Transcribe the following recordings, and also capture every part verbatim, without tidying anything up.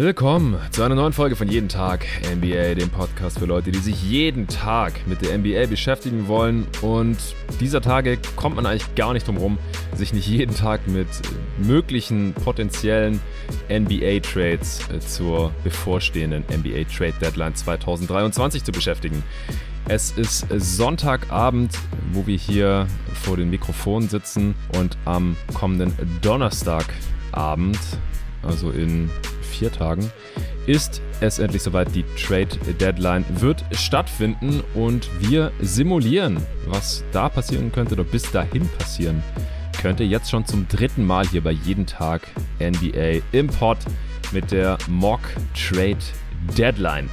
Willkommen zu einer neuen Folge von Jeden Tag N B A, dem Podcast für Leute, die sich jeden Tag mit der N B A beschäftigen wollen. Und dieser Tage kommt man eigentlich gar nicht drum rum, sich nicht jeden Tag mit möglichen potenziellen N B A-Trades zur bevorstehenden N B A-Trade-Deadline zwanzig dreiundzwanzig zu beschäftigen. Es ist Sonntagabend, wo wir hier vor den Mikrofonen sitzen, und am kommenden Donnerstagabend, also in vier Tagen, ist es endlich soweit. Die Trade Deadline wird stattfinden und wir simulieren, was da passieren könnte oder bis dahin passieren könnte. Jetzt schon zum dritten Mal hier bei Jeden Tag N B A im Pod mit der Mock Trade Deadline.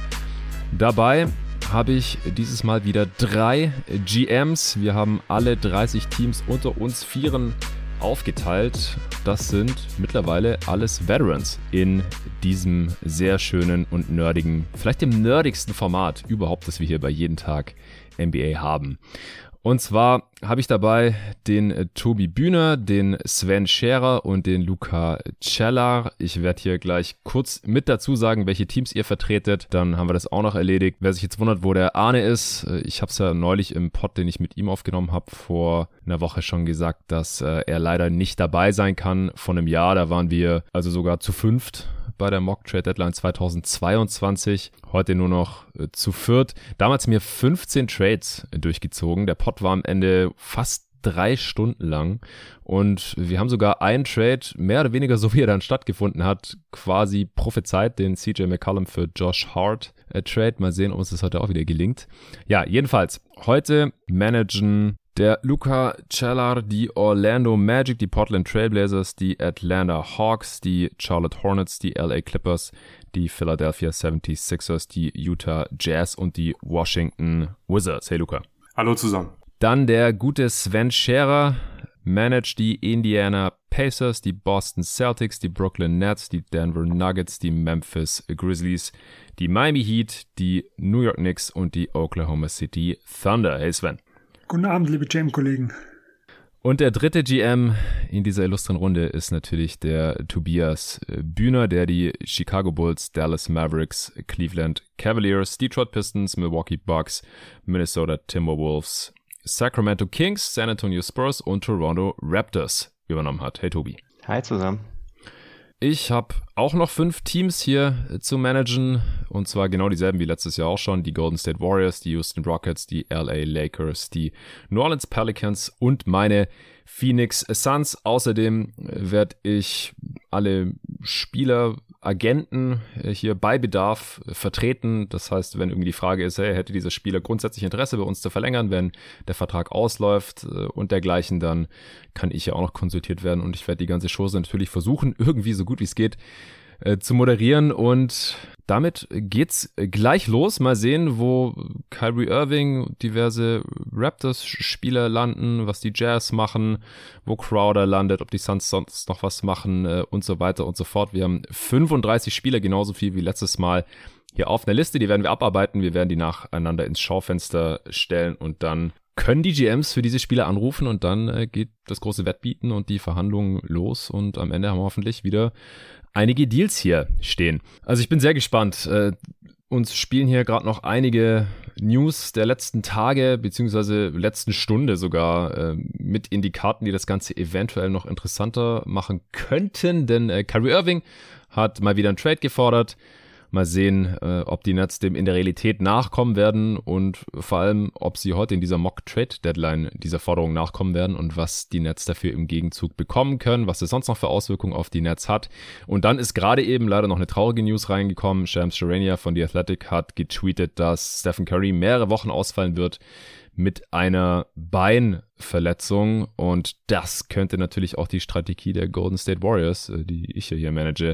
Dabei habe ich dieses Mal wieder drei G Ms. Wir haben alle dreißig Teams unter uns Vieren aufgeteilt. Das sind mittlerweile alles Veterans in diesem sehr schönen und nerdigen, vielleicht dem nerdigsten Format überhaupt, das wir hier bei Jeden Tag N B A haben. Und zwar habe ich dabei den äh, Tobi Bühner, den Sven Scherer und den Luca Cellar. Ich werde hier gleich kurz mit dazu sagen, welche Teams ihr vertretet. Dann haben wir das auch noch erledigt. Wer sich jetzt wundert, wo der Arne ist, äh, ich habe es ja neulich im Pod, den ich mit ihm aufgenommen habe, vor einer Woche schon gesagt, dass äh, er leider nicht dabei sein kann. Vor einem Jahr, da waren wir also sogar zu fünft bei der Mock Trade Deadline zwanzig zweiundzwanzig. Heute nur noch äh, zu viert. Damals mir fünfzehn Trades äh, durchgezogen. Der Pod war am Ende fast drei Stunden lang und wir haben sogar einen Trade, mehr oder weniger so wie er dann stattgefunden hat, quasi prophezeit, den C J McCollum für Josh Hart äh, Trade. Mal sehen, ob uns das heute auch wieder gelingt. Ja, jedenfalls, heute managen der Luca Cellar die Orlando Magic, die Portland Trailblazers, die Atlanta Hawks, die Charlotte Hornets, die L A Clippers, die Philadelphia seventy-sixers, die Utah Jazz und die Washington Wizards. Hey Luca. Hallo zusammen. Dann der gute Sven Scherer managt die Indiana Pacers, die Boston Celtics, die Brooklyn Nets, die Denver Nuggets, die Memphis Grizzlies, die Miami Heat, die New York Knicks und die Oklahoma City Thunder. Hey Sven. Guten Abend, liebe G M-Kollegen. Und der dritte G M in dieser illustren Runde ist natürlich der Tobias Bühner, der die Chicago Bulls, Dallas Mavericks, Cleveland Cavaliers, Detroit Pistons, Milwaukee Bucks, Minnesota Timberwolves, Sacramento Kings, San Antonio Spurs und Toronto Raptors übernommen hat. Hey Tobi. Hi zusammen. Ich habe auch noch fünf Teams hier zu managen, und zwar genau dieselben wie letztes Jahr auch schon. Die Golden State Warriors, die Houston Rockets, die L A Lakers, die New Orleans Pelicans und meine Phoenix Suns. Außerdem werde ich alle Spieler, Agenten hier bei Bedarf vertreten. Das heißt, wenn irgendwie die Frage ist, hey, hätte dieser Spieler grundsätzlich Interesse bei uns zu verlängern, wenn der Vertrag ausläuft und dergleichen, dann kann ich ja auch noch konsultiert werden, und ich werde die ganze Chose natürlich versuchen, irgendwie so gut wie es geht äh, zu moderieren, und damit geht's gleich los. Mal sehen, wo Kyrie Irving, diverse Raptors-Spieler landen, was die Jazz machen, wo Crowder landet, ob die Suns sonst noch was machen äh, und so weiter und so fort. Wir haben fünfunddreißig Spieler, genauso viel wie letztes Mal hier auf einer Liste. Die werden wir abarbeiten. Wir werden die nacheinander ins Schaufenster stellen, und dann können die G Ms für diese Spieler anrufen, und dann äh, geht das große Wettbieten und die Verhandlungen los, und am Ende haben wir hoffentlich wieder einige Deals hier stehen. Also ich bin sehr gespannt. Äh, uns spielen hier gerade noch einige News der letzten Tage beziehungsweise letzten Stunde sogar äh, mit in die Karten, die das Ganze eventuell noch interessanter machen könnten, denn äh, Kyrie Irving hat mal wieder einen Trade gefordert. Mal sehen, äh, ob die Nets dem in der Realität nachkommen werden, und vor allem, ob sie heute in dieser Mock-Trade-Deadline dieser Forderung nachkommen werden und was die Nets dafür im Gegenzug bekommen können, was es sonst noch für Auswirkungen auf die Nets hat. Und dann ist gerade eben leider noch eine traurige News reingekommen. Shams Charania von The Athletic hat getweetet, dass Stephen Curry mehrere Wochen ausfallen wird mit einer Beinverletzung, und das könnte natürlich auch die Strategie der Golden State Warriors, die ich ja hier manage,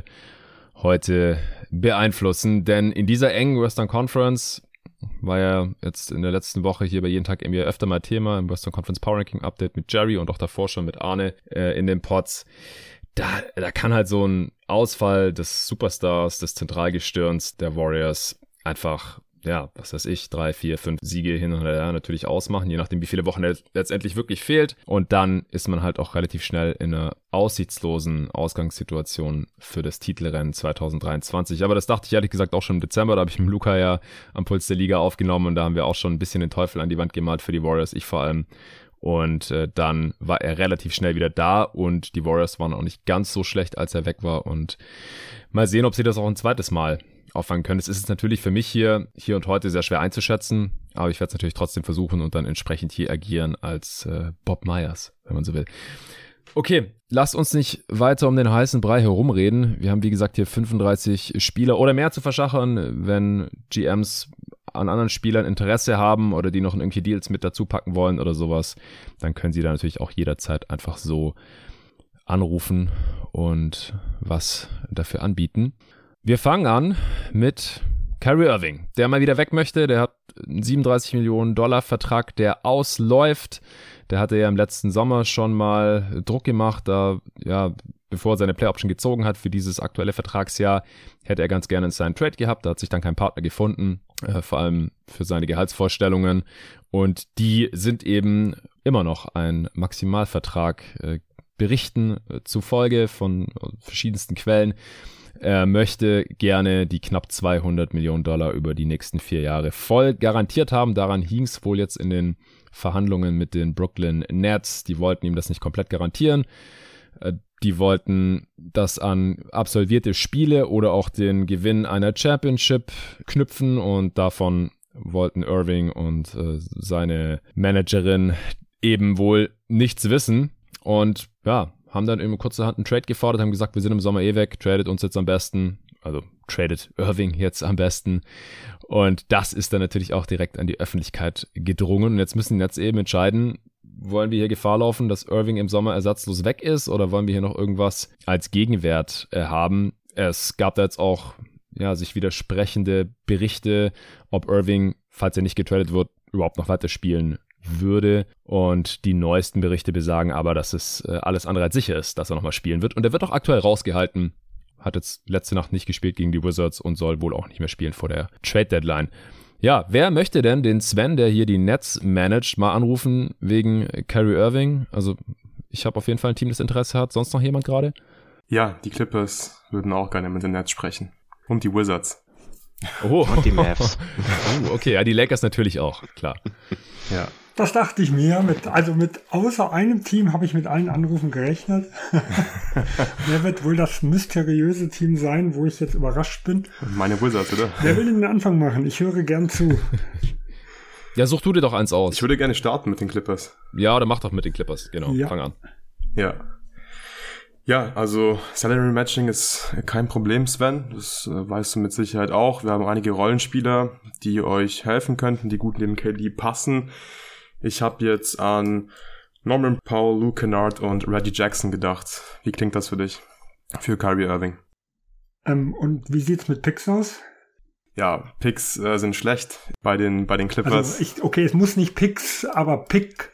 heute beeinflussen, denn in dieser engen Western Conference war ja jetzt in der letzten Woche hier bei Jeden Tag N B A öfter mal Thema im Western Conference Power Ranking Update mit Jerry und auch davor schon mit Arne äh, in den Pods. Da, da kann halt so ein Ausfall des Superstars, des Zentralgestirns der Warriors einfach ja, was weiß ich, drei, vier, fünf Siege hin und her natürlich ausmachen, je nachdem, wie viele Wochen er letztendlich wirklich fehlt. Und dann ist man halt auch relativ schnell in einer aussichtslosen Ausgangssituation für das Titelrennen zwanzig dreiundzwanzig. Aber das dachte ich ehrlich gesagt auch schon im Dezember. Da habe ich mit Luca ja am Puls der Liga aufgenommen und da haben wir auch schon ein bisschen den Teufel an die Wand gemalt für die Warriors, ich vor allem. Und äh, dann war er relativ schnell wieder da und die Warriors waren auch nicht ganz so schlecht, als er weg war. Und mal sehen, ob sie das auch ein zweites Mal auffangen können. Es ist natürlich für mich hier, hier und heute sehr schwer einzuschätzen, aber ich werde es natürlich trotzdem versuchen und dann entsprechend hier agieren als äh, Bob Myers, wenn man so will. Okay, lasst uns nicht weiter um den heißen Brei herumreden. Wir haben, wie gesagt, hier fünfunddreißig Spieler oder mehr zu verschachern. Wenn G Ms an anderen Spielern Interesse haben oder die noch irgendwie Deals mit dazu packen wollen oder sowas, dann können sie da natürlich auch jederzeit einfach so anrufen und was dafür anbieten. Wir fangen an mit Kyrie Irving, der mal wieder weg möchte. Der hat einen siebenunddreißig Millionen Dollar Vertrag, der ausläuft. Der hatte ja im letzten Sommer schon mal Druck gemacht, da, ja, bevor er seine Play-Option gezogen hat für dieses aktuelle Vertragsjahr, hätte er ganz gerne einen Sign Trade gehabt. Da hat sich dann kein Partner gefunden, äh, vor allem für seine Gehaltsvorstellungen. Und die sind eben immer noch ein Maximalvertrag. Äh, Berichten äh, zufolge von verschiedensten Quellen. Er möchte gerne die knapp zweihundert Millionen Dollar über die nächsten vier Jahre voll garantiert haben. Daran hing es wohl jetzt in den Verhandlungen mit den Brooklyn Nets. Die wollten ihm das nicht komplett garantieren. Die wollten das an absolvierte Spiele oder auch den Gewinn einer Championship knüpfen und davon wollten Irving und äh, seine Managerin eben wohl nichts wissen. Und ja, haben dann eben kurzerhand einen Trade gefordert, haben gesagt, wir sind im Sommer eh weg, tradet uns jetzt am besten, also tradet Irving jetzt am besten. Und das ist dann natürlich auch direkt an die Öffentlichkeit gedrungen. Und jetzt müssen die Nets eben entscheiden, wollen wir hier Gefahr laufen, dass Irving im Sommer ersatzlos weg ist oder wollen wir hier noch irgendwas als Gegenwert äh, haben? Es gab da jetzt auch ja sich widersprechende Berichte, ob Irving, falls er nicht getradet wird, überhaupt noch weiter spielen würde. Und die neuesten Berichte besagen aber, dass es äh, alles andere als sicher ist, dass er nochmal spielen wird. Und er wird auch aktuell rausgehalten. Hat jetzt letzte Nacht nicht gespielt gegen die Wizards und soll wohl auch nicht mehr spielen vor der Trade-Deadline. Ja, wer möchte denn den Sven, der hier die Nets managt, mal anrufen wegen Kyrie Irving? Also ich habe auf jeden Fall ein Team, das Interesse hat. Sonst noch jemand gerade? Ja, die Clippers würden auch gerne mit den Nets sprechen. Und die Wizards. Oh. Und die Mavs. Oh, okay, ja, die Lakers natürlich auch, klar. Ja. Das dachte ich mir. Mit, also mit außer einem Team habe ich mit allen Anrufen gerechnet. Wer wird wohl das mysteriöse Team sein, wo ich jetzt überrascht bin? Meine Wizards, oder? Wer will den Anfang machen? Ich höre gern zu. Ja, such du dir doch eins aus. Ich würde gerne starten mit den Clippers. Ja, oder mach doch mit den Clippers, genau. Ja. Fang an. Ja. Ja, also Salary Matching ist kein Problem, Sven. Das äh, weißt du mit Sicherheit auch. Wir haben einige Rollenspieler, die euch helfen könnten, die gut neben K D passen. Ich habe jetzt an Norman Powell, Luke Kennard und Reggie Jackson gedacht. Wie klingt das für dich? Für Kyrie Irving. Ähm, und wie sieht's mit Picks aus? Ja, Picks äh, sind schlecht bei den bei den Clippers. Also ich, okay, es muss nicht Picks, aber Pick.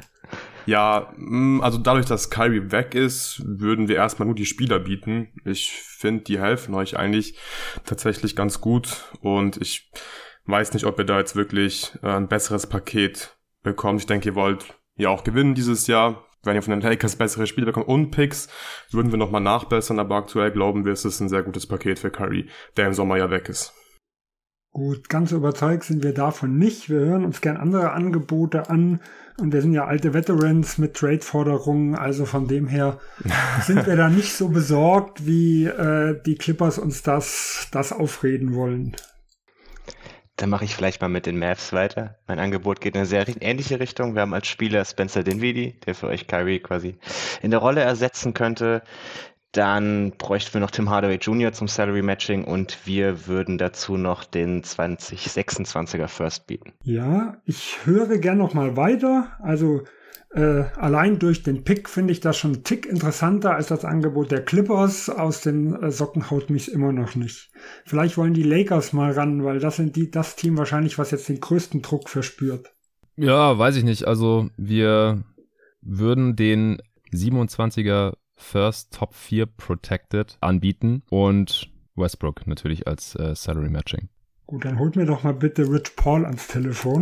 Ja, also dadurch, dass Kyrie weg ist, würden wir erstmal nur die Spieler bieten. Ich finde, die helfen euch eigentlich tatsächlich ganz gut und ich weiß nicht, ob ihr da jetzt wirklich ein besseres Paket bekommt. Ich denke, ihr wollt ja auch gewinnen dieses Jahr. Wenn ihr von den Lakers bessere Spiele bekommt und Picks, würden wir nochmal nachbessern, aber aktuell glauben wir, es ist ein sehr gutes Paket für Kyrie, der im Sommer ja weg ist. Gut, ganz überzeugt sind wir davon nicht. Wir hören uns gern andere Angebote an und wir sind ja alte Veterans mit Trade-Forderungen, also von dem her sind wir da nicht so besorgt, wie äh, die Clippers uns das, das aufreden wollen. Dann mache ich vielleicht mal mit den Mavs weiter. Mein Angebot geht in eine sehr ähnliche Richtung. Wir haben als Spieler Spencer Dinwiddie, der für euch Kyrie quasi in der Rolle ersetzen könnte. Dann bräuchten wir noch Tim Hardaway Junior zum Salary Matching und wir würden dazu noch den zwanzig sechsundzwanziger First bieten. Ja, ich höre gern noch mal weiter. Also äh, allein durch den Pick finde ich das schon einen Tick interessanter als das Angebot der Clippers. Aus den äh, Socken haut mich immer noch nicht. Vielleicht wollen die Lakers mal ran, weil das sind die das Team wahrscheinlich, was jetzt den größten Druck verspürt. Ja, weiß ich nicht. Also wir würden den siebenundzwanziger First Top vier Protected anbieten und Westbrook natürlich als äh, Salary Matching. Gut, dann holt mir doch mal bitte Rich Paul ans Telefon.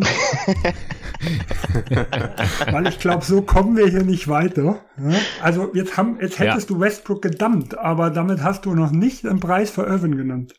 Weil ich glaube, so kommen wir hier nicht weiter. Also jetzt, haben, jetzt hättest ja. du Westbrook gedumpt, aber damit hast du noch nicht den Preis für Irvin genannt.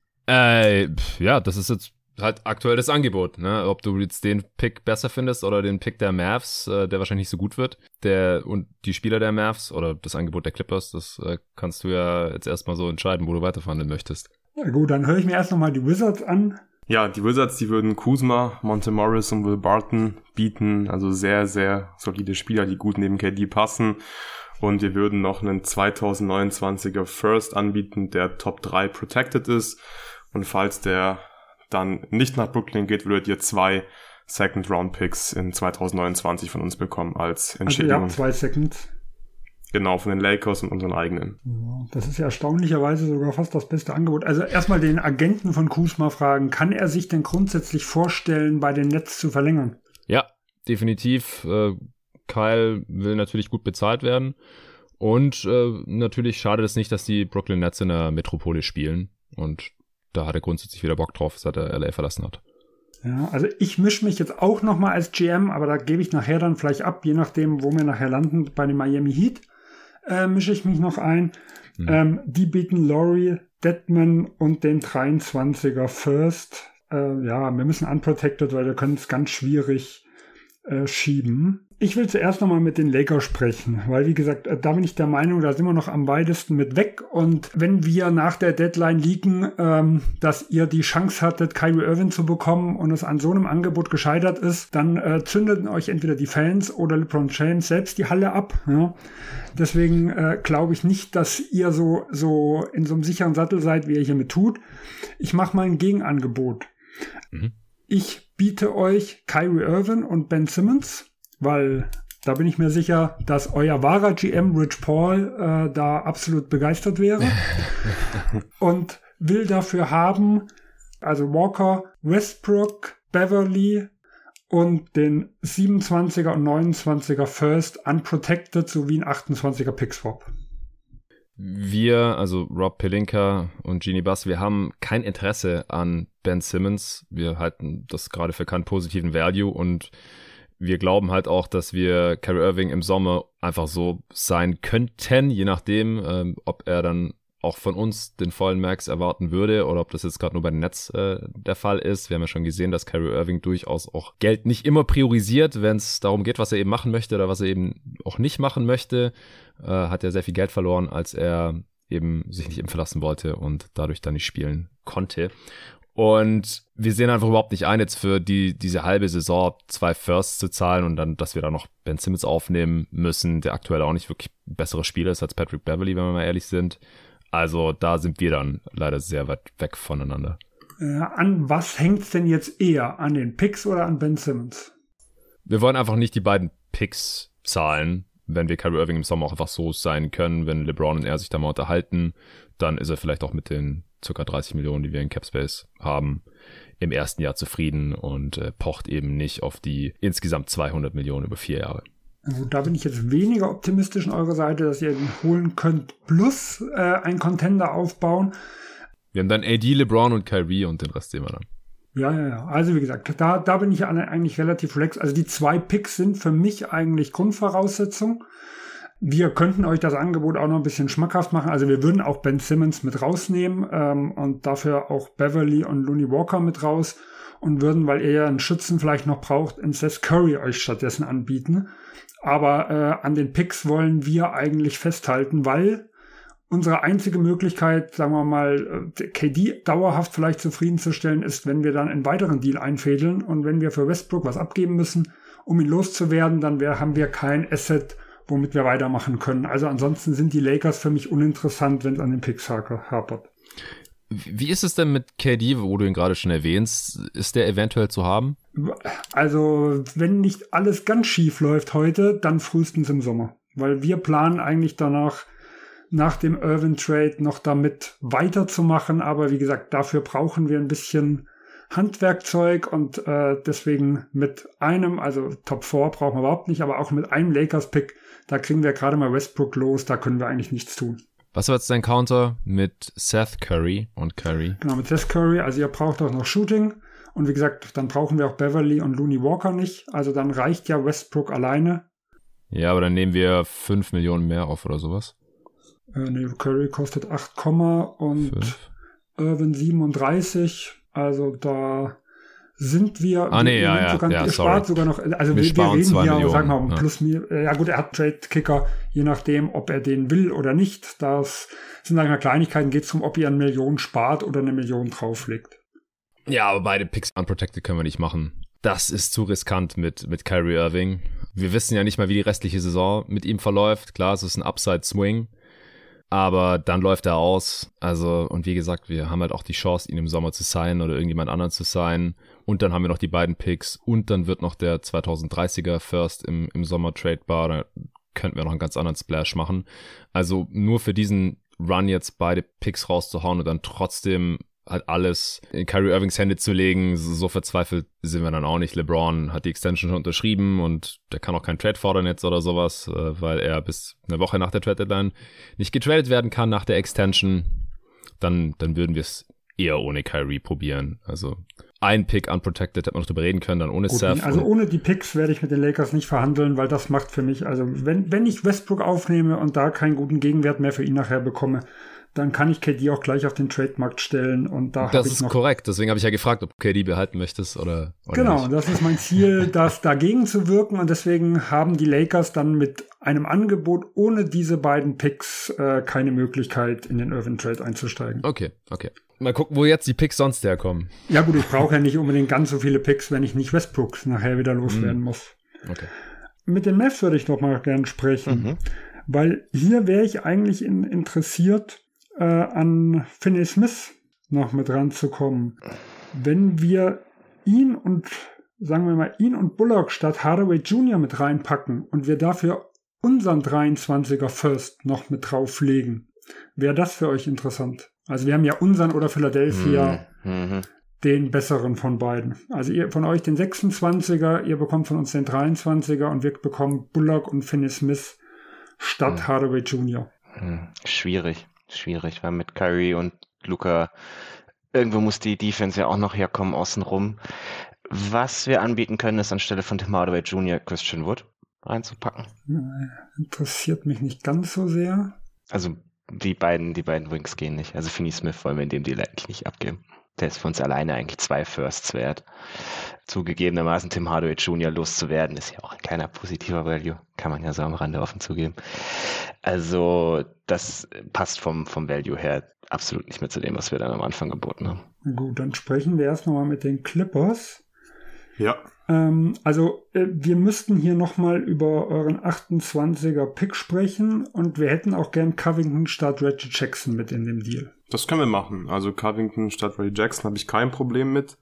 Äh, ja, das ist jetzt halt aktuell das Angebot, ne? Ob du jetzt den Pick besser findest oder den Pick der Mavs, äh, der wahrscheinlich nicht so gut wird, der und die Spieler der Mavs oder das Angebot der Clippers, das äh, kannst du ja jetzt erstmal so entscheiden, wo du weiterverhandeln möchtest. Ja gut, dann höre ich mir erst nochmal die Wizards an. Ja, die Wizards, die würden Kuzma, Monte Morris und Will Barton bieten. Also sehr, sehr solide Spieler, die gut neben K D passen. Und wir würden noch einen zwanzig neunundzwanziger First anbieten, der Top drei protected ist. Und falls der dann nicht nach Brooklyn geht, würdet ihr zwei Second-Round-Picks in zwanzig neunundzwanzig von uns bekommen als Entschädigung. Also ja, zwei Seconds. Genau, von den Lakers und unseren eigenen. Das ist ja erstaunlicherweise sogar fast das beste Angebot. Also erstmal den Agenten von Kuzma fragen, kann er sich denn grundsätzlich vorstellen, bei den Nets zu verlängern? Ja, definitiv. Äh, Kyle will natürlich gut bezahlt werden. Und äh, natürlich schadet es nicht, dass die Brooklyn Nets in der Metropole spielen. Und da hat er grundsätzlich wieder Bock drauf, seit er L A verlassen hat. Ja, also ich mische mich jetzt auch nochmal als G M, aber da gebe ich nachher dann vielleicht ab, je nachdem, wo wir nachher landen. Bei den Miami Heat äh, mische ich mich noch ein. Hm. Ähm, die bieten Laurie, Dedman und den dreiundzwanziger First. Äh, ja, wir müssen unprotected, weil wir können es ganz schwierig äh, schieben. Ich will zuerst nochmal mit den Lakers sprechen, weil wie gesagt, da bin ich der Meinung, da sind wir noch am weitesten mit weg. Und wenn wir nach der Deadline liegen, ähm, dass ihr die Chance hattet, Kyrie Irving zu bekommen und es an so einem Angebot gescheitert ist, dann äh, zündeten euch entweder die Fans oder LeBron James selbst die Halle ab. Ja? Deswegen äh, glaube ich nicht, dass ihr so, so in so einem sicheren Sattel seid, wie ihr hiermit tut. Ich mache mal ein Gegenangebot. Mhm. Ich biete euch Kyrie Irving und Ben Simmons, weil da bin ich mir sicher, dass euer wahrer G M Rich Paul äh, da absolut begeistert wäre und will dafür haben, also Walker, Westbrook, Beverly und den siebenundzwanziger und neunundzwanziger First unprotected sowie ein achtundzwanziger Pick-Swap. Wir, also Rob Pelinka und Jeanie Buss, wir haben kein Interesse an Ben Simmons. Wir halten das gerade für keinen positiven Value und wir glauben halt auch, dass wir Kyrie Irving im Sommer einfach so sein könnten, je nachdem, ähm, ob er dann auch von uns den vollen Max erwarten würde oder ob das jetzt gerade nur bei den Nets äh, der Fall ist. Wir haben ja schon gesehen, dass Kyrie Irving durchaus auch Geld nicht immer priorisiert, wenn es darum geht, was er eben machen möchte oder was er eben auch nicht machen möchte. Äh, hat ja sehr viel Geld verloren, als er eben sich nicht impfen lassen wollte und dadurch dann nicht spielen konnte. Und wir sehen einfach überhaupt nicht ein, jetzt für die diese halbe Saison zwei Firsts zu zahlen und dann, dass wir da noch Ben Simmons aufnehmen müssen, der aktuell auch nicht wirklich ein besserer Spieler ist als Patrick Beverly, wenn wir mal ehrlich sind. Also da sind wir dann leider sehr weit weg voneinander. Äh, an was hängt's denn jetzt eher? An den Picks oder an Ben Simmons? Wir wollen einfach nicht die beiden Picks zahlen, wenn wir Kyrie Irving im Sommer auch einfach so sein können. Wenn LeBron und er sich da mal unterhalten, dann ist er vielleicht auch mit den ca. dreißig Millionen, die wir in Capspace haben, im ersten Jahr zufrieden und äh, pocht eben nicht auf die insgesamt zweihundert Millionen über vier Jahre. Also da bin ich jetzt weniger optimistisch an eurer Seite, dass ihr ihn holen könnt, plus äh, einen Contender aufbauen. Wir haben dann A D, LeBron und Kyrie und den Rest sehen wir dann. Ja, ja, ja. Also wie gesagt, da, da bin ich eigentlich relativ relaxed. Also die zwei Picks sind für mich eigentlich Grundvoraussetzung. Wir könnten euch das Angebot auch noch ein bisschen schmackhaft machen. Also wir würden auch Ben Simmons mit rausnehmen ähm, und dafür auch Beverly und Looney Walker mit raus und würden, weil ihr ja einen Schützen vielleicht noch braucht, in Seth Curry euch stattdessen anbieten. Aber äh, an den Picks wollen wir eigentlich festhalten, weil unsere einzige Möglichkeit, sagen wir mal, K D dauerhaft vielleicht zufriedenzustellen ist, wenn wir dann einen weiteren Deal einfädeln und wenn wir für Westbrook was abgeben müssen, um ihn loszuwerden, dann wär, haben wir kein Asset, womit wir weitermachen können. Also ansonsten sind die Lakers für mich uninteressant, wenn es an den Picks hapert. Wie ist es denn mit K D, wo du ihn gerade schon erwähnst? Ist der eventuell zu haben? Also, wenn nicht alles ganz schief läuft heute, dann frühestens im Sommer. Weil wir planen eigentlich danach, nach dem Irving-Trade noch damit weiterzumachen. Aber wie gesagt, dafür brauchen wir ein bisschen Handwerkzeug und äh, deswegen mit einem, also Top vier brauchen wir überhaupt nicht, aber auch mit einem Lakers-Pick, da kriegen wir gerade mal Westbrook los, da können wir eigentlich nichts tun. Was war jetzt dein Counter mit Seth Curry und Curry? Genau, mit Seth Curry. Also ihr braucht auch noch Shooting. Und wie gesagt, dann brauchen wir auch Beverly und Looney Walker nicht. Also dann reicht ja Westbrook alleine. Ja, aber dann nehmen wir fünf Millionen mehr auf oder sowas. Äh, nee, Curry kostet acht, und fünf. Irvin siebenunddreißig. Also da sind wir. Ah, nee, ja, ja. Sogar, ja ihr sorry. spart sogar noch. Also wir, wir, wir reden hier, Millionen, sagen wir mal, ja. plus mir. Ja gut, er hat Trade-Kicker, je nachdem, ob er den will oder nicht. Das sind, sagen wir, Kleinigkeiten. Geht es darum, ob ihr eine Million spart oder eine Million drauflegt. Ja, aber beide Picks unprotected können wir nicht machen. Das ist zu riskant mit, mit Kyrie Irving. Wir wissen ja nicht mal, wie die restliche Saison mit ihm verläuft. Klar, es ist ein Upside-Swing, aber dann läuft er aus. Also, und wie gesagt, wir haben halt auch die Chance, ihn im Sommer zu signen oder irgendjemand anderen zu signen. Und dann haben wir noch die beiden Picks und dann wird noch der zweitausenddreißiger First im, im Sommer tradebar. Da könnten wir noch einen ganz anderen Splash machen. Also nur für diesen Run jetzt beide Picks rauszuhauen und dann trotzdem halt alles in Kyrie Irvings Hände zu legen, so verzweifelt sind wir dann auch nicht. LeBron hat die Extension schon unterschrieben und der kann auch keinen Trade fordern jetzt oder sowas, weil er bis eine Woche nach der Trade-Deadline nicht getradet werden kann nach der Extension. Dann, dann würden wir es eher ohne Kyrie probieren. Also ein Pick unprotected, hätte man noch drüber reden können, dann ohne Gut, Seth. Also ohne die Picks werde ich mit den Lakers nicht verhandeln, weil das macht für mich, also wenn, wenn ich Westbrook aufnehme und da keinen guten Gegenwert mehr für ihn nachher bekomme, dann kann ich K D auch gleich auf den Trademarkt stellen und da habe ich Das noch... ist korrekt, deswegen habe ich ja gefragt, ob du K D behalten möchtest oder, oder Genau, nicht. das ist mein Ziel, das dagegen zu wirken und deswegen haben die Lakers dann mit einem Angebot ohne diese beiden Picks äh, keine Möglichkeit, in den Irvin Trade einzusteigen. Okay, okay. Mal gucken, wo jetzt die Picks sonst herkommen. Ja gut, ich brauche ja nicht unbedingt ganz so viele Picks, wenn ich nicht Westbrook nachher wieder loswerden mhm. muss. Okay. Mit den Mavs würde ich noch mal gern sprechen, Mhm. weil hier wäre ich eigentlich in, interessiert, äh, an Finney Smith noch mit ranzukommen. Wenn wir ihn und, sagen wir mal, ihn und Bullock statt Hardaway Junior mit reinpacken und wir dafür unseren dreiundzwanziger First noch mit drauflegen, wäre das für euch interessant? Also wir haben ja unseren oder Philadelphia Mhm. den besseren von beiden. Also ihr von euch den sechsundzwanziger, ihr bekommt von uns den dreiundzwanziger und wir bekommen Bullock und Finney Smith statt Mhm. Hardaway Junior Hm, Schwierig, schwierig, weil mit Curry und Luka irgendwo muss die Defense ja auch noch herkommen außenrum. Was wir anbieten können, ist anstelle von Tim Hardaway Junior Christian Wood reinzupacken. Interessiert mich nicht ganz so sehr. Also die beiden, die beiden Wings gehen nicht. Also Finney Smith wollen wir in dem Deal eigentlich nicht abgeben. Der ist für uns alleine eigentlich zwei Firsts wert. Zugegebenermaßen Tim Hardaway Junior loszuwerden, ist ja auch ein kleiner positiver Value. Kann man ja so am Rande offen zugeben. Also das passt vom, vom Value her absolut nicht mehr zu dem, was wir dann am Anfang geboten haben. Gut, dann sprechen wir erst nochmal mit den Clippers. Ja. Ähm, also äh, wir müssten hier nochmal über euren achtundzwanziger Pick sprechen und wir hätten auch gern Covington statt Reggie Jackson mit in dem Deal. Das können wir machen. Also Covington statt Reggie Jackson habe ich kein Problem mit.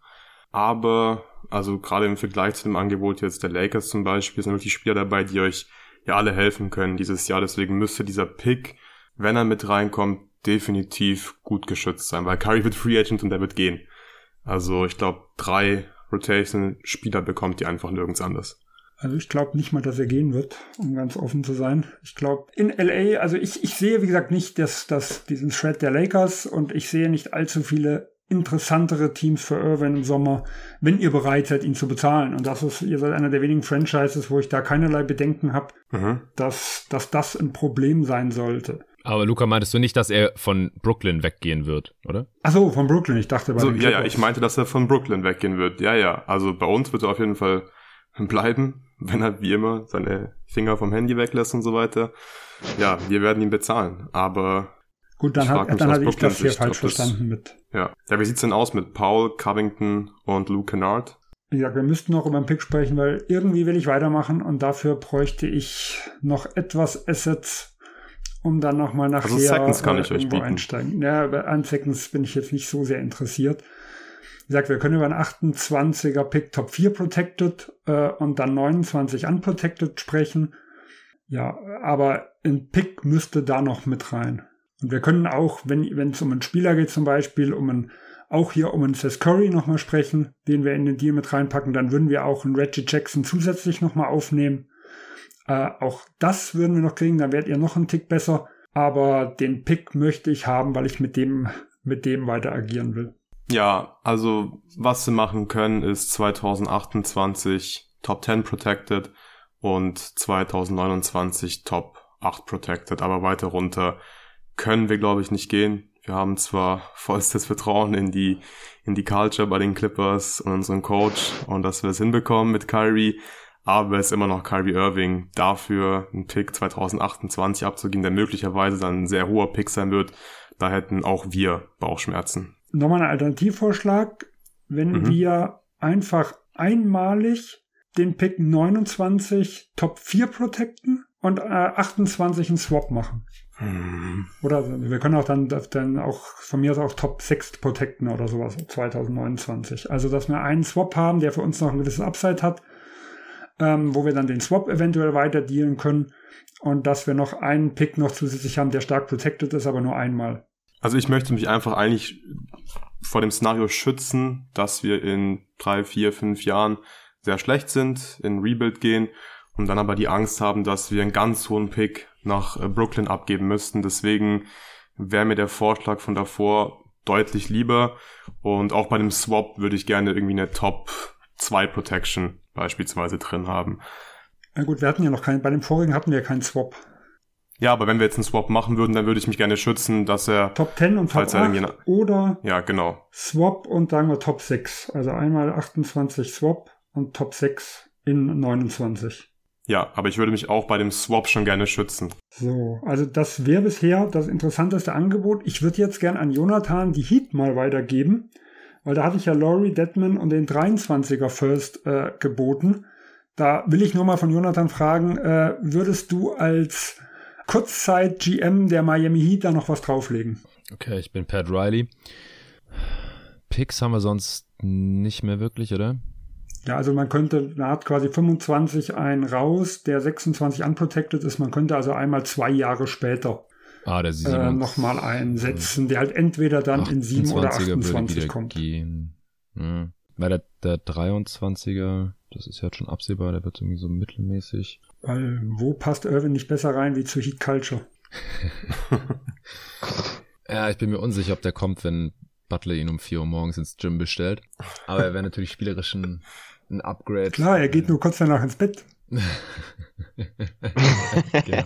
Aber, also gerade im Vergleich zu dem Angebot jetzt der Lakers zum Beispiel, sind wirklich Spieler dabei, die euch ja alle helfen können dieses Jahr. Deswegen müsste dieser Pick, wenn er mit reinkommt, definitiv gut geschützt sein. Weil Curry wird Free Agent und der wird gehen. Also ich glaube, drei Rotation-Spieler bekommt ihr einfach nirgends anders. Also ich glaube nicht mal, dass er gehen wird, um ganz offen zu sein. Ich glaube, in L A, also ich, ich sehe, wie gesagt, nicht das, das, diesen Shred der Lakers und ich sehe nicht allzu viele interessantere Teams für Irvin im Sommer, wenn ihr bereit seid, ihn zu bezahlen. Und das ist, ihr seid einer der wenigen Franchises, wo ich da keinerlei Bedenken habe, Mhm. dass, dass das ein Problem sein sollte. Aber Luca, meintest du nicht, dass er von Brooklyn weggehen wird, oder? Ach so, von Brooklyn, ich dachte bei So, den ja, ja, Clippers. ich meinte, dass er von Brooklyn weggehen wird. Ja, ja, also bei uns wird er auf jeden Fall bleiben, wenn er wie immer seine Finger vom Handy weglässt und so weiter. Ja, wir werden ihn bezahlen, aber Gut, dann, ich hat, frag mich dann aus hatte ich das hier Brooklyn-Sicht, falsch ob das- verstanden mit. ja. Ja, wie sieht's denn aus mit Paul, Covington und Luke Kennard? Wie gesagt, wir müssten noch über den Pick sprechen, weil irgendwie will ich weitermachen und dafür bräuchte ich noch etwas Assets, um dann nochmal nachher Also Seconds kann äh, ich euch irgendwo bieten. einsteigen. Ja, aber an Seconds bin ich jetzt nicht so sehr interessiert. Wie gesagt, wir können über einen achtundzwanziger Pick Top vier Protected äh, und dann neunundzwanzig Unprotected sprechen. Ja, aber ein Pick müsste da noch mit rein. Und wir können auch, wenn wenn es um einen Spieler geht zum Beispiel, um einen, auch hier um einen Seth Curry nochmal sprechen, den wir in den Deal mit reinpacken, dann würden wir auch einen Reggie Jackson zusätzlich nochmal aufnehmen. Äh, auch das würden wir noch kriegen, dann werdet ihr noch einen Tick besser. aber den Pick möchte ich haben, weil ich mit dem, mit dem weiter agieren will. Ja, also was wir machen können, ist zwanzig achtundzwanzig Top zehn Protected und zwanzig neunundzwanzig Top acht Protected, aber weiter runter können wir, glaube ich, nicht gehen. Wir haben zwar vollstes Vertrauen in die in die Culture bei den Clippers und unseren Coach und dass wir es hinbekommen mit Kyrie, aber es ist immer noch Kyrie Irving. Dafür einen Pick zwanzig achtundzwanzig abzugeben, der möglicherweise dann ein sehr hoher Pick sein wird, da hätten auch wir Bauchschmerzen. Nochmal ein Alternativvorschlag, wenn Mhm. wir einfach einmalig den Pick neunundzwanzig Top vier protecten und äh, achtundzwanzig einen Swap machen. Hm. Oder wir können auch dann, dann auch von mir aus auch Top sechs protecten oder sowas zwanzig neunundzwanzig. Also, dass wir einen Swap haben, der für uns noch ein gewisses Upside hat, ähm, wo wir dann den Swap eventuell weiter dealen können und dass wir noch einen Pick noch zusätzlich haben, der stark protected ist, aber nur einmal. Also ich möchte mich einfach eigentlich vor dem Szenario schützen, dass wir in drei, vier, fünf Jahren sehr schlecht sind, in Rebuild gehen und dann aber die Angst haben, dass wir einen ganz hohen Pick nach äh, Brooklyn abgeben müssten. Deswegen wäre mir der Vorschlag von davor deutlich lieber und auch bei dem Swap würde ich gerne irgendwie eine Top zwei Protection beispielsweise drin haben. Na gut, wir hatten ja noch keinen, bei dem vorigen hatten wir keinen Swap. Ja, aber wenn wir jetzt einen Swap machen würden, dann würde ich mich gerne schützen, dass er... Top zehn und Top falls er acht irgendwie- oder Ja, genau. Swap und sagen wir Top sechs. Also einmal achtundzwanzig Swap und Top sechs in neunundzwanzig. Ja, aber ich würde mich auch bei dem Swap schon gerne schützen. So, also das wäre bisher das interessanteste Angebot. Ich würde jetzt gern an Jonathan die Heat mal weitergeben, weil da hatte ich ja Laurie, Dedmon und den dreiundzwanziger First äh, geboten. Da will ich nur mal von Jonathan fragen, äh, würdest du als Kurzzeit-G M der Miami Heat da noch was drauflegen? Okay, ich bin Pat Riley. Picks haben wir sonst nicht mehr wirklich, oder? Ja, also man könnte, man hat quasi fünfundzwanzig einen raus, der sechsundzwanzig unprotected ist. Man könnte also einmal zwei Jahre später Ah, der äh, sieben. nochmal einsetzen, der halt entweder dann in sieben oder achtundzwanziger würde achtundzwanzig wieder kommt. gehen. Ja. Weil der, der dreiundzwanziger, das ist ja jetzt schon absehbar, der wird irgendwie so mittelmäßig. Weil wo passt Irvin nicht besser rein wie zu Heat Culture? Ja, ich bin mir unsicher, ob der kommt, wenn Butler ihn um vier Uhr morgens ins Gym bestellt. Aber er wäre natürlich spielerisch ein, ein Upgrade. Klar, er geht nur kurz danach ins Bett. Genau.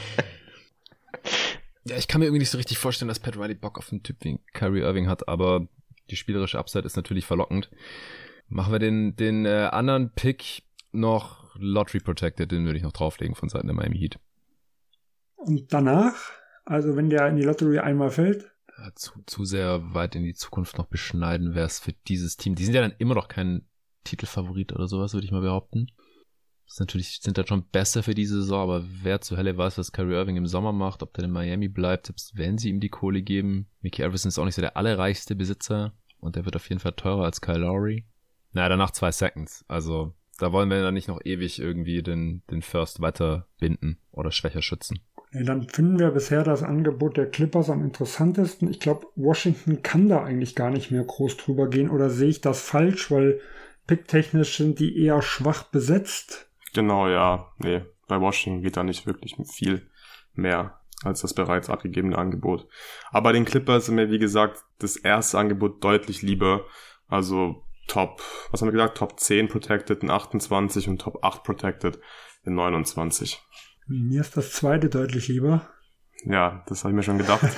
Ja, ich kann mir irgendwie nicht so richtig vorstellen, dass Pat Riley Bock auf einen Typ wie Kyrie Irving hat, aber die spielerische Upside ist natürlich verlockend. Machen wir den, den äh, anderen Pick noch Lottery Protected, den würde ich noch drauflegen von Seiten der Miami Heat. Und danach, also wenn der in die Lottery einmal fällt, Ja, zu, zu sehr weit in die Zukunft noch beschneiden wäre es für dieses Team. Die sind ja dann immer noch kein Titelfavorit oder sowas, würde ich mal behaupten. Das ist natürlich, sind dann schon besser für diese Saison, aber wer zur Hölle weiß, was Kyrie Irving im Sommer macht, ob der in Miami bleibt, selbst wenn sie ihm die Kohle geben. Mickey Iverson ist auch nicht so der allerreichste Besitzer und der wird auf jeden Fall teurer als Kyle Lowry. Naja, danach zwei Seconds. Also da wollen wir dann nicht noch ewig irgendwie den, den First weiter binden oder schwächer schützen. nee, dann finden wir bisher das Angebot der Clippers am interessantesten. Ich glaube, Washington kann da eigentlich gar nicht mehr groß drüber gehen, oder sehe ich das falsch, weil picktechnisch sind die eher schwach besetzt. Genau, ja. Nee, bei Washington geht da nicht wirklich viel mehr als das bereits abgegebene Angebot. Aber den Clippers sind mir, wie gesagt, das erste Angebot deutlich lieber. Also Top, was haben wir gesagt? Top zehn Protected in achtundzwanzig und Top acht Protected in neunundzwanzig. Mir ist das zweite deutlich lieber. Ja, das habe ich mir schon gedacht.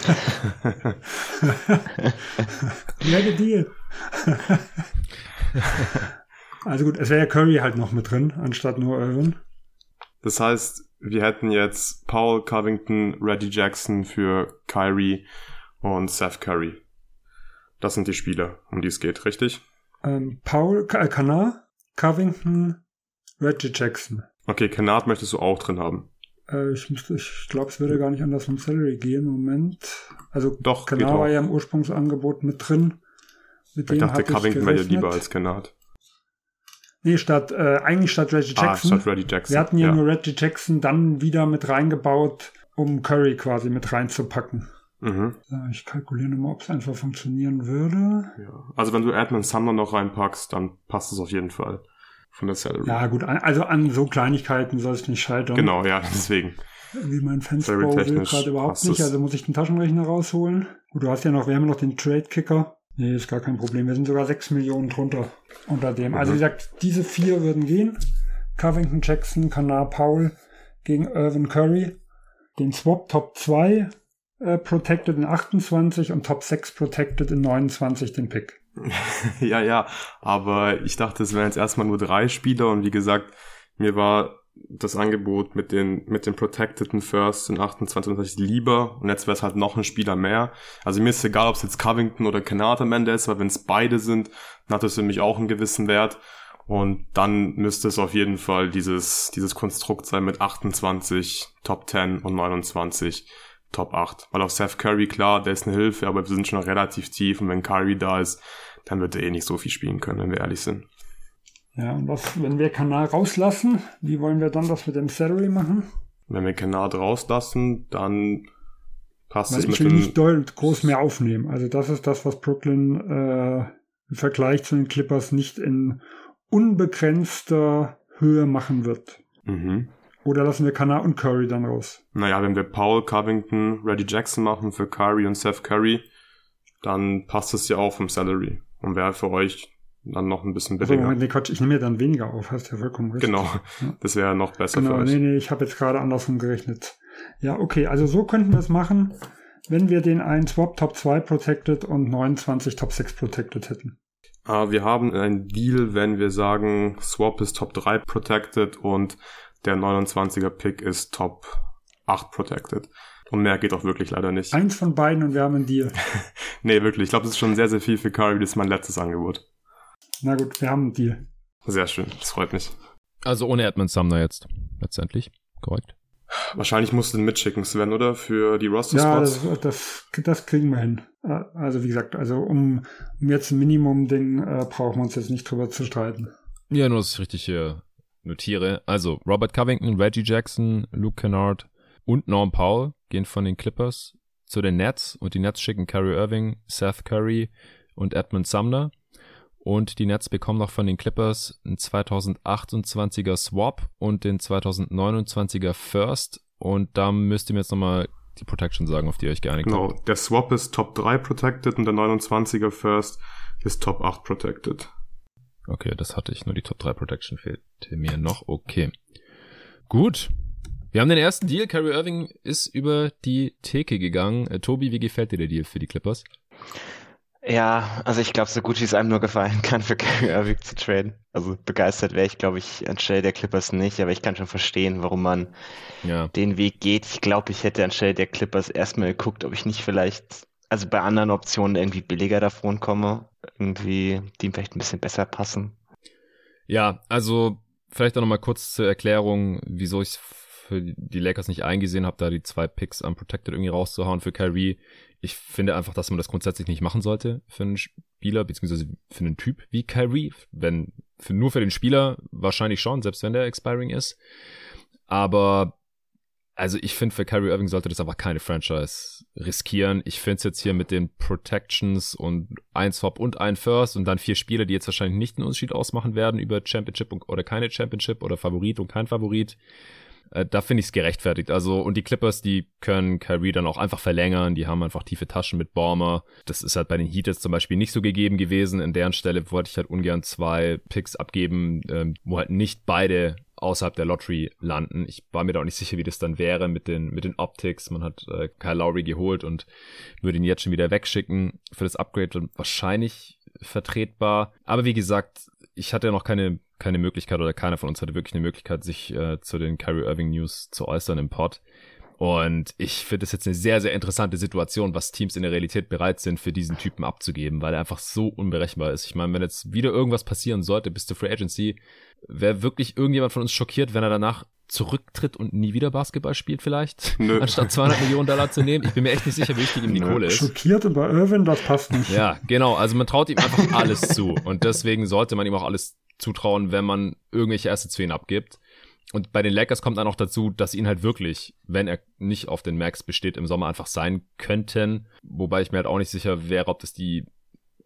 Nette Deal. Also gut, es wäre ja Curry halt noch mit drin, anstatt nur Irvin. Das heißt, wir hätten jetzt Paul, Covington, Reggie Jackson für Kyrie und Seth Curry. Das sind die Spieler, um die es geht, richtig? Ähm, Paul, äh, Kanard, Covington, Reggie Jackson. Okay, Kennard möchtest du auch drin haben. Äh, ich müsste, ich glaube, es würde gar nicht anders vom Salary gehen. Moment. Also Doch, geht Kanard auch. war ja im Ursprungsangebot mit drin. Mit Ich dem dachte, hab Covington wäre dir gerechnet. lieber als Kennard. Nee, statt, äh, eigentlich statt Reggie Ah, Jackson. statt Reggie Jackson. Wir hatten ja, ja. nur Reggie Jackson dann wieder mit reingebaut, um Curry quasi mit reinzupacken. Mhm. So, ich kalkuliere nochmal, ob es einfach funktionieren würde. Ja. Also wenn du Edmund Sumner noch reinpackst, dann passt es auf jeden Fall von der Salary. Ja gut, an- also an so Kleinigkeiten soll es nicht scheitern. Genau, ja, deswegen. Wie mein Fansbro will gerade überhaupt nicht, also muss ich den Taschenrechner rausholen. Gut, du hast ja noch, wir haben ja noch den Trade-Kicker. Nee, ist gar kein Problem. Wir sind sogar sechs Millionen drunter unter dem. Also wie gesagt, diese vier würden gehen. Covington, Jackson, Kanar, Powell gegen Irvin Curry. Den Swap Top zwei äh, Protected in achtundzwanzig und Top sechs Protected in neunundzwanzig den Pick. ja, ja, aber ich dachte, es wären jetzt erstmal nur drei Spieler und wie gesagt, mir war das Angebot mit den mit den Protecteden First in achtundzwanzig lieber und jetzt wäre es halt noch ein Spieler mehr. Also mir ist egal, ob es jetzt Covington oder Kennard am Ende ist, weil wenn es beide sind, dann hat es für mich auch einen gewissen Wert und dann müsste es auf jeden Fall dieses dieses Konstrukt sein mit achtundzwanzig Top zehn und neunundzwanzig Top acht. Weil auf Seth Curry, klar, der ist eine Hilfe, aber wir sind schon relativ tief und wenn Curry da ist, dann wird er eh nicht so viel spielen können, wenn wir ehrlich sind. Ja, und was, wenn wir Kanal rauslassen, wie wollen wir dann das mit dem Salary machen? Wenn wir Kanal rauslassen, dann passt Weil es mit dem... Ich will dem nicht doll groß mehr aufnehmen. Also das ist das, was Brooklyn äh, im Vergleich zu den Clippers nicht in unbegrenzter Höhe machen wird. Mhm. Oder lassen wir Kanal und Curry dann raus? Naja, wenn wir Powell, Covington, Reggie Jackson machen für Curry und Seth Curry, dann passt es ja auch vom Salary und wäre für euch dann noch ein bisschen billiger. Also, Moment, nee, Quatsch, ich nehme mir dann weniger auf, hast ja vollkommen recht. Genau, ja. Das wäre noch besser genau, für euch. Nee, nee, ich habe jetzt gerade andersrum gerechnet. Ja, okay, also so könnten wir es machen, wenn wir den einen Swap Top zwei Protected und neunundzwanzig Top sechs Protected hätten. Uh, wir haben einen Deal, wenn wir sagen, Swap ist Top drei Protected und der neunundzwanziger Pick ist Top acht Protected. Und mehr geht auch wirklich leider nicht. Eins von beiden und wir haben einen Deal. Nee, wirklich. Ich glaube, das ist schon sehr, sehr viel für Curry. Das ist mein letztes Angebot. Na gut, wir haben einen Deal. Sehr schön. Das freut mich. Also ohne Edmund Sumner jetzt. Letztendlich. Korrekt. Wahrscheinlich musst du den mitschicken, Sven, oder? Für die Roster-Spots? Ja, das, das, das kriegen wir hin. Also wie gesagt, also um, um jetzt ein Minimum-Ding äh, brauchen wir uns jetzt nicht drüber zu streiten. Ja, nur, dass ich richtig hier notiere. Also Robert Covington, Reggie Jackson, Luke Kennard und Norm Powell gehen von den Clippers zu den Nets und die Nets schicken Kyrie Irving, Seth Curry und Edmund Sumner. Und die Nets bekommen noch von den Clippers einen zweitausendachtundzwanziger Swap und den zweitausendneunundzwanziger First. Und da müsst ihr mir jetzt nochmal die Protection sagen, auf die ihr euch geeinigt genau. habt. Genau, der Swap ist Top drei Protected und der neunundzwanziger First ist Top acht Protected. Okay, das hatte ich. Nur die Top drei Protection fehlte mir noch. Okay. Gut. Wir haben den ersten Deal. Kyrie Irving ist über die Theke gegangen. Äh, Tobi, wie gefällt dir der Deal für die Clippers? Ja, also ich glaube, so gut wie es einem nur gefallen kann, für Kyrie Irving zu traden. Also begeistert wäre ich, glaube ich, anstelle der Clippers nicht, aber ich kann schon verstehen, warum man ja. den Weg geht. Ich glaube, ich hätte anstelle der Clippers erstmal geguckt, ob ich nicht vielleicht, also bei anderen Optionen irgendwie billiger davon komme, irgendwie, die ihm vielleicht ein bisschen besser passen. Ja, also vielleicht auch nochmal kurz zur Erklärung, wieso ich für die Lakers nicht eingesehen habe, da die zwei Picks unprotected irgendwie rauszuhauen für Kyrie. Ich finde einfach, dass man das grundsätzlich nicht machen sollte für einen Spieler, beziehungsweise für einen Typ wie Kyrie. Wenn, für, nur für den Spieler wahrscheinlich schon, selbst wenn der expiring ist. Aber, also ich finde, für Kyrie Irving sollte das einfach keine Franchise riskieren. Ich finde es jetzt hier mit den Protections und ein Swap und ein First und dann vier Spieler, die jetzt wahrscheinlich nicht einen Unterschied ausmachen werden über Championship oder keine Championship oder Favorit und kein Favorit. Da finde ich es gerechtfertigt. Also, und die Clippers, die können Kyrie dann auch einfach verlängern. Die haben einfach tiefe Taschen mit Ballmer. Das ist halt bei den Heat jetzt zum Beispiel nicht so gegeben gewesen. In deren Stelle wollte ich halt ungern zwei Picks abgeben, ähm, wo halt nicht beide außerhalb der Lottery landen. Ich war mir da auch nicht sicher, wie das dann wäre mit den mit den Optics. Man hat äh, Kyle Lowry geholt und würde ihn jetzt schon wieder wegschicken. Für das Upgrade wahrscheinlich vertretbar. Aber wie gesagt, ich hatte ja noch keine keine Möglichkeit oder keiner von uns hatte wirklich eine Möglichkeit, sich äh, zu den Kyrie Irving News zu äußern im Pod. Und ich finde es jetzt eine sehr, sehr interessante Situation, was Teams in der Realität bereit sind, für diesen Typen abzugeben, weil er einfach so unberechenbar ist. Ich meine, wenn jetzt wieder irgendwas passieren sollte bis zur Free Agency, wäre wirklich irgendjemand von uns schockiert, wenn er danach zurücktritt und nie wieder Basketball spielt vielleicht, Nö. anstatt zweihundert Millionen Dollar zu nehmen. Ich bin mir echt nicht sicher, wie wichtig ihm die Kohle ist. Schockiert über Irvin, das passt nicht. Ja, genau. Also man traut ihm einfach alles zu. Und deswegen sollte man ihm auch alles zutrauen, wenn man irgendwelche Assets für ihn abgibt. Und bei den Lakers kommt dann auch dazu, dass ihn halt wirklich, wenn er nicht auf den Max besteht, im Sommer einfach sein könnten. Wobei ich mir halt auch nicht sicher wäre, ob das die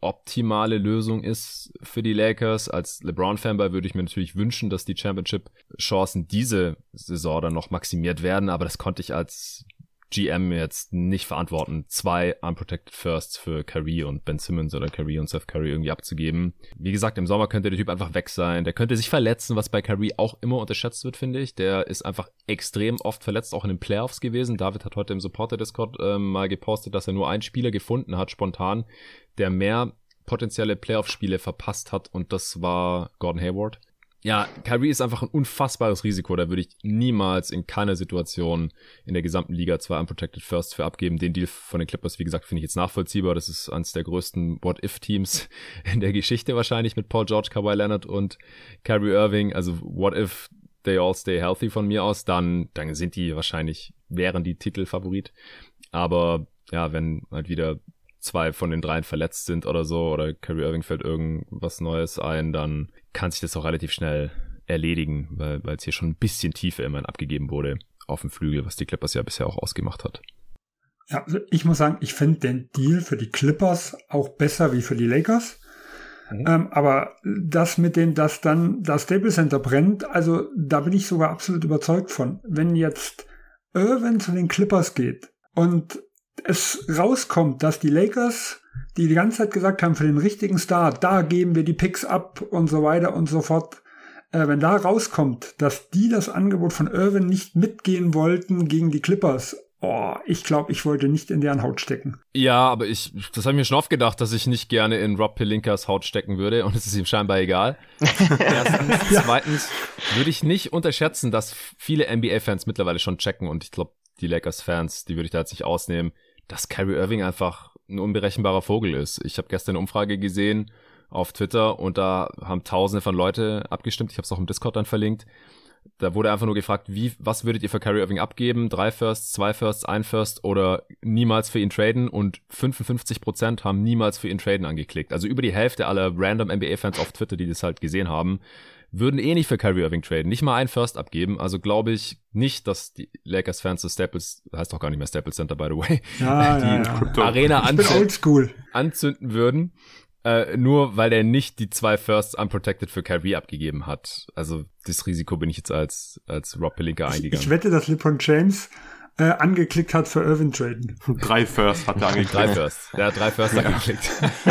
optimale Lösung ist für die Lakers. Als LeBron-Fanboy würde ich mir natürlich wünschen, dass die Championship-Chancen diese Saison dann noch maximiert werden, aber das konnte ich als G M jetzt nicht verantworten, zwei unprotected Firsts für Curry und Ben Simmons oder Curry und Seth Curry irgendwie abzugeben. Wie gesagt, im Sommer könnte der Typ einfach weg sein. Der könnte sich verletzen, was bei Curry auch immer unterschätzt wird, finde ich. Der ist einfach extrem oft verletzt, auch in den Playoffs gewesen. David hat heute im Supporter-Discord äh, mal gepostet, dass er nur einen Spieler gefunden hat, spontan, der mehr potenzielle Playoff-Spiele verpasst hat, und das war Gordon Hayward. Ja, Kyrie ist einfach ein unfassbares Risiko. Da würde ich niemals in keiner Situation in der gesamten Liga zwei Unprotected Firsts für abgeben. Den Deal von den Clippers, wie gesagt, finde ich jetzt nachvollziehbar. Das ist eines der größten What-If-Teams in der Geschichte wahrscheinlich mit Paul George, Kawhi Leonard und Kyrie Irving. Also what if they all stay healthy von mir aus? Dann, dann sind die wahrscheinlich, wären die Titelfavorit. Aber ja, wenn halt wieder zwei von den dreien verletzt sind oder so, oder Kyrie Irving fällt irgendwas Neues ein, dann kann sich das auch relativ schnell erledigen, weil weil es hier schon ein bisschen Tiefe immerhin abgegeben wurde auf dem Flügel, was die Clippers ja bisher auch ausgemacht hat. Ja, also ich muss sagen, ich finde den Deal für die Clippers auch besser wie für die Lakers. Mhm. Ähm, aber das mit dem, dass dann das Staples Center brennt, also da bin ich sogar absolut überzeugt von. Wenn jetzt Irvin zu den Clippers geht und es rauskommt, dass die Lakers, die die ganze Zeit gesagt haben, für den richtigen Star, da geben wir die Picks ab und so weiter und so fort, äh, wenn da rauskommt, dass die das Angebot von Irvin nicht mitgehen wollten gegen die Clippers, oh, ich glaube, ich wollte nicht in deren Haut stecken. Ja, aber ich, das habe ich mir schon oft gedacht, dass ich nicht gerne in Rob Pelinkas Haut stecken würde, und es ist ihm scheinbar egal. Erstens, ja. Zweitens würde ich nicht unterschätzen, dass viele N B A-Fans mittlerweile schon checken, und ich glaube, die Lakers-Fans, die würde ich da jetzt nicht ausnehmen, dass Kyrie Irving einfach ein unberechenbarer Vogel ist. Ich habe gestern eine Umfrage gesehen auf Twitter, und da haben tausende von Leute abgestimmt. Ich habe es auch im Discord dann verlinkt. Da wurde einfach nur gefragt, wie, was würdet ihr für Kyrie Irving abgeben? Drei Firsts, zwei Firsts, ein First oder niemals für ihn traden? Und fünfundfünfzig Prozent haben niemals für ihn traden angeklickt. Also über die Hälfte aller random N B A-Fans auf Twitter, die das halt gesehen haben, würden eh nicht für Kyrie Irving traden, nicht mal einen First abgeben. Also glaube ich nicht, dass die Lakers-Fans das Staples, heißt doch gar nicht mehr Staples Center, by the way, ja, die ja, ja. Arena ich bin oldschool. anzünden würden, äh, nur weil der nicht die zwei Firsts unprotected für Kyrie abgegeben hat. Also das Risiko bin ich jetzt als als Rob Pelinka eingegangen. Ich, ich wette, dass LeBron James äh, angeklickt hat für Irvin traden. Drei First hat er angeklickt. Drei First. Der hat drei First ja. angeklickt.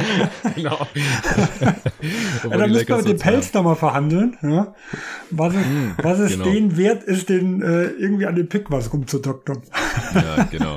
Genau. Ja, dann müssen wir mit den Pelz da mal verhandeln, ja? Was es, mm, was es genau. denen wert ist, den äh, irgendwie an den Pick was rumzudoktern. Ja, genau.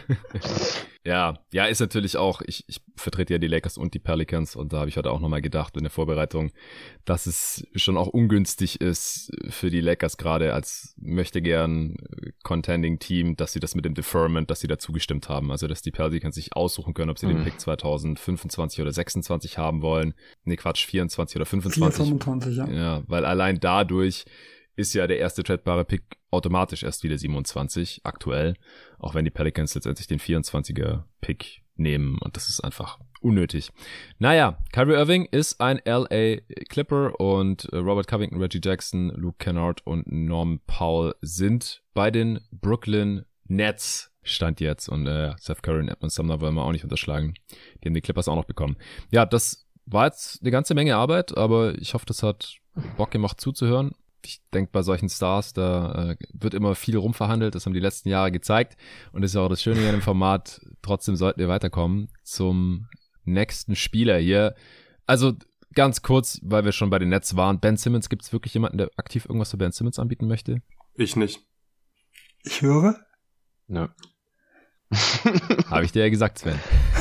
Ja, ja, ist natürlich auch, ich, ich vertrete ja die Lakers und die Pelicans, und da habe ich heute auch nochmal gedacht in der Vorbereitung, dass es schon auch ungünstig ist für die Lakers gerade als möchte gern Contending Team, dass sie das mit dem Deferment, dass sie da zugestimmt haben, also dass die Pelicans sich aussuchen können, ob sie mhm. den Pick zwanzig fünfundzwanzig oder sechsundzwanzig haben wollen. Nee, Quatsch, vierundzwanzig oder fünfundzwanzig. fünfundzwanzig, ja. Ja, weil allein dadurch ist ja der erste tradebare Pick automatisch erst wieder siebenundzwanzig aktuell, auch wenn die Pelicans letztendlich den vierundzwanziger Pick nehmen, und das ist einfach unnötig. Naja, Kyrie Irving ist ein L A Clipper, und Robert Covington, Reggie Jackson, Luke Kennard und Norm Powell sind bei den Brooklyn Nets. Stand jetzt, und äh, Seth Curry und Edmund Sumner wollen wir auch nicht unterschlagen. Die haben die Clippers auch noch bekommen. Ja, das war jetzt eine ganze Menge Arbeit, aber ich hoffe, das hat Bock gemacht zuzuhören. Ich denke, bei solchen Stars, da äh, wird immer viel rumverhandelt. Das haben die letzten Jahre gezeigt. Und das ist auch das Schöne hier im Format. Trotzdem sollten wir weiterkommen zum nächsten Spieler hier. Also ganz kurz, weil wir schon bei den Nets waren. Ben Simmons, gibt es wirklich jemanden, der aktiv irgendwas für Ben Simmons anbieten möchte? Ich nicht. Ich höre? Ja. Habe ich dir ja gesagt, Sven.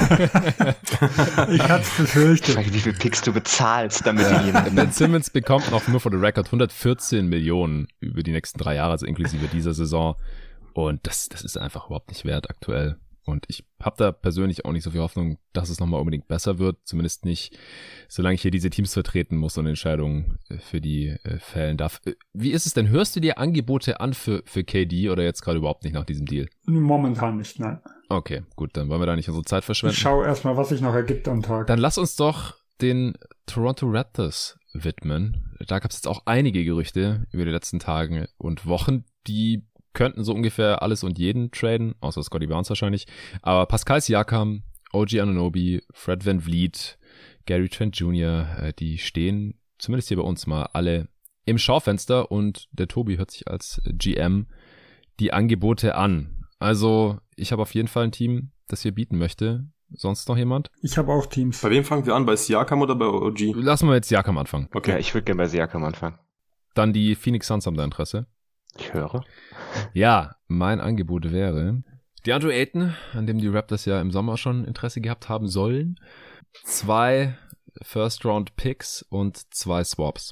Ich hab's befürchtet. Frage, wie viel Picks du bezahlst, damit ja. die jemand... Ben Simmons bekommt noch nur for the record hundertvierzehn Millionen über die nächsten drei Jahre, also inklusive dieser Saison. Und das, das ist einfach überhaupt nicht wert aktuell. Und ich habe da persönlich auch nicht so viel Hoffnung, dass es nochmal unbedingt besser wird. Zumindest nicht, solange ich hier diese Teams vertreten muss und Entscheidungen für die äh, fällen darf. Wie ist es denn? Hörst du dir Angebote an für, für K D oder jetzt gerade überhaupt nicht nach diesem Deal? Momentan nicht, nein. Okay, gut, dann wollen wir da nicht unsere Zeit verschwenden. Ich schau erstmal, was sich noch ergibt am Tag. Dann lass uns doch den Toronto Raptors widmen. Da gab es jetzt auch einige Gerüchte über die letzten Tage und Wochen, die könnten so ungefähr alles und jeden traden, außer Scotty Barnes wahrscheinlich. Aber Pascal Siakam, O G Anunoby, Fred VanVleet, Gary Trent Junior, äh, die stehen zumindest hier bei uns mal alle im Schaufenster und der Tobi hört sich als G M die Angebote an. Also ich habe auf jeden Fall ein Team, das hier bieten möchte. Sonst noch jemand? Ich habe auch Teams. Bei wem fangen wir an? Bei Siakam oder bei O G? Lassen wir jetzt Siakam anfangen. Okay, ja, ich würde gerne bei Siakam anfangen. Dann die Phoenix Suns haben da Interesse. Ich höre. Ja, mein Angebot wäre DeAndre Ayton, an dem die Raptors ja im Sommer schon Interesse gehabt haben sollen. Zwei First-Round-Picks und zwei Swaps.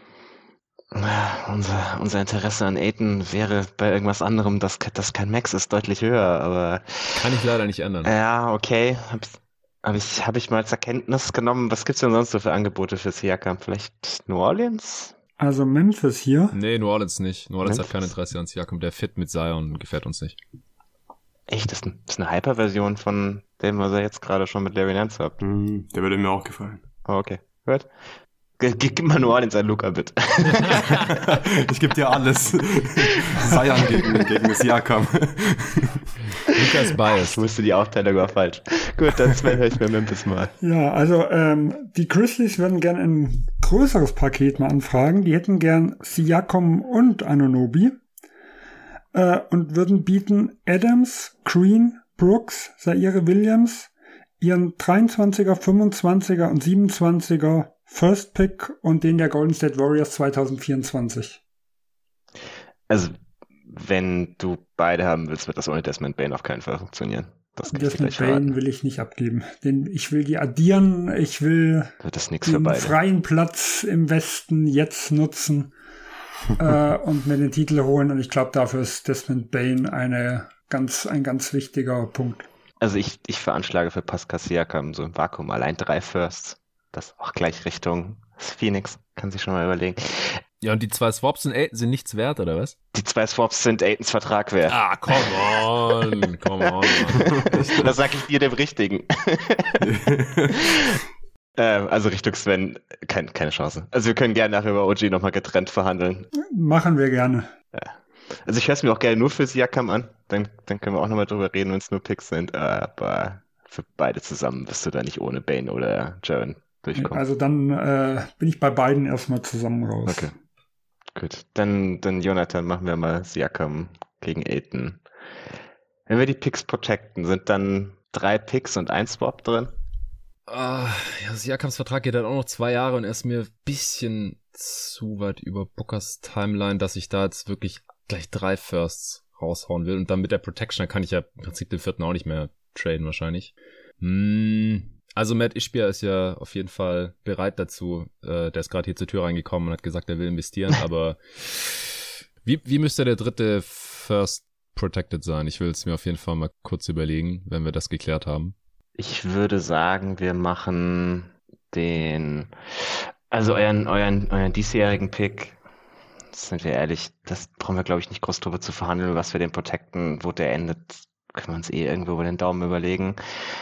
Unser, unser Interesse an Ayton wäre bei irgendwas anderem, das, das kein Max ist, deutlich höher, aber... Kann ich leider nicht ändern. Ja, okay. Habe hab ich, hab ich mal zur Kenntnis genommen. Was gibt's denn sonst so für Angebote für Siakam? Vielleicht New Orleans? Also Memphis hier. Nee, New Orleans nicht. New Orleans Memphis? hat kein Interesse an Siakam. Der Fit mit Zion gefällt uns nicht. Echt? Das ist, ein, das ist eine Hyper-Version von dem, was ihr jetzt gerade schon mit Larry Nance habt. Hm, der würde mir auch gefallen. Oh, okay. Gut. G- Gib mal New Orleans an Luka, bitte. Ich gebe dir alles. Zion gegen, gegen Siakam. Lukas Bias. Ich wusste, die Aufteilung war falsch. Gut, dann Sven, höre ich mir Memphis mal. Ja, also ähm, die Grizzlies würden gern ein größeres Paket mal anfragen. Die hätten gern Siakam und Anunoby äh, und würden bieten Adams, Green, Brooks, Zaire Williams, ihren dreiundzwanziger, fünfundzwanziger und siebenundzwanziger First Pick und den der Golden State Warriors zwanzig vierundzwanzig. Also, wenn du beide haben willst, wird das ohne Desmond Bane auf keinen Fall funktionieren. Das kann ich dir Desmond gleich verraten. Bane will ich nicht abgeben. Den, ich will die addieren, ich will Wird das nichts für den beide. freien Platz im Westen jetzt nutzen äh, und mir den Titel holen. Und ich glaube, dafür ist Desmond Bane eine ganz, ein ganz wichtiger Punkt. Also ich, ich veranschlage für Pascal Siakam so im Vakuum allein drei Firsts. Das auch gleich Richtung Phoenix. Kann sich schon mal überlegen. Ja, und die zwei Swaps und Ayton sind nichts wert, oder was? Die zwei Swaps sind Aytons Vertrag wert. Ah, come on, come on. Das sag ich dir, dem Richtigen. ähm, also Richtung Sven, kein, keine Chance. Also wir können gerne nachher über O G nochmal getrennt verhandeln. Machen wir gerne. Also ich höre es mir auch gerne nur für Siakam an. Dann, dann können wir auch nochmal drüber reden, wenn es nur Picks sind. Aber für beide zusammen wirst du da nicht ohne Bane oder Jaren durchkommen. Also dann äh, bin ich bei beiden erstmal zusammen raus. Okay. Gut, dann, dann Jonathan, machen wir mal Siakam gegen Ayton. Wenn wir die Picks protecten, sind dann drei Picks und ein Swap drin? Ah, ja, Siakams Vertrag geht dann auch noch zwei Jahre und er ist mir ein bisschen zu weit über Bookers Timeline, dass ich da jetzt wirklich gleich drei Firsts raushauen will. Und dann mit der Protection, dann kann ich ja im Prinzip den vierten auch nicht mehr traden wahrscheinlich. Hm. Also Matt Ishbia ist ja auf jeden Fall bereit dazu. Äh, der ist gerade hier zur Tür reingekommen und hat gesagt, er will investieren. Aber wie, wie müsste der dritte First protected sein? Ich will es mir auf jeden Fall mal kurz überlegen, wenn wir das geklärt haben. Ich würde sagen, wir machen den, also euren, euren, euren diesjährigen Pick, sind wir ehrlich, das brauchen wir, glaube ich, nicht groß drüber zu verhandeln, was wir den protecten, wo der endet, können wir uns eh irgendwo über den Daumen überlegen.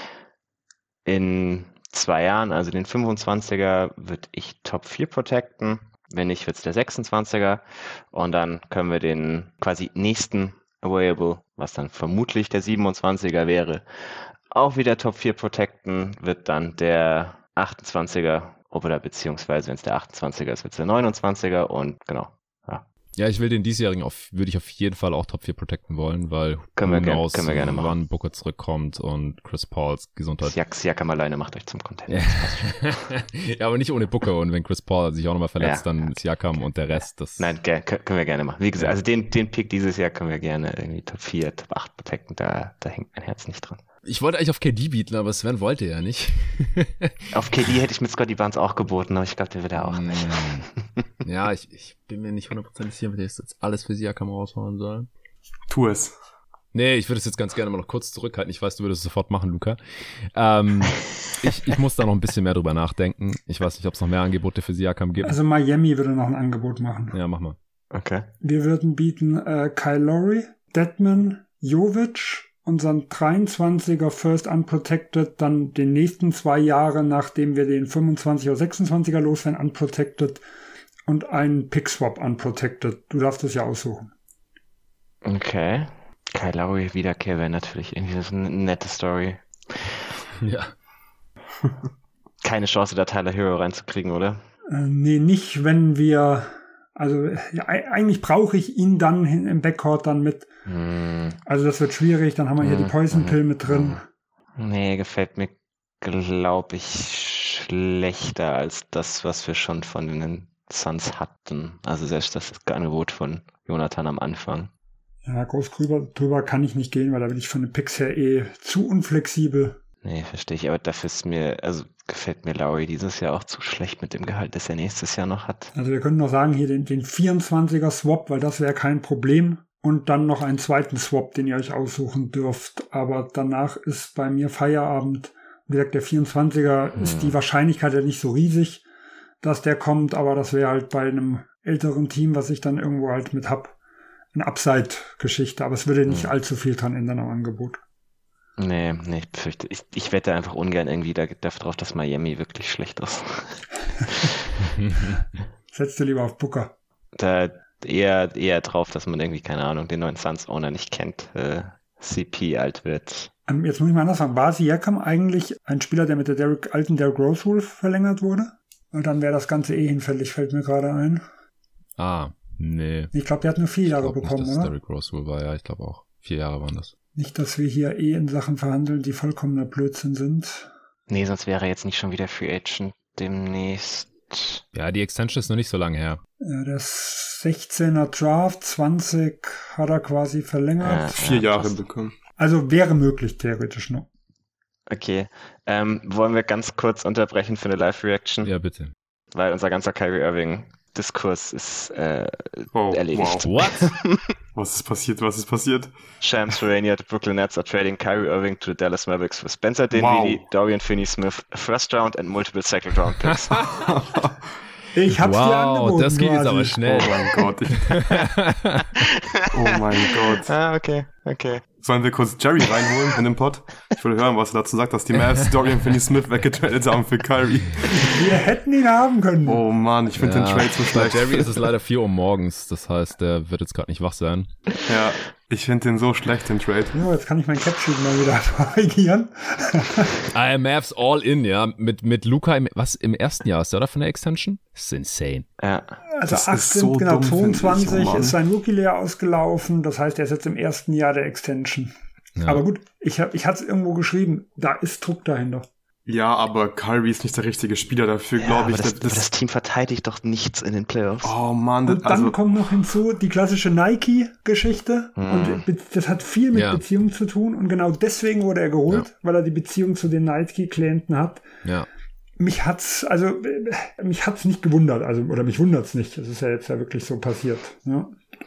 In zwei Jahren, also den fünfundzwanziger, würde ich Top vier protecten. Wenn nicht, wird es der sechsundzwanziger. Und dann können wir den quasi nächsten Available, was dann vermutlich der siebenundzwanziger wäre, auch wieder Top vier protecten. Wird dann der achtundzwanziger oder beziehungsweise, wenn es der achtundzwanziger ist, wird es der neunundzwanziger. Und genau, ja. Ja, ich will den diesjährigen auf, würde ich auf jeden Fall auch Top vier protecten wollen, weil Können wir who gern- knows, können wir gerne machen. wann Booker zurückkommt und Chris Pauls Gesundheit. Siak, Siakam alleine macht euch zum Content. Ja, aber nicht ohne Booker und wenn Chris Paul sich auch nochmal verletzt, Ja. dann Siakam und der Rest. Das Nein, ge- kö- können wir gerne machen. Wie gesagt, Ja. also den, den Pick dieses Jahr können wir gerne irgendwie Top vier, Top acht protecten. Da, da hängt mein Herz nicht dran. Ich wollte eigentlich auf K D bieten, aber Sven wollte ja nicht. Auf K D hätte ich mit Scotty Barnes auch geboten, aber ich glaube, der wird ja auch nicht. Mm. Ja, ich, ich bin mir nicht hundertprozentig sicher, ob ich jetzt alles für Siakam raushauen soll. Tu es. Nee, ich würde es jetzt ganz gerne mal noch kurz zurückhalten. Ich weiß, du würdest es sofort machen, Luca. Ähm, ich, ich muss da noch ein bisschen mehr drüber nachdenken. Ich weiß nicht, ob es noch mehr Angebote für Siakam gibt. Also Miami würde noch ein Angebot machen. Ja, mach mal. Okay. Wir würden bieten äh, Kyle Lowry, Dedmon, Jovic, unseren dreiundzwanziger First Unprotected, dann den nächsten zwei Jahre, nachdem wir den fünfundzwanziger oder sechsundzwanziger loswerden, Unprotected und einen Pick-Swap Unprotected. Du darfst es ja aussuchen. Okay. Kyle Lowry Wiederkehr wäre natürlich irgendwie das eine nette Story. Ja. keine Chance, da Tyler Hero reinzukriegen, oder? Äh, nee, nicht, wenn wir, also ja, eigentlich brauche ich ihn dann im Backcourt dann mit. Hm. Also das wird schwierig, dann haben wir hier hm. die Poison Pill mit drin. Nee, gefällt mir, glaube ich, schlechter als das, was wir schon von den Suns hatten. Also selbst das Angebot von Jonathan am Anfang. Ja, groß drüber, drüber kann ich nicht gehen, weil da bin ich von den Picks her eh zu unflexibel. Nee, verstehe ich, aber dafür ist mir, also gefällt mir Lowry dieses Jahr auch zu schlecht mit dem Gehalt, das er nächstes Jahr noch hat. Also wir können noch sagen, hier den, den vierundzwanziger Swap, weil das wäre kein Problem. Und dann noch einen zweiten Swap, den ihr euch aussuchen dürft. Aber danach ist bei mir Feierabend. Wie gesagt, der vierundzwanziger hm. ist die Wahrscheinlichkeit ja nicht so riesig, dass der kommt. Aber das wäre halt bei einem älteren Team, was ich dann irgendwo halt mit hab, eine Upside-Geschichte. Aber es würde nicht hm. allzu viel dran ändern am Angebot. Nee, nee, ich befürchte, ich, ich wette einfach ungern irgendwie da, darauf, dass Miami wirklich schlecht ist. Setzt du lieber auf Booker. Da eher, eher drauf, dass man irgendwie, keine Ahnung, den neuen Suns-Owner nicht kennt, äh, C P alt wird. Ähm, jetzt muss ich mal anders sagen, war Siakam eigentlich ein Spieler, der mit der Derrick, alten Derrick Rose Rule verlängert wurde? Und dann wäre das Ganze eh hinfällig, fällt mir gerade ein. Ah, nee. Ich glaube, der hat nur vier ich Jahre bekommen, nicht, dass oder? Derrick Rose Rule war, ja, ich glaube auch. Vier Jahre waren das. Nicht, dass wir hier eh in Sachen verhandeln, die vollkommener Blödsinn sind. Nee, sonst wäre er jetzt nicht schon wieder Free Agent demnächst. Ja, die Extension ist noch nicht so lange her. Ja, der sechzehner Draft, zwanzig hat er quasi verlängert. Ja, Vier ja, Jahre bekommen. Also wäre möglich, theoretisch noch. Okay, ähm, wollen wir ganz kurz unterbrechen für eine Live-Reaction? Ja, bitte. Weil unser ganzer Kyrie Irving-Diskurs ist äh, oh, erledigt. Wow. What? Was ist passiert? Was ist passiert? Shams Charania, the Brooklyn Nets are trading Kyrie Irving to the Dallas Mavericks for Spencer Dinwiddie, wow. Dorian Finney-Smith, a first round and multiple second round picks. Ich hab's wow, dir angeboten. Das geht quasi. Jetzt aber schnell. Oh mein Gott. oh mein Gott. Ah, okay, okay. Sollen wir kurz Jerry reinholen in den Pod? Ich will hören, was er dazu sagt, dass die Mavs Dorian Finney-Smith weggetradet haben für Kyrie. Wir hätten ihn haben können. Oh Mann, ich finde ja, den Trade so schlecht. Bei Jerry ist es leider vier Uhr morgens, das heißt, der wird jetzt gerade nicht wach sein. Ja, ich finde den so schlecht, den Trade. Ja, jetzt kann ich mein Capsheet mal wieder korrigieren. I am Mavs all in, ja, mit, mit Luka, im, was, im ersten Jahr ist der, oder, von der Extension? Das ist insane. Ja. Also das achtzehn, so genau, dumm, zweiundzwanzig ich, oh ist sein Rookie-Lehr ausgelaufen, das heißt, er ist jetzt im ersten Jahr der Extension. Ja. Aber gut, ich, hab, ich hatte es irgendwo geschrieben, da ist Druck dahinter. Ja, aber Kyrie ist nicht der richtige Spieler dafür, ja, glaube ich. Das, das, das Team verteidigt doch nichts in den Playoffs. Oh Mann. Und dann also, kommt noch hinzu die klassische Nike-Geschichte. Hm. Und das hat viel mit ja. Beziehung zu tun. Und genau deswegen wurde er geholt, ja. weil er die Beziehung zu den Nike-Klienten hat. Ja. Mich hat's, also, mich hat's nicht gewundert. Also, oder mich wundert's nicht. Das ist ja jetzt ja wirklich so passiert. Ja.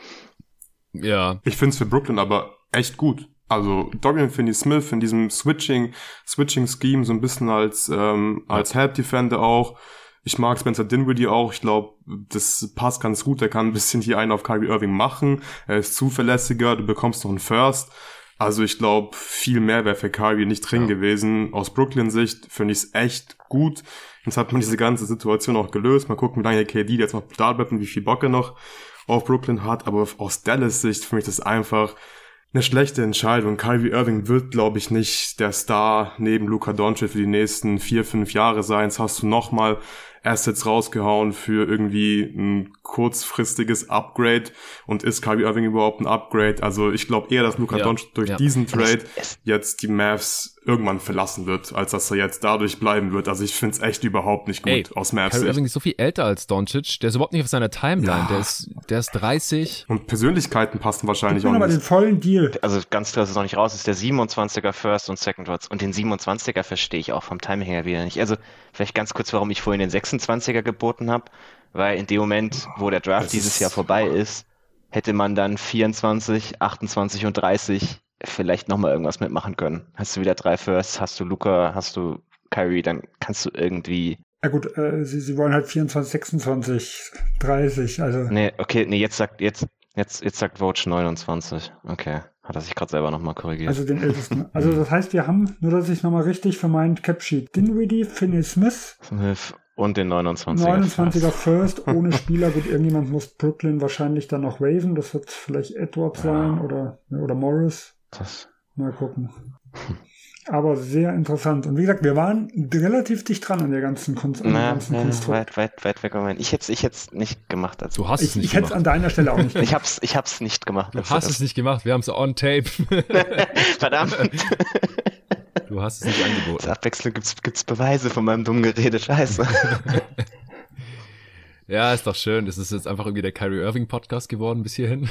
ja. Ich find's für Brooklyn aber echt gut. Also Dorian Finney-Smith in diesem Switching, Switching-Scheme so ein bisschen als ähm, als Help-Defender auch. Ich mag Spencer Dinwiddie auch. Ich glaube, das passt ganz gut. Er kann ein bisschen hier einen auf Kyrie Irving machen. Er ist zuverlässiger. Du bekommst noch einen First. Also ich glaube, viel mehr wäre für Kyrie nicht drin ja. gewesen. Aus Brooklyn-Sicht finde ich es echt gut. Jetzt hat man diese ganze Situation auch gelöst. Mal gucken, wie lange K D jetzt noch da bleibt und wie viel Bock er noch auf Brooklyn hat. Aber aus Dallas-Sicht finde ich das einfach eine schlechte Entscheidung. Kyrie Irving wird, glaube ich, nicht der Star neben Luka Doncic für die nächsten vier, fünf Jahre sein. Jetzt hast du nochmal Assets rausgehauen für irgendwie ein kurzfristiges Upgrade. Und ist Kyrie Irving überhaupt ein Upgrade? Also ich glaube eher, dass Luka ja, Doncic durch ja. diesen Trade jetzt die Mavs irgendwann verlassen wird, als dass er jetzt dadurch bleiben wird. Also ich finde es echt überhaupt nicht gut Ey, aus Mavs Sicht. Kyrie Irving ist so viel älter als Doncic. Der ist überhaupt nicht auf seiner Timeline. Ja. Der ist, der ist dreißig. Und Persönlichkeiten passen wahrscheinlich auch nicht. Aber den vollen Deal. Also ganz klar, dass es noch nicht raus ist. Der siebenundzwanziger First und Second Rounds. Und den siebenundzwanziger verstehe ich auch vom Timing her wieder nicht. Also vielleicht ganz kurz, warum ich vorhin den sechsundzwanziger geboten habe. Weil in dem Moment, wo der Draft das dieses Jahr vorbei ist, hätte man dann vierundzwanzig, achtundzwanzig und dreißig vielleicht nochmal irgendwas mitmachen können. Hast du wieder drei Firsts, hast du Luka, hast du Kyrie, dann kannst du irgendwie... Ja gut, äh, sie, sie wollen halt vierundzwanzig, sechsundzwanzig, dreißig, also... Nee, okay, nee, jetzt sagt, jetzt, jetzt, jetzt sagt Vogue neunundzwanzig. Okay, hat er sich gerade selber nochmal korrigiert. Also den ältesten. Also das heißt, wir haben, nur dass ich nochmal richtig für meinen Capsheet, Dinwiddie, Finney-Smith... Smith und den neunundzwanziger. neunundzwanziger First, First ohne Spieler. Gut, irgendjemand muss Brooklyn wahrscheinlich dann noch waven. Das wird vielleicht Edwards ja. sein oder, oder Morris. Das. Mal gucken. Aber sehr interessant. Und wie gesagt, wir waren relativ dicht dran an der ganzen, Kunst, an Na, ganzen na, Konstrukt. weit, weit, weit weg. Moment. Ich hätte es ich hätt's nicht gemacht. Also. Du hast es Ich, nicht ich hätte es gemacht. an deiner Stelle auch nicht gemacht. Ich hab's, ich hab's nicht gemacht. Du hast es nicht gemacht. Wir haben es on tape. Verdammt. Du hast es nicht angeboten. Zur Abwechslung gibt's, gibt's Beweise von meinem dummen Gerede. Scheiße. Ja, ist doch schön. Das ist jetzt einfach irgendwie der Kyrie Irving Podcast geworden bis hierhin.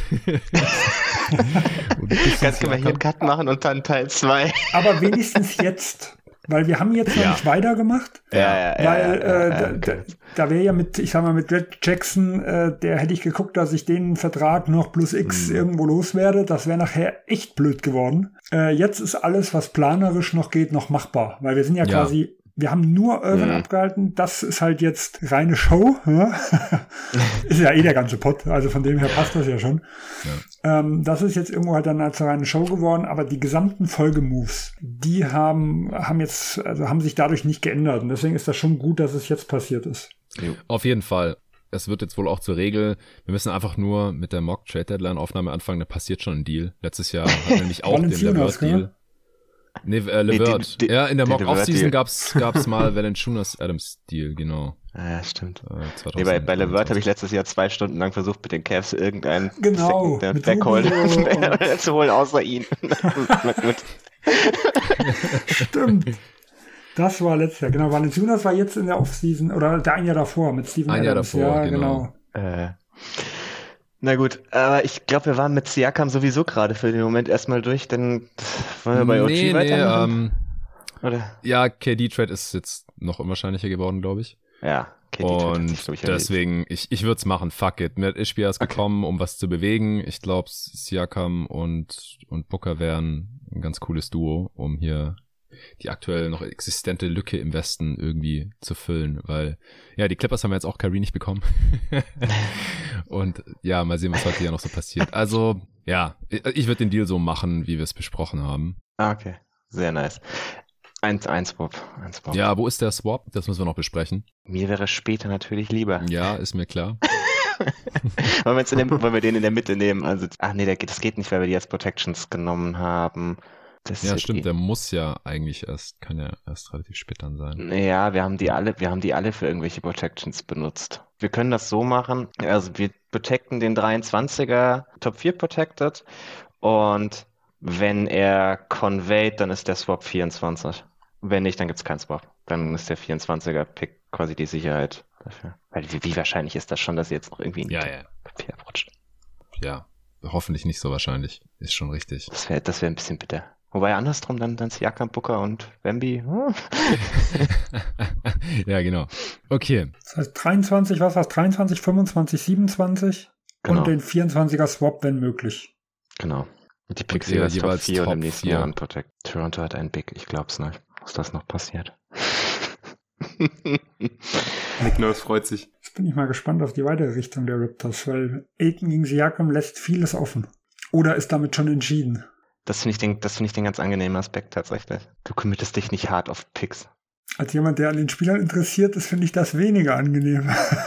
Kannst du mal hier einen Cut machen und dann Teil zwei. Aber wenigstens jetzt. Weil wir haben jetzt noch Ja. nicht weitergemacht. Ja, ja, ja. Weil ja, äh, ja, da, okay. da wäre ja mit, ich sag mal, mit Red Jackson, äh, der hätte ich geguckt, dass ich den Vertrag noch plus X Mhm. irgendwo loswerde. Das wäre nachher echt blöd geworden. Äh, jetzt ist alles, was planerisch noch geht, noch machbar. Weil wir sind ja, Ja. quasi, wir haben nur Irvin Mhm. abgehalten. Das ist halt jetzt reine Show. Ja? Ist ja eh der ganze Pott. Also von dem her passt das ja schon. Ähm, das ist jetzt irgendwo halt dann als reine Show geworden, aber die gesamten Folgemoves, die haben, haben jetzt, also haben sich dadurch nicht geändert. Und deswegen ist das schon gut, dass es jetzt passiert ist. Auf jeden Fall. Es wird jetzt wohl auch zur Regel. Wir müssen einfach nur mit der Mock Trade Deadline Aufnahme anfangen. Da passiert schon ein Deal. Letztes Jahr hat nämlich auch den Valanciunas, Levert Deal. Nee, äh, Levert. die- die- ja, in der den Mock Offseason Levert-Deal. gab's, gab's mal Valanciunas Adams Deal, genau. Ah, ja, stimmt. Äh, Nee, bei, bei Levert habe ich letztes Jahr zwei Stunden lang versucht, mit den Cavs irgendeinen Genau, Second- mit Backhold Rubio und- zu holen, außer ihn. Na gut. Stimmt. Das war letztes Jahr, genau. Valanciunas war jetzt in der Offseason, oder der ein Jahr davor mit Steven Ein Jahr Adams. davor, ja, genau. Äh, na gut, aber ich glaube, wir waren mit Siakam sowieso gerade für den Moment erstmal durch, denn wollen wir bei O G nee, nee, weitermachen? ähm, Oder? ja, K D-Trade ist jetzt noch unwahrscheinlicher geworden, glaube ich. Ja, okay, die Trade hat Und sich, glaub ich, erledigt. deswegen, ich, ich würde es machen, fuck it. Matt Ishbia ist Okay. gekommen, um was zu bewegen. Ich glaube, Siakam und, und Booker wären ein ganz cooles Duo, um hier die aktuell noch existente Lücke im Westen irgendwie zu füllen, weil, ja, die Clippers haben wir jetzt auch Kyrie nicht bekommen. Und ja, mal sehen, was heute ja noch so passiert. Also, ja, ich, ich würde den Deal so machen, wie wir es besprochen haben. Ah, okay, sehr nice. Eins, eins, Bob, eins, Bob. Ja, wo ist der Swap? Das müssen wir noch besprechen. Mir wäre später natürlich lieber. Ja, ist mir klar. wollen, wir jetzt in der, wollen wir den in der Mitte nehmen? Also, ach nee, der, geht- das geht nicht, weil wir die als Protections genommen haben. Das Ja, wird stimmt, eh- der muss ja eigentlich erst, kann ja erst relativ spät dann sein. Ja, wir haben die alle, wir haben die alle für irgendwelche Protections benutzt. Wir können das so machen, also wir protecten den dreiundzwanziger Top vier protected und wenn er conveyed, dann ist der Swap vierundzwanzig. Wenn nicht, dann gibt's keinen Swap. Dann ist der vierundzwanziger Pick quasi die Sicherheit dafür. Weil wie, wie wahrscheinlich ist das schon, dass ihr jetzt noch irgendwie in die Ja, ja. Papier abrutscht? Ja, hoffentlich nicht so wahrscheinlich. Ist schon richtig. Das wäre das wär ein bisschen bitter. Wobei andersrum dann, dann Siakam, Booker und Wemby. Hm. Ja, genau. Okay. Das heißt dreiundzwanzig, was war's? dreiundzwanzig, fünfundzwanzig, siebenundzwanzig Genau. und den vierundzwanziger Swap, wenn möglich. Genau. Und die Picks Und ihr jeweils Top jeweils vier und Top im nächsten vier. Jahr unprotect. Toronto hat einen Big, ich glaub's nicht, dass das noch passiert. Nick Nurse freut sich. Jetzt bin ich mal gespannt auf die weitere Richtung der Raptors, weil Ayton gegen Siakam lässt vieles offen. Oder ist damit schon entschieden? Das finde ich, den- das finde ich den ganz angenehmen Aspekt tatsächlich. Du committest dich nicht hart auf Picks. Als jemand, der an den Spielern interessiert ist, finde ich das weniger angenehm.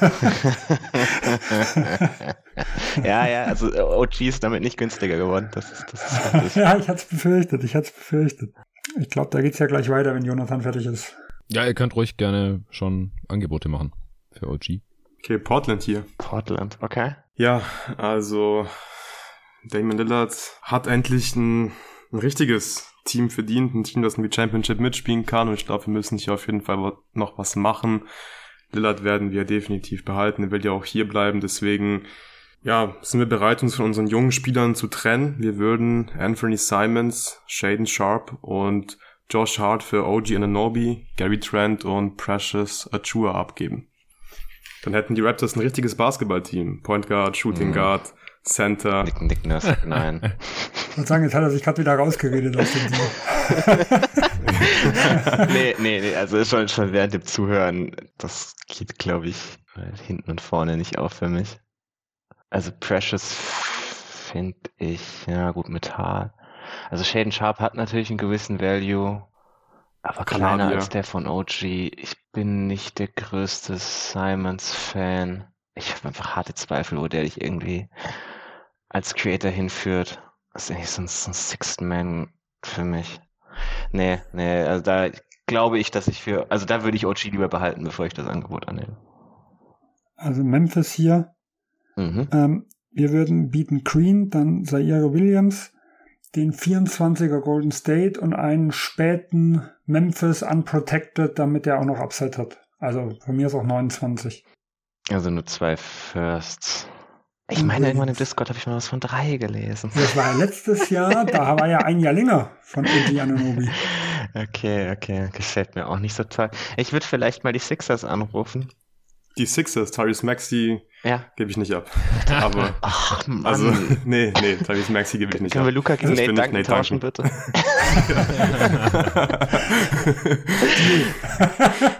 ja, ja, also äh, O G ist damit nicht günstiger geworden. Das ist, das ist richtig. Ja, ich hatte es befürchtet, ich hatte es befürchtet. Ich glaube, da geht's ja gleich weiter, wenn Jonathan fertig ist. Ja, ihr könnt ruhig gerne schon Angebote machen für O G. Okay, Portland hier. Portland, okay. Ja, also Damian Lillard hat endlich ein, ein richtiges Team verdient, ein Team, das in die Championship mitspielen kann, und ich glaube, wir müssen hier auf jeden Fall noch was machen. Lillard werden wir definitiv behalten, er will ja auch hier bleiben, deswegen ja, sind wir bereit, uns von unseren jungen Spielern zu trennen. Wir würden Anthony Simons, Shaden Sharp und Josh Hart für O G Anunoby, Gary Trent und Precious Achiuwa abgeben. Dann hätten die Raptors ein richtiges Basketballteam. Point Guard, Shooting Mhm. Guard, Center. Nick, Nick Nurse, nein. Ich würde sagen, jetzt hat er sich gerade wieder rausgeredet aus dem Deal. nee, nee, nee, also schon, schon während dem Zuhören, das geht, glaube ich, hinten und vorne nicht auf für mich. Also Precious finde ich, ja gut, mit H. Also Shaden Sharp hat natürlich einen gewissen Value, aber kleiner Kanadier. als der von O G. Ich bin nicht der größte Simons-Fan. Ich habe einfach harte Zweifel, wo der dich irgendwie als Creator hinführt. Das ist eigentlich so ein, so ein Sixth Man für mich. Nee, nee, also da glaube ich, dass ich für, also da würde ich O G lieber behalten, bevor ich das Angebot annehme. Also Memphis hier. Mhm. Ähm, wir würden bieten Green, dann Zaire Williams, den vierundzwanziger Golden State und einen späten Memphis Unprotected, damit der auch noch Upside hat. Also von mir ist auch neunundzwanzig. Also nur zwei Firsts. Ich Und meine, irgendwann im Williams. Discord habe ich mal was von drei gelesen. Das war ja letztes Jahr, da war ja ein Jahr länger von O G Anunoby. Okay, okay, gefällt mir auch nicht so toll. Ich würde vielleicht mal die Sixers anrufen. Die Sixers, Tyrese Maxey, Ja. gebe ich nicht ab. Aber, Ach, Mann. also, nee, nee, Tyrese Maxey gebe ich nicht Können ab. wir Luca gegen Ich Nate bin nicht Duncan Nate tauschen, Duncan. bitte?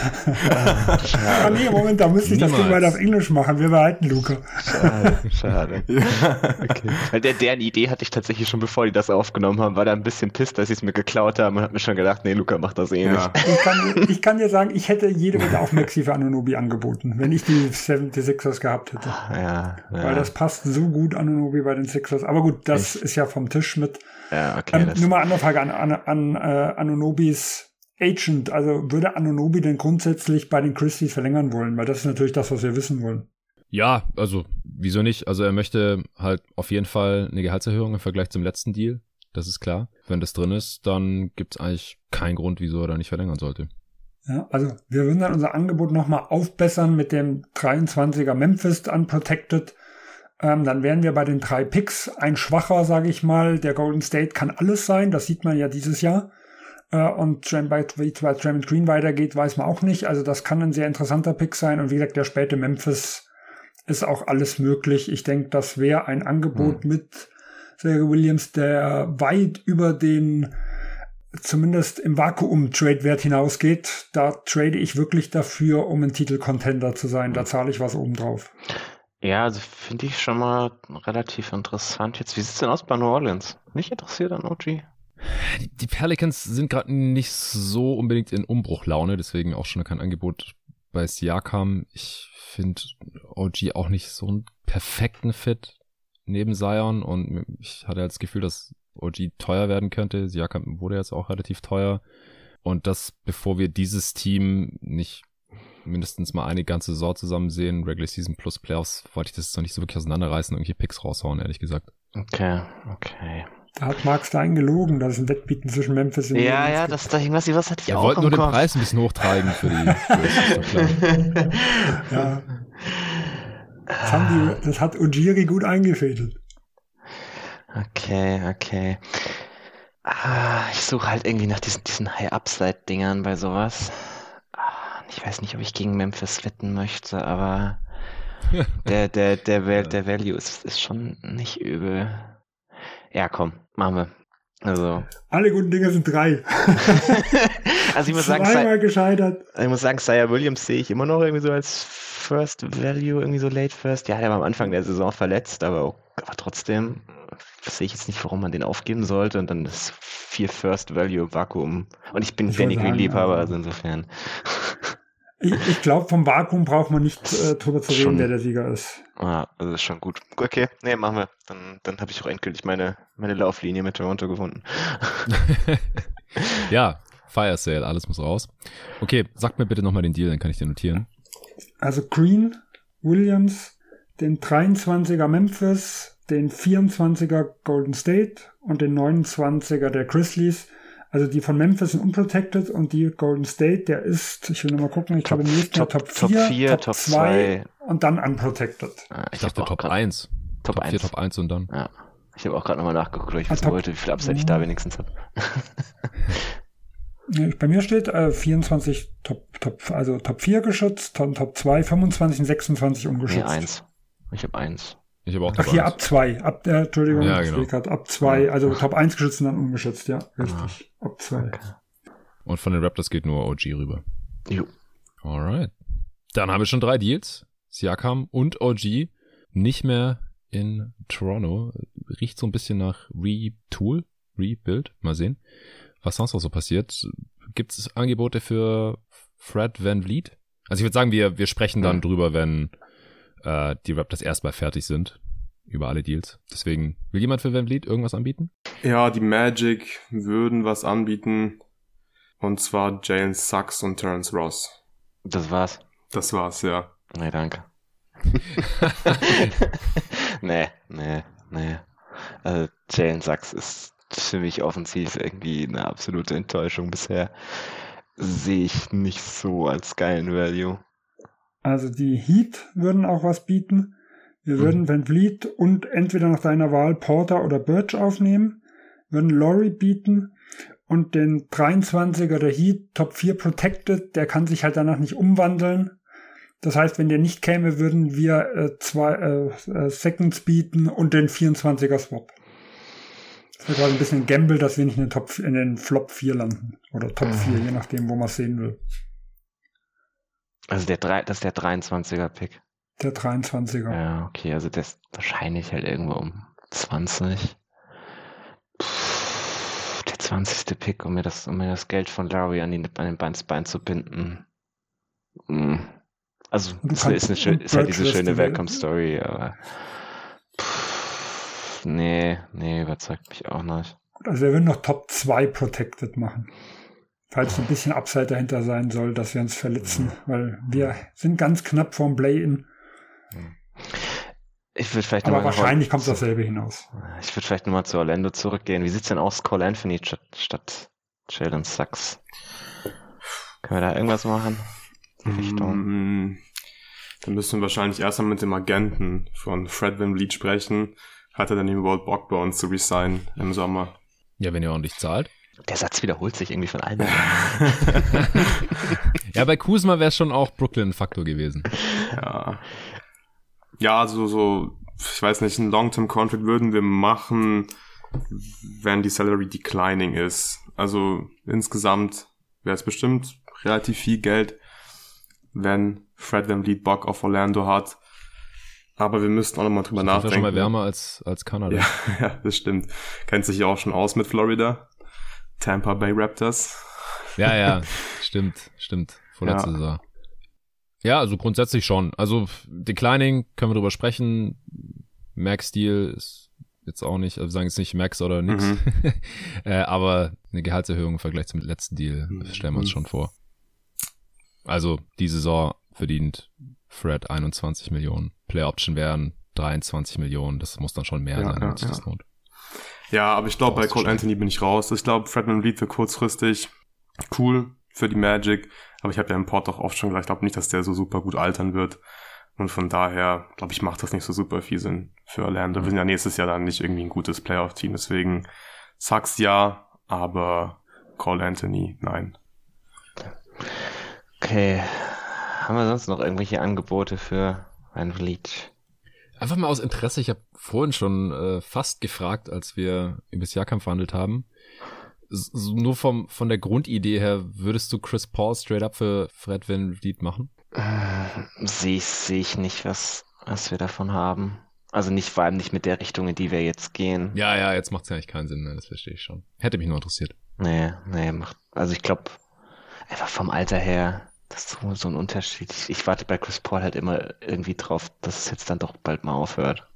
Ah nee, Moment, da müsste ich das Ding Niemals. weiter auf Englisch machen. Wir behalten Luca. Schade, schade. Okay. Weil der, deren Idee hatte ich tatsächlich schon, bevor die das aufgenommen haben, war da ein bisschen pisst, dass sie es mir geklaut haben und hat mir schon gedacht, nee, Luca macht das eh Ja. Ich kann, ich kann dir sagen, ich hätte jede Wette auf Maxi für Anunoby angeboten, wenn ich die seventy-sixers gehabt hätte. nicht. Ja, ja. Weil das passt so gut Anunoby bei den Sixers. Aber gut, das ist ja vom Tisch mit. Ja, okay. Ähm, Das, nur mal andere Frage an, an, an äh, Anunobys Agent. Also würde Anunoby denn grundsätzlich bei den Christies verlängern wollen? Weil das ist natürlich das, was wir wissen wollen. Ja, also wieso nicht? Also er möchte halt auf jeden Fall eine Gehaltserhöhung im Vergleich zum letzten Deal. Das ist klar. Wenn das drin ist, dann gibt es eigentlich keinen Grund, wieso er da nicht verlängern sollte. Ja, also wir würden dann unser Angebot nochmal aufbessern mit dem dreiundzwanziger Memphis Unprotected. Ähm, dann wären wir bei den drei Picks ein schwacher, sage ich mal. Der Golden State kann alles sein, das sieht man ja dieses Jahr. Äh, und wie es bei Draymond Green weitergeht, weiß man auch nicht. Also das kann ein sehr interessanter Pick sein. Und wie gesagt, der späte Memphis ist auch alles möglich. Ich denke, das wäre ein Angebot Hm. mit Zaire Williams, der weit über den zumindest im Vakuum-Trade-Wert hinausgeht. Da trade ich wirklich dafür, um ein Titel-Contender zu sein. Da zahle ich was obendrauf. ja, also finde ich schon mal relativ interessant. Jetzt, wie sieht's denn aus bei New Orleans? Nicht interessiert an O G? Die, die Pelicans sind gerade nicht so unbedingt in Umbruchlaune, deswegen auch schon kein Angebot bei Siakam. Ich finde O G auch nicht so einen perfekten Fit neben Zion und ich hatte halt das Gefühl, dass O G teuer werden könnte. Siakam wurde jetzt auch relativ teuer und das, bevor wir dieses Team nicht mindestens mal eine ganze Saison zusammen sehen, Regular Season plus Playoffs, wollte ich das jetzt noch nicht so wirklich auseinanderreißen und irgendwelche Picks raushauen, ehrlich gesagt. Okay, okay. Da hat Mark Stein gelogen, dass es ein Wettbieten zwischen Memphis und Ja, Orleans ja, gibt. das da irgendwas, was hatte ich Er auch wollte im nur den Kopf. Preis ein bisschen hochtreiben für die Spurs, ist doch klar. Ja. Das, haben die, das hat Ujiri gut eingefädelt. Okay, okay. Ah, ich suche halt irgendwie nach diesen, diesen High-Upside-Dingern bei sowas. Ah, ich weiß nicht, ob ich gegen Memphis wetten möchte, aber der, der, der, Val- der Value ist, ist schon nicht übel. Ja, komm, machen wir. Also, Alle guten Dinge sind drei. also ich muss sagen, Zweimal Cy- gescheitert. ich muss sagen, Zaire Williams sehe ich immer noch irgendwie so als First Value, irgendwie so Late First. Ja, der war am Anfang der Saison verletzt, aber, auch, aber trotzdem sehe ich jetzt nicht, warum man den aufgeben sollte und dann das vier First Value Vakuum. Und ich bin Ich Danny wollte Green sagen, Liebhaber, also- also insofern. Ich, ich glaube, vom Vakuum braucht man nicht äh, drüber zu reden, Schon. wer der Sieger ist. Ah, also ist schon gut. Okay, nee, machen wir. Dann, dann habe ich auch endgültig meine, meine Lauflinie mit Toronto gefunden. Ja, Fire Sale, alles muss raus. Okay, sag mir bitte nochmal den Deal, dann kann ich den notieren. Also Green, Williams, den dreiundzwanziger Memphis, den vierundzwanziger Golden State und den neunundzwanziger der Grizzlies. Also die von Memphis sind unprotected und die Golden State, der ist, ich will nochmal gucken, ich Top- glaube im nächsten Jahr Top- Top Top vier, vier, Top Top zwei zwei. und dann unprotected. Ah, Ich hab dachte auch Top grad- eins. Top Top vier, eins. Top eins und dann. Ja, ich habe auch gerade nochmal nachgeguckt, weil ich Ah, wissen Top- wollte, wie viel Upside ich da wenigstens habe. Ja, Bei mir steht äh, vierundzwanzig Top, Top, also Top vier geschützt, Top, Top zwei, fünfundzwanzig und sechsundzwanzig Nee, ungeschützt. eins. Ich habe eins. Ich habe auch Ach Top hier eins. ab zwei, ab, äh, Entschuldigung, Ja, ich genau. sehe grad, ab zwei, also Top eins geschützt und dann ungeschützt, ja, richtig, ab zwei. Und von den Raptors geht nur O G rüber. Jo. Alright. Dann haben wir schon drei Deals. Siakam und O G nicht mehr in Toronto. Riecht so ein bisschen nach Retool, Rebuild. Mal sehen, was sonst noch so passiert. Gibt es Angebote für Fred VanVleet? Also ich würde sagen, wir, wir sprechen dann Mhm. drüber, wenn äh, die Raptors erstmal fertig sind. über alle Deals. Deswegen, will jemand für VanVleet irgendwas anbieten? Ja, die Magic würden was anbieten. Und zwar Jalen Suggs und Terrence Ross. Das war's. Das war's, ja. Nee, danke. nee, nee, nee. Also Jalen Suggs ist für mich offensiv irgendwie eine absolute Enttäuschung bisher. Sehe ich nicht so als geilen Value. Also die Heat würden auch was bieten. Wir würden mhm. VanVleet und entweder nach deiner Wahl Porter oder Birch aufnehmen, würden Laurie bieten und den dreiundzwanziger der Heat, Top vier Protected, der kann sich halt danach nicht umwandeln. Das heißt, wenn der nicht käme, würden wir äh, zwei äh, äh, Seconds bieten und den vierundzwanziger Swap. Das wäre gerade ein bisschen Gamble, dass wir nicht in den, Top, in den Flop vier landen. Oder Top mhm. vier, je nachdem, wo man es sehen will. Also der drei, das ist der dreiundzwanziger Pick. Der dreiundzwanziger. Ja, okay, also der ist wahrscheinlich halt irgendwo um zwanzig. Puh, der zwanzigste Pick, um mir das, um mir das Geld von Larry an, die, an den Bein, Bein zu binden. Hm. Also, es ist, eine schön, ist halt diese schöne Welcome-Story, aber pff, nee, nee, überzeugt mich auch nicht. Also wir würden noch Top zwei Protected machen. Falls ein bisschen Upside dahinter sein soll, dass wir uns verletzen, weil wir sind ganz knapp vorm Play-In. Ich würde vielleicht Aber noch wahrscheinlich kommt dasselbe hinaus. Ich würde vielleicht nochmal zu Orlando zurückgehen. Wie sieht's denn aus, Cole Anthony statt, statt Jalen Suggs? Können wir da irgendwas machen? Richtung. Dann müssen wir wahrscheinlich erstmal mit dem Agenten von Fred VanVleet sprechen. Hat er dann überhaupt Bock bei uns zu resignen im Sommer? Ja, wenn ihr ordentlich zahlt. Der Satz wiederholt sich irgendwie von allen. Ja, bei Kuzma wäre es schon auch Brooklyn ein Faktor gewesen. Ja. Ja, also so, ich weiß nicht, ein Long-Term-Contract würden wir machen, wenn die Salary declining ist. Also insgesamt wäre es bestimmt relativ viel Geld, wenn Fred VanVleet Bock auf Orlando hat. Aber wir müssten auch nochmal drüber das nachdenken. Das ist ja schon mal wärmer als, als Kanada. Ja, ja, das stimmt. Kennt sich ja auch schon aus mit Florida. Tampa Bay Raptors. Ja, ja, stimmt, stimmt. Vorletzte Ja. Saison. Ja, also grundsätzlich schon. Also Declining können wir drüber sprechen. Max-Deal ist jetzt auch nicht, also wir sagen jetzt nicht Max oder nix. Mhm. äh, aber eine Gehaltserhöhung im Vergleich zum letzten Deal Mhm. stellen wir uns schon vor. Also die Saison verdient Fred einundzwanzig Millionen. Player Option wären dreiundzwanzig Millionen. Das muss dann schon mehr Ja, sein, ja, damit sich ja. das lohnt. Ja, aber ich glaube, bei Cole Auszuschneiden. Anthony bin ich raus. Ich glaube, Fred VanVleet für kurzfristig cool für die Magic. Aber ich habe ja im Pod auch oft schon gesagt, ich glaube nicht, dass der so super gut altern wird. Und von daher, glaube ich, macht das nicht so super viel Sinn für Orlando. Wir sind ja nächstes Jahr dann nicht irgendwie ein gutes Playoff-Team. Deswegen Suggs ja, aber Cole Anthony nein. Okay. Haben wir sonst noch irgendwelche Angebote für VanVleet? Einfach mal aus Interesse, ich habe vorhin schon äh, fast gefragt, als wir über das Jahrkampf verhandelt haben. S so nur vom von der Grundidee her, würdest du Chris Paul straight up für Fred VanVleet machen? Sehe ich, seh ich nicht, was, was wir davon haben. Also nicht, vor allem nicht mit der Richtung, in die wir jetzt gehen. Ja, ja, jetzt macht's ja eigentlich keinen Sinn mehr, das verstehe ich schon. Hätte mich nur interessiert. Nee, nee, macht, also ich glaube, einfach vom Alter her, das ist so, so ein Unterschied. Ich, ich warte bei Chris Paul halt immer irgendwie drauf, dass es jetzt dann doch bald mal aufhört.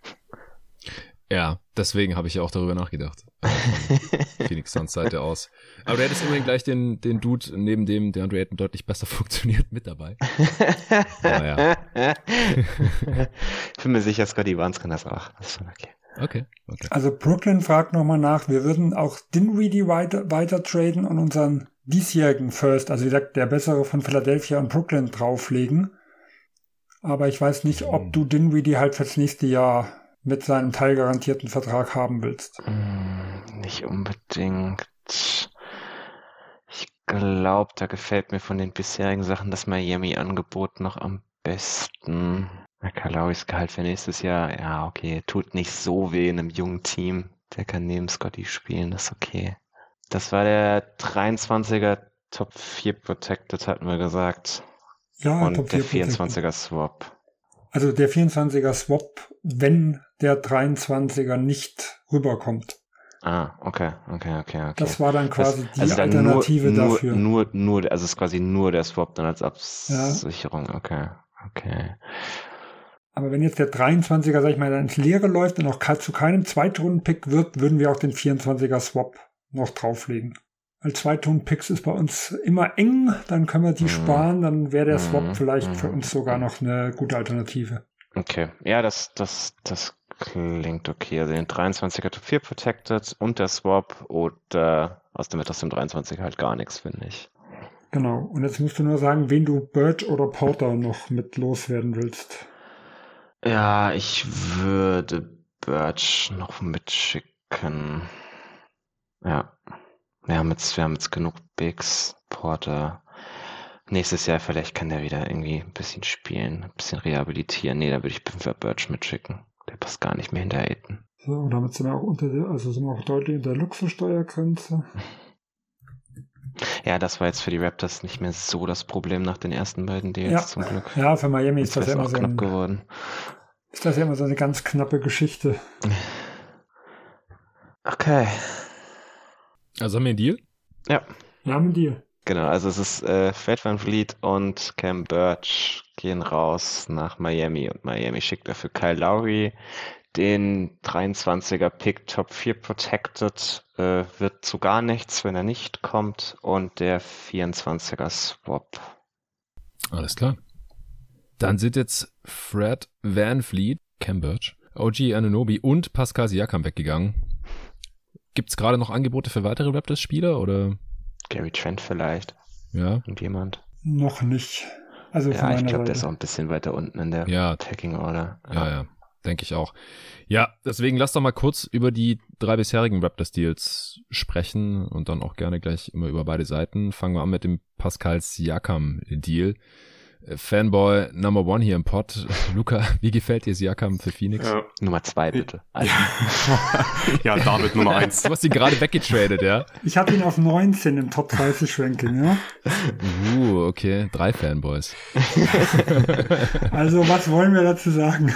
Ja, deswegen habe ich ja auch darüber nachgedacht. Von Phoenix Suns Seite aus. Aber du hättest immerhin gleich den, den Dude, neben dem der DeAndre Ayton deutlich besser funktioniert, mit dabei. Naja. Ich bin mir sicher, Scotty Barnes kann das auch. Das ist schon okay. Okay, okay. Also Brooklyn fragt nochmal nach, wir würden auch Dinwiddie weiter, weiter traden und unseren diesjährigen First, also wie gesagt, der bessere von Philadelphia und Brooklyn drauflegen. Aber ich weiß nicht, ob du Dinwiddie halt fürs nächste Jahr mit seinem teilgarantierten Vertrag haben willst. Mm, nicht unbedingt. Ich glaube, da gefällt mir von den bisherigen Sachen das Miami-Angebot noch am besten. Kalauis Gehalt für nächstes Jahr, ja, okay, tut nicht so weh in einem jungen Team. Der kann neben Scotty spielen, das ist okay. Das war der dreiundzwanziger Top vier Protected, hatten wir gesagt. Ja, Und Top der vier vierundzwanziger Swap. Also der vierundzwanziger Swap, wenn der dreiundzwanziger nicht rüberkommt. Ah, okay, okay, okay, okay. Das war dann quasi das, die also dann Alternative nur, dafür. Nur, nur, nur, also es ist quasi nur der Swap dann als Absicherung, ja. Okay, okay. Aber wenn jetzt der dreiundzwanziger, sag ich mal, dann ins Leere läuft und auch zu keinem Zweitrunden-Pick wird, würden wir auch den vierundzwanziger Swap noch drauflegen. Weil Zweitrunden-Picks ist bei uns immer eng, dann können wir die mhm. sparen, dann wäre der Swap mhm. vielleicht für uns sogar noch eine gute Alternative. Okay, ja, das, das, das klingt okay. Also den dreiundzwanziger Top vier Protected und der Swap oder aus dem aus dem dreiundzwanziger halt gar nichts, finde ich. Genau, und jetzt musst du nur sagen, wen du Birch oder Porter noch mit loswerden willst. Ja, ich würde Birch noch mitschicken. Ja, wir haben jetzt, wir haben jetzt genug Bigs, Porter. Nächstes Jahr vielleicht kann der wieder irgendwie ein bisschen spielen, ein bisschen rehabilitieren. Nee, da würde ich Birch mitschicken. Der passt gar nicht mehr hinter Ayton. So, und damit sind wir auch unter der, also sind wir auch deutlich unter der Luxussteuergrenze. Ja, das war jetzt für die Raptors nicht mehr so das Problem nach den ersten beiden Deals ja. zum Glück. Ja, für Miami ist das ja immer auch so knapp ein, geworden. Ist das ja immer so eine ganz knappe Geschichte. Okay. Also haben wir einen Deal? Ja. Wir haben einen Deal. Genau, also es ist äh, Fred VanVleet und Cam Birch gehen raus nach Miami und Miami schickt dafür Kyle Lowry. Den dreiundzwanziger Pick Top vier Protected äh, wird zu gar nichts, wenn er nicht kommt, und der vierundzwanziger Swap. Alles klar. Dann sind jetzt Fred VanVleet, Cam Birch, O G Anunoby und Pascal Siakam weggegangen. Gibt's gerade noch Angebote für weitere Raptors-Spieler oder? Gary Trent vielleicht. Ja. Irgendjemand. Noch nicht. Also ja, ich glaube, der ist auch ein bisschen weiter unten in der ja. Packing Order. Ja, ja, ja. Denke ich auch. Ja, deswegen lass doch mal kurz über die drei bisherigen Raptors-Deals sprechen und dann auch gerne gleich immer über beide Seiten. Fangen wir an mit dem Pascal Siakam-Deal. Fanboy Number One hier im Pod. Luca, wie gefällt dir Siakam für Phoenix? Ja. Nummer zwei, bitte. Also. Ja, David Nummer eins. Du hast ihn gerade weggetradet, ja? Ich habe ihn auf neunzehn im Top dreißig Ranking, ja? Uh, okay. Drei Fanboys. Also, was wollen wir dazu sagen?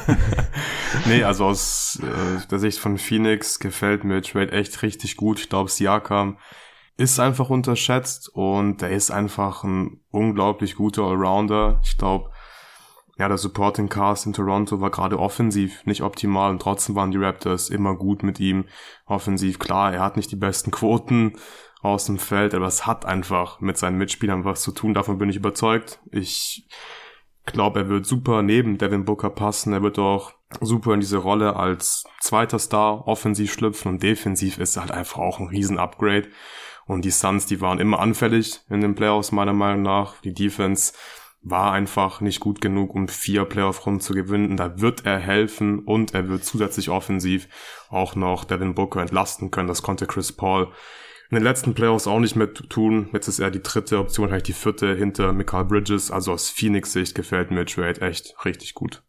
Nee, also aus äh, der Sicht von Phoenix gefällt mir Trade echt richtig gut. Ich glaube, Siakam ist einfach unterschätzt und er ist einfach ein unglaublich guter Allrounder. Ich glaube, ja, der Supporting Cast in Toronto war gerade offensiv nicht optimal und trotzdem waren die Raptors immer gut mit ihm. Offensiv, klar, er hat nicht die besten Quoten aus dem Feld, aber es hat einfach mit seinen Mitspielern was zu tun. Davon bin ich überzeugt. Ich glaube, er wird super neben Devin Booker passen. Er wird auch super in diese Rolle als zweiter Star offensiv schlüpfen und defensiv ist er halt einfach auch ein Riesen-Upgrade. Und die Suns, die waren immer anfällig in den Playoffs, meiner Meinung nach. Die Defense war einfach nicht gut genug, um vier Playoff-Runden zu gewinnen. Da wird er helfen und er wird zusätzlich offensiv auch noch Devin Booker entlasten können. Das konnte Chris Paul in den letzten Playoffs auch nicht mehr tun. Jetzt ist er die dritte Option, vielleicht die vierte hinter Mikal Bridges. Also aus Phoenix-Sicht gefällt mir Trade echt richtig gut.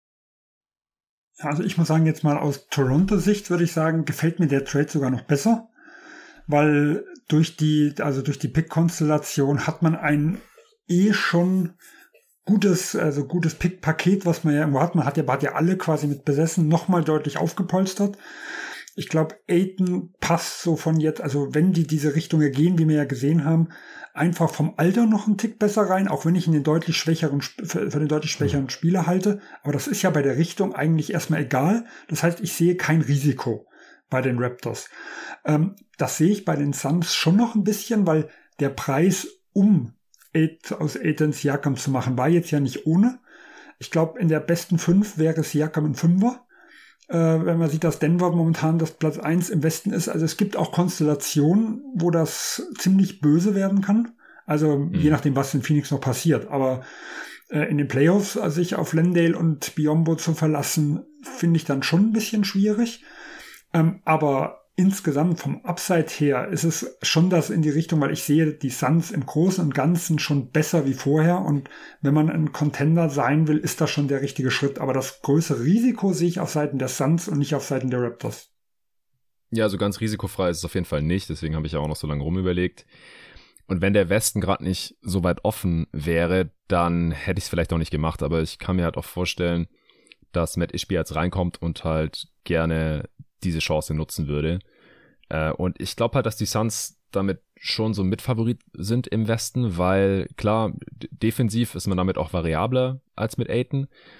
Also ich muss sagen, jetzt mal aus Toronto-Sicht würde ich sagen, gefällt mir der Trade sogar noch besser. Weil durch die, also durch die Pick-Konstellation hat man ein eh schon gutes, also gutes Pick-Paket, was man ja irgendwo hat. Man hat ja, hat ja alle quasi mit besessen, nochmal deutlich aufgepolstert. Ich glaube, Ayton passt so von jetzt, also wenn die diese Richtung gehen, wie wir ja gesehen haben, einfach vom Alter noch einen Tick besser rein, auch wenn ich ihn den deutlich schwächeren, für den deutlich schwächeren Spieler halte. Aber das ist ja bei der Richtung eigentlich erstmal egal. Das heißt, ich sehe kein Risiko bei den Raptors. Ähm, das sehe ich bei den Suns schon noch ein bisschen, weil der Preis, um Eight, aus Ayton Siakam zu machen, war jetzt ja nicht ohne. Ich glaube, in der besten fünf wäre Siakam ein Fünfer. Äh, wenn man sieht, dass Denver momentan das Platz eins im Westen ist. Also es gibt auch Konstellationen, wo das ziemlich böse werden kann. Also mhm. je nachdem, was in Phoenix noch passiert. Aber äh, in den Playoffs also sich auf Landale und Biyombo zu verlassen, finde ich dann schon ein bisschen schwierig. Ähm, aber insgesamt vom Upside her ist es schon das in die Richtung, weil ich sehe die Suns im Großen und Ganzen schon besser wie vorher und wenn man ein Contender sein will, ist das schon der richtige Schritt. Aber das größere Risiko sehe ich auf Seiten der Suns und nicht auf Seiten der Raptors. Ja, also ganz risikofrei ist es auf jeden Fall nicht, deswegen habe ich ja auch noch so lange rumüberlegt. Und wenn der Westen gerade nicht so weit offen wäre, dann hätte ich es vielleicht auch nicht gemacht, aber ich kann mir halt auch vorstellen, dass Matt Ishbia jetzt reinkommt und halt gerne diese Chance nutzen würde. Äh, und ich glaube halt, dass die Suns damit schon so Mitfavorit sind im Westen, weil klar, d- defensiv ist man damit auch variabler als mit Ayton.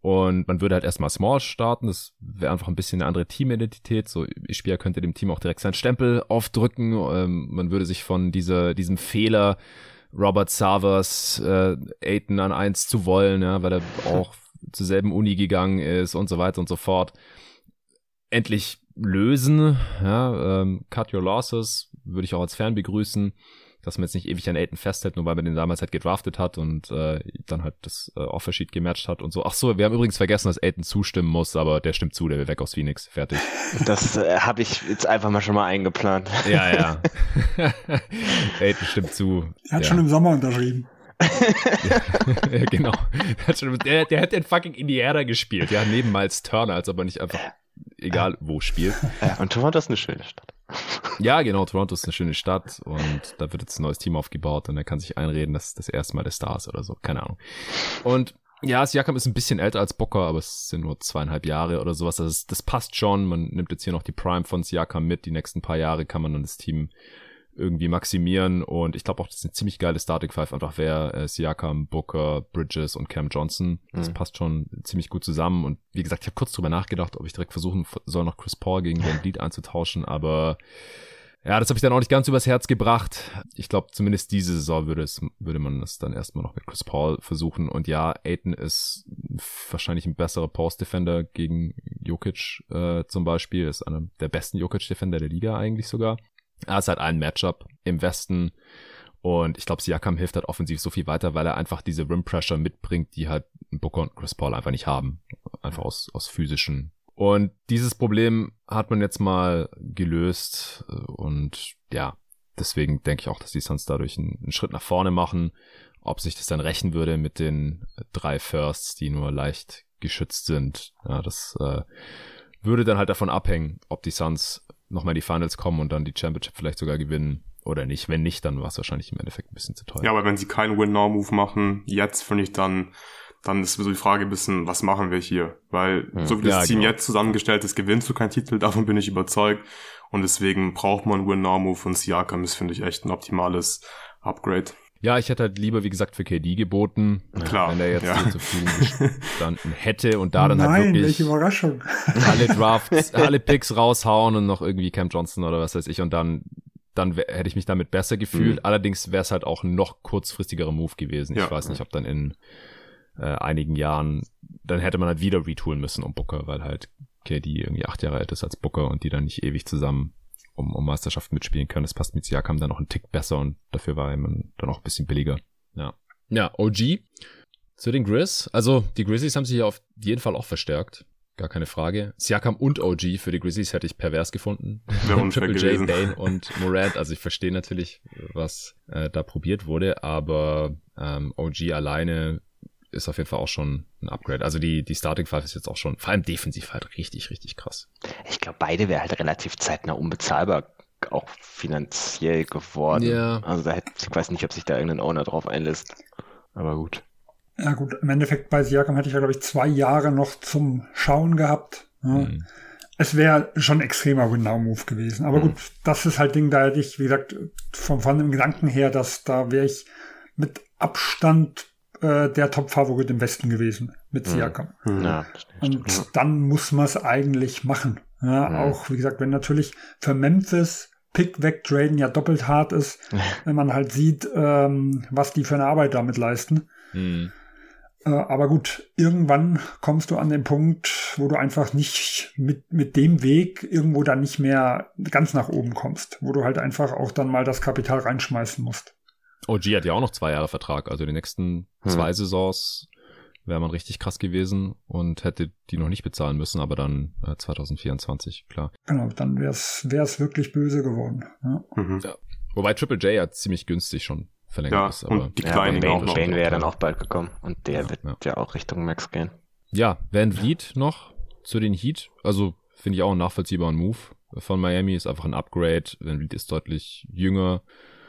Und man würde halt erstmal small starten, das wäre einfach ein bisschen eine andere Teamidentität. So, Ishbia könnte dem Team auch direkt seinen Stempel aufdrücken. Ähm, man würde sich von dieser, diesem Fehler, Robert Savers, äh, Ayton an eins zu wollen, ja, weil er auch zur selben Uni gegangen ist und so weiter und so fort, endlich lösen. Ja, ähm, cut your losses, würde ich auch als Fan begrüßen, dass man jetzt nicht ewig an Ayton festhält, nur weil man den damals halt gedraftet hat und äh, dann halt das äh, Offersheet gematcht hat und so. Ach so, wir haben übrigens vergessen, dass Ayton zustimmen muss, aber der stimmt zu, der will weg aus Phoenix. Fertig. Das äh, habe ich jetzt einfach mal schon mal eingeplant. Ja, ja. Ayton stimmt zu. Er hat ja. schon im Sommer unterschrieben. Ja, genau. Der, hat schon, der, der hat in fucking Indiana gespielt, ja, neben Miles Turner, als aber nicht einfach egal wo spielt. Ja, und Toronto ist eine schöne Stadt. Ja, genau, Toronto ist eine schöne Stadt und da wird jetzt ein neues Team aufgebaut und er kann sich einreden, dass das erste Mal der Star ist oder so, keine Ahnung. Und ja, Siakam ist ein bisschen älter als Booker, aber es sind nur zweieinhalb Jahre oder sowas, das, ist, das passt schon, man nimmt jetzt hier noch die Prime von Siakam mit, die nächsten paar Jahre kann man dann das Team irgendwie maximieren und ich glaube auch, das ist eine ziemlich geile Starting Five, einfach wer äh, Siakam, Booker, Bridges und Cam Johnson, das mhm. passt schon ziemlich gut zusammen und wie gesagt, ich habe kurz drüber nachgedacht, ob ich direkt versuchen soll, noch Chris Paul gegen Van Vliet einzutauschen, aber ja, das habe ich dann auch nicht ganz übers Herz gebracht. Ich glaube, zumindest diese Saison würde es, würde man es dann erstmal noch mit Chris Paul versuchen und ja, Ayton ist wahrscheinlich ein besserer Post-Defender gegen Jokic äh, zum Beispiel, ist einer der besten Jokic-Defender der Liga eigentlich sogar. Er ist halt ein Matchup im Westen und ich glaube, Siakam hilft halt offensiv so viel weiter, weil er einfach diese Rim-Pressure mitbringt, die halt Booker und Chris Paul einfach nicht haben. Einfach aus, aus physischen. Und dieses Problem hat man jetzt mal gelöst und ja, deswegen denke ich auch, dass die Suns dadurch einen, einen Schritt nach vorne machen. Ob sich das dann rächen würde mit den drei Firsts, die nur leicht geschützt sind, ja, das äh, würde dann halt davon abhängen, ob die Suns nochmal in die Finals kommen und dann die Championship vielleicht sogar gewinnen oder nicht. Wenn nicht, dann war es wahrscheinlich im Endeffekt ein bisschen zu teuer. Ja, aber wenn sie keinen Win-Now-Move machen, jetzt finde ich dann, dann ist so die Frage ein bisschen, was machen wir hier? Weil ja. so wie das ja, Team genau. jetzt zusammengestellt ist, gewinnst du keinen Titel, davon bin ich überzeugt. Und deswegen braucht man einen Win-Now-Move und Siakam ist, finde ich, echt ein optimales Upgrade. Ja, ich hätte halt lieber, wie gesagt, für K D geboten, Klar, wenn er jetzt ja. zur Verfügung gestanden hätte und da dann Nein, halt wirklich welche Überraschung. alle Drafts, alle Picks raushauen und noch irgendwie Cam Johnson oder was weiß ich und dann dann w- hätte ich mich damit besser gefühlt. Mhm. Allerdings wäre es halt auch ein noch kurzfristigerer Move gewesen. Ja. Ich weiß nicht, ob dann in äh, einigen Jahren, dann hätte man halt wieder retoolen müssen um Booker, weil halt K D irgendwie acht Jahre älter ist als Booker und die dann nicht ewig zusammen um, um Meisterschaften mitspielen können. Das passt mit Siakam dann noch einen Tick besser und dafür war man dann auch ein bisschen billiger. Ja, ja, O G zu den Grizz. Also die Grizzlies haben sich ja auf jeden Fall auch verstärkt. Gar keine Frage. Siakam und O G für die Grizzlies hätte ich pervers gefunden. Triple J, Bane und Morant. Also ich verstehe natürlich, was äh, da probiert wurde, aber ähm, O G alleine ist auf jeden Fall auch schon ein Upgrade. Also die die Starting Five ist jetzt auch schon, vor allem defensiv halt richtig, richtig krass. Ich glaube, beide wäre halt relativ zeitnah unbezahlbar, auch finanziell geworden. Ja. Also da hätte, ich weiß nicht, ob sich da irgendein Owner drauf einlässt. Aber gut. Ja gut, im Endeffekt bei Siakam hätte ich ja, glaube ich, zwei Jahre noch zum Schauen gehabt. Ja. Mhm. Es wäre schon ein extremer Win-Now-Move gewesen. Aber mhm. gut, das ist halt Ding, da hätte ich, wie gesagt, von, von dem Gedanken her, dass da wäre ich mit Abstand äh, der Top-Favorit im Westen gewesen mit Siakam. Mhm. Ja, und ja. dann muss man es eigentlich machen. Ja, mhm. Auch, wie gesagt, wenn natürlich für Memphis Pick wegtraden ja doppelt hart ist, wenn man halt sieht, ähm, was die für eine Arbeit damit leisten. Mhm. Aber gut, irgendwann kommst du an den Punkt, wo du einfach nicht mit mit dem Weg irgendwo dann nicht mehr ganz nach oben kommst, wo du halt einfach auch dann mal das Kapital reinschmeißen musst. O G hat ja auch noch zwei Jahre Vertrag, also die nächsten hm. zwei Saisons wäre man richtig krass gewesen und hätte die noch nicht bezahlen müssen, aber dann äh, zwanzig vierundzwanzig, klar. Genau, dann wäre es wirklich böse geworden. Ja. Mhm. Ja. Wobei Triple J ja ziemlich günstig schon verlängert ja, ist. Aber und die ja, Kleinen Bane, auch noch. Bane wäre ja dann auch bald gekommen und der ja, wird ja. ja auch Richtung Max gehen. Ja, Van Vliet noch zu den Heat. Also finde ich auch einen nachvollziehbaren Move von Miami. Ist einfach ein Upgrade. Van Vliet ist deutlich jünger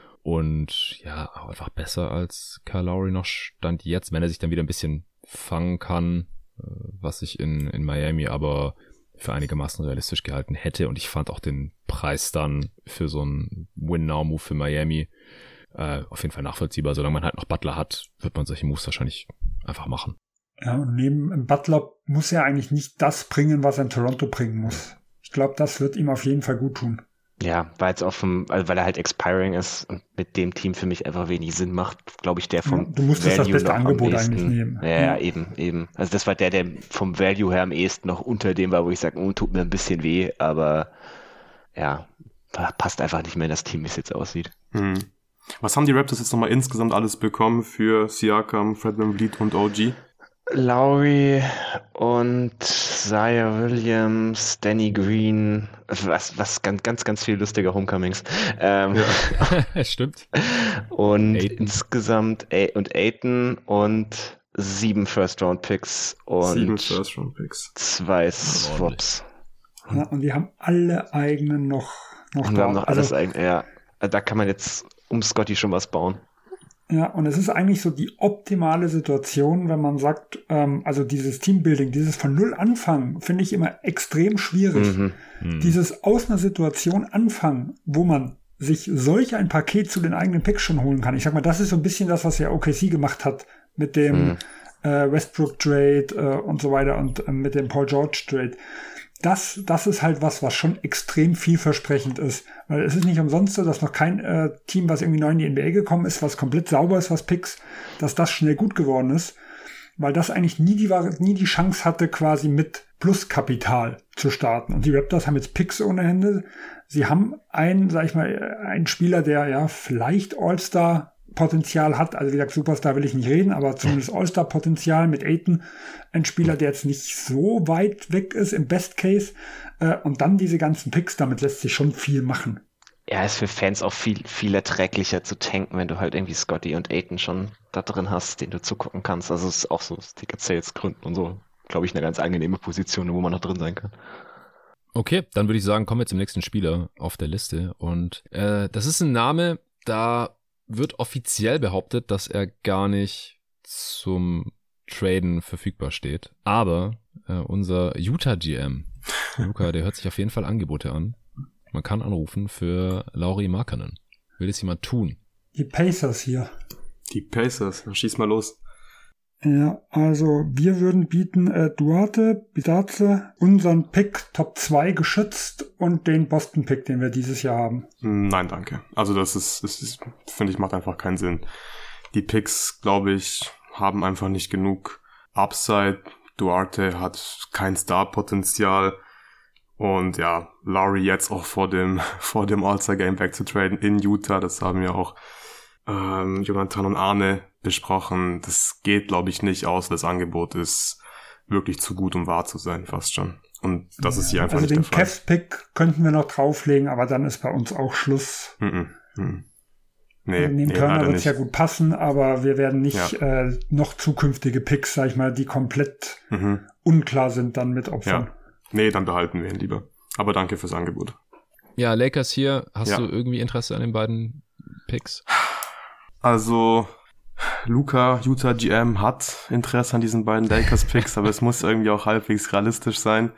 und ja, auch einfach besser als Kyle Lowry noch stand jetzt, wenn er sich dann wieder ein bisschen fangen kann, was ich in, in Miami aber für einigermaßen realistisch gehalten hätte. Und ich fand auch den Preis dann für so einen Win-Now-Move für Miami äh, auf jeden Fall nachvollziehbar. Solange man halt noch Butler hat, wird man solche Moves wahrscheinlich einfach machen. Ja, und neben Butler muss er eigentlich nicht das bringen, was er in Toronto bringen muss. Ich glaube, das wird ihm auf jeden Fall gut tun. Ja, weil es auch vom, also weil er halt expiring ist und mit dem Team für mich einfach wenig Sinn macht, glaube ich, der vom ja, du musstest Value das beste noch am Angebot ehesten, eigentlich nehmen. Ja, ja, eben, eben. Also das war der, der vom Value her am ehesten noch unter dem war, wo ich sage, oh, tut mir ein bisschen weh, aber ja, passt einfach nicht mehr in das Team, wie es jetzt aussieht. Hm. Was haben die Raptors jetzt nochmal insgesamt alles bekommen für Siakam, Fred VanVleet und O G? Lowry und Zaire Williams, Danny Green, was, was ganz, ganz, ganz viel lustige Homecomings. Ähm, ja. Stimmt. Und Ayton. insgesamt A- und Ayton und sieben First-Round-Picks und Sieben First-Round-Picks. zwei Swaps. Ja, und die haben alle eigenen noch, noch Und wir haben noch alles also, eigentlich, ja. Da kann man jetzt um Scotty schon was bauen. Ja, und es ist eigentlich so die optimale Situation, wenn man sagt, ähm, also dieses Teambuilding, dieses von Null anfangen, finde ich immer extrem schwierig. Mhm. Mhm. Dieses aus einer Situation anfangen, wo man sich solch ein Paket zu den eigenen Picks schon holen kann. Ich sag mal, das ist so ein bisschen das, was ja O K C gemacht hat mit dem Mhm. äh, Westbrook-Trade äh, und so weiter und äh, mit dem Paul George-Trade. Das, das ist halt was, was schon extrem vielversprechend ist. Weil es ist nicht umsonst so, dass noch kein äh, Team, was irgendwie neu in die N B A gekommen ist, was komplett sauber ist, was Picks, dass das schnell gut geworden ist. Weil das eigentlich nie die, nie die Chance hatte, quasi mit Pluskapital zu starten. Und die Raptors haben jetzt Picks ohne Hände. Sie haben einen, sag ich mal, einen Spieler, der ja vielleicht All-Star Potenzial hat, also wie gesagt, Superstar will ich nicht reden, aber zumindest All-Star-Potenzial mit Ayton, ein Spieler, der jetzt nicht so weit weg ist im Best Case, äh, und dann diese ganzen Picks, damit lässt sich schon viel machen. Ja, ist für Fans auch viel, viel erträglicher zu tanken, wenn du halt irgendwie Scotty und Ayton schon da drin hast, den du zugucken kannst. Also es ist auch so aus Ticket-Sales-Gründen und so, glaube ich, eine ganz angenehme Position, wo man noch drin sein kann. Okay, dann würde ich sagen, kommen wir zum nächsten Spieler auf der Liste. Und äh, das ist ein Name, da wird offiziell behauptet, dass er gar nicht zum Traden verfügbar steht. Aber äh, unser Utah G M, Luca, der hört sich auf jeden Fall Angebote an. Man kann anrufen für Lauri Markkanen. Will es jemand tun? Die Pacers hier. Die Pacers, dann schieß mal los. Ja, also wir würden bieten äh, Duarte, Bidace, unseren Pick Top zwei geschützt und den Boston-Pick, den wir dieses Jahr haben. Nein, danke. Also das ist, das ist, finde ich, macht einfach keinen Sinn. Die Picks, glaube ich, haben einfach nicht genug Upside. Duarte hat kein Star-Potenzial. Und ja, Lowry jetzt auch vor dem, vor dem All-Star-Game wegzutraden in Utah, das haben ja auch ähm, Jonathan und Arne besprochen. Das geht, glaube ich, nicht aus. Das Angebot ist wirklich zu gut, um wahr zu sein, fast schon. Und das ja, ist hier einfach also nicht der Fall. Also den Cavs-Pick könnten wir noch drauflegen, aber dann ist bei uns auch Schluss. Mm-mm. Mm. Nee, also neben nee, Turner wird es nicht. ja gut passen, aber wir werden nicht Ja. äh, noch zukünftige Picks, sag ich mal, die komplett Mhm. unklar sind, dann mit Opfern. Ja. Nee, dann behalten wir ihn lieber. Aber danke fürs Angebot. Ja, Lakers hier. Hast Ja. du irgendwie Interesse an den beiden Picks? Also, Luca, Utah G M, hat Interesse an diesen beiden Lakers-Picks, aber es muss irgendwie auch halbwegs realistisch sein.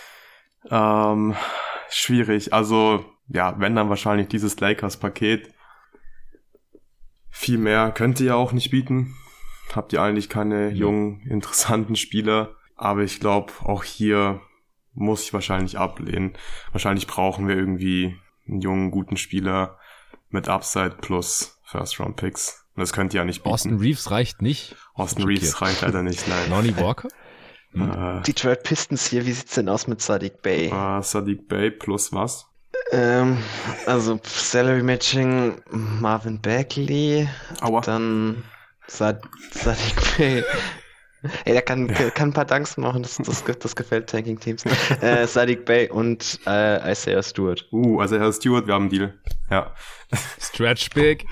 Ähm, schwierig. Also, ja, wenn dann wahrscheinlich dieses Lakers-Paket. Viel mehr könnt ihr ja auch nicht bieten. Habt ihr eigentlich keine Ja. jungen, interessanten Spieler. Aber ich glaube, auch hier muss ich wahrscheinlich ablehnen. Wahrscheinlich brauchen wir irgendwie einen jungen, guten Spieler mit Upside plus First-Round-Picks. Und das könnt ihr ja nicht bieten. Austin Reeves reicht nicht. Austin Schockiert. Reeves reicht leider nicht, nein. Lonnie Walker? Hm. Äh, Detroit Pistons hier, wie sieht's denn aus mit Sadiq Bey? äh, Sadiq Bey plus was? Ähm, also Salary Matching Marvin Bagley, Aua. dann Sad Sadiq Bey. Ey, der kann, kann ein paar Dunks machen, das, das, das gefällt Tanking-Teams. Äh, Sadiq Bey und äh, Isaiah Stewart. Uh, also Herr Stewart, wir haben einen Deal. Ja. Stretch Big.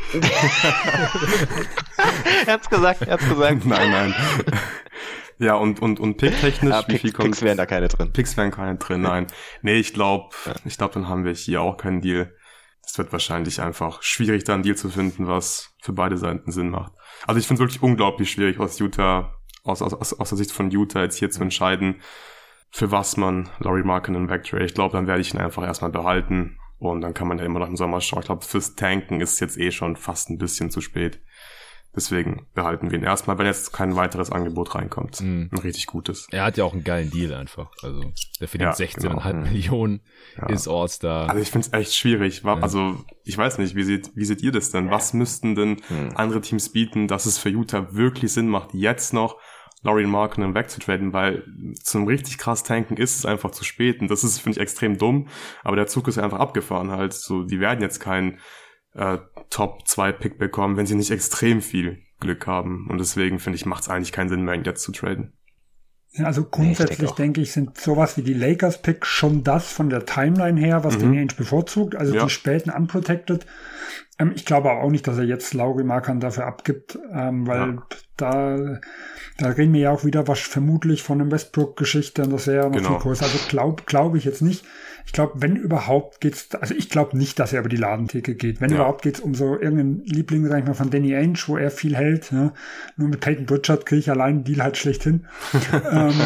er hat's gesagt, er hat's gesagt. nein, nein. Ja, und, und, und Pick-technisch, Ah, wie Pick, viel kommt? Picks wären da keine drin. Picks wären keine drin, nein. Nee, ich glaube, ich glaube, dann haben wir hier auch keinen Deal. Es wird wahrscheinlich einfach schwierig, da einen Deal zu finden, was für beide Seiten Sinn macht. Also ich finde es wirklich unglaublich schwierig, aus Utah, aus, aus, aus der Sicht von Utah jetzt hier zu entscheiden, für was man Lauri Markkanen wegtradet. Ich glaube, dann werde ich ihn einfach erstmal behalten und dann kann man ja immer noch im Sommer schauen. Ich glaube, fürs Tanken ist jetzt eh schon fast ein bisschen zu spät. Deswegen behalten wir ihn erstmal, wenn jetzt kein weiteres Angebot reinkommt. Mhm. Ein richtig gutes. Er hat ja auch einen geilen Deal einfach. Also der verdient ja, sechzehn Komma fünf genau. Millionen, ja. ist All-Star. Also ich finde es echt schwierig. Also ich weiß nicht, wie seht, wie seht ihr das denn? Was müssten denn mhm. andere Teams bieten, dass es für Utah wirklich Sinn macht, jetzt noch Lauri Markkanen wegzutraden, weil zum richtig krass tanken ist es einfach zu spät. Und das ist, finde ich, extrem dumm. Aber der Zug ist ja einfach abgefahren halt. So, die werden jetzt keinen äh, Top zwei Pick bekommen, wenn sie nicht extrem viel Glück haben. Und deswegen, finde ich, macht es eigentlich keinen Sinn mehr, ihn jetzt zu traden. Ja, also grundsätzlich, nee, ich denke ich, sind sowas wie die Lakers-Pick schon das von der Timeline her, was mhm. den Ainge bevorzugt. Also ja. die späten Unprotected. Ähm, ich glaube aber auch nicht, dass er jetzt Lauri Markkanen dafür abgibt, ähm, weil ja. da... Da reden wir ja auch wieder was vermutlich von einem Westbrook-Geschichte und das wäre ja noch genau. viel größer. Also glaube glaub ich jetzt nicht. Ich glaube, wenn überhaupt geht's, also ich glaube nicht, dass er über die Ladentheke geht. Wenn ja. überhaupt geht's um so irgendeinen Liebling, sag ich mal, von Danny Ainge, wo er viel hält. Ja. Nur mit Peyton Pritchard kriege ich allein einen Deal halt schlecht hin. ähm,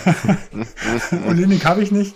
Olynyk habe ich nicht.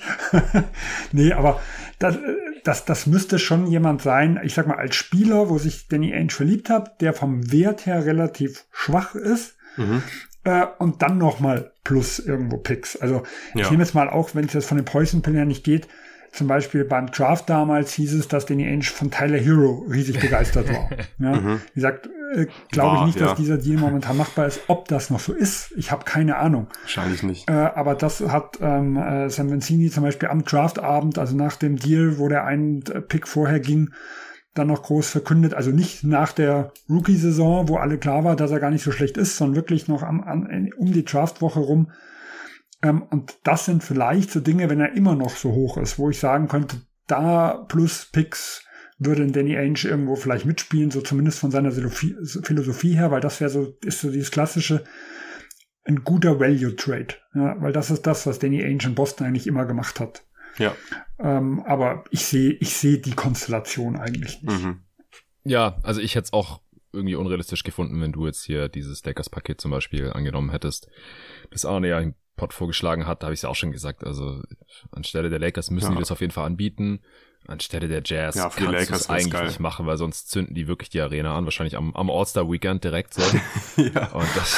Nee, aber das, das, das müsste schon jemand sein, ich sag mal, als Spieler, wo sich Danny Ainge verliebt hat, der vom Wert her relativ schwach ist. Mhm. Äh, und dann nochmal plus irgendwo Picks. Also ja. ich nehme jetzt mal auch, wenn es jetzt von den Poison-Pillen her nicht geht, zum Beispiel beim Draft damals hieß es, dass Danny Ainge von Tyler Hero riesig begeistert war. Ja, mhm. Wie gesagt, äh, glaube ich nicht, ja. dass dieser Deal momentan machbar ist. Ob das noch so ist, ich habe keine Ahnung. Wahrscheinlich nicht. Äh, aber das hat ähm, äh, Sam Mancini zum Beispiel am Draftabend, also nach dem Deal, wo der einen äh, Pick vorher ging, dann noch groß verkündet, also nicht nach der Rookie-Saison, wo alle klar war, dass er gar nicht so schlecht ist, sondern wirklich noch am, am, um die Draftwoche rum. Ähm, und das sind vielleicht so Dinge, wenn er immer noch so hoch ist, wo ich sagen könnte, da plus Picks würde Danny Ainge irgendwo vielleicht mitspielen, so zumindest von seiner Philosophie her, weil das wäre so, ist so dieses klassische, ein guter Value-Trade. Ja, weil das ist das, was Danny Ainge in Boston eigentlich immer gemacht hat. Ja. Ähm, aber ich sehe ich sehe die Konstellation eigentlich nicht. Mhm. Ja, also ich hätte es auch irgendwie unrealistisch gefunden, wenn du jetzt hier dieses Lakers-Paket zum Beispiel angenommen hättest, das Arne ja im Pod vorgeschlagen hat, da habe ich es auch schon gesagt. Also anstelle der Lakers müssen ja. die das auf jeden Fall anbieten. Anstelle der Jazz ja, kannst du es eigentlich geil. nicht machen, weil sonst zünden die wirklich die Arena an. Wahrscheinlich am, am All-Star-Weekend direkt so. ja. Und das,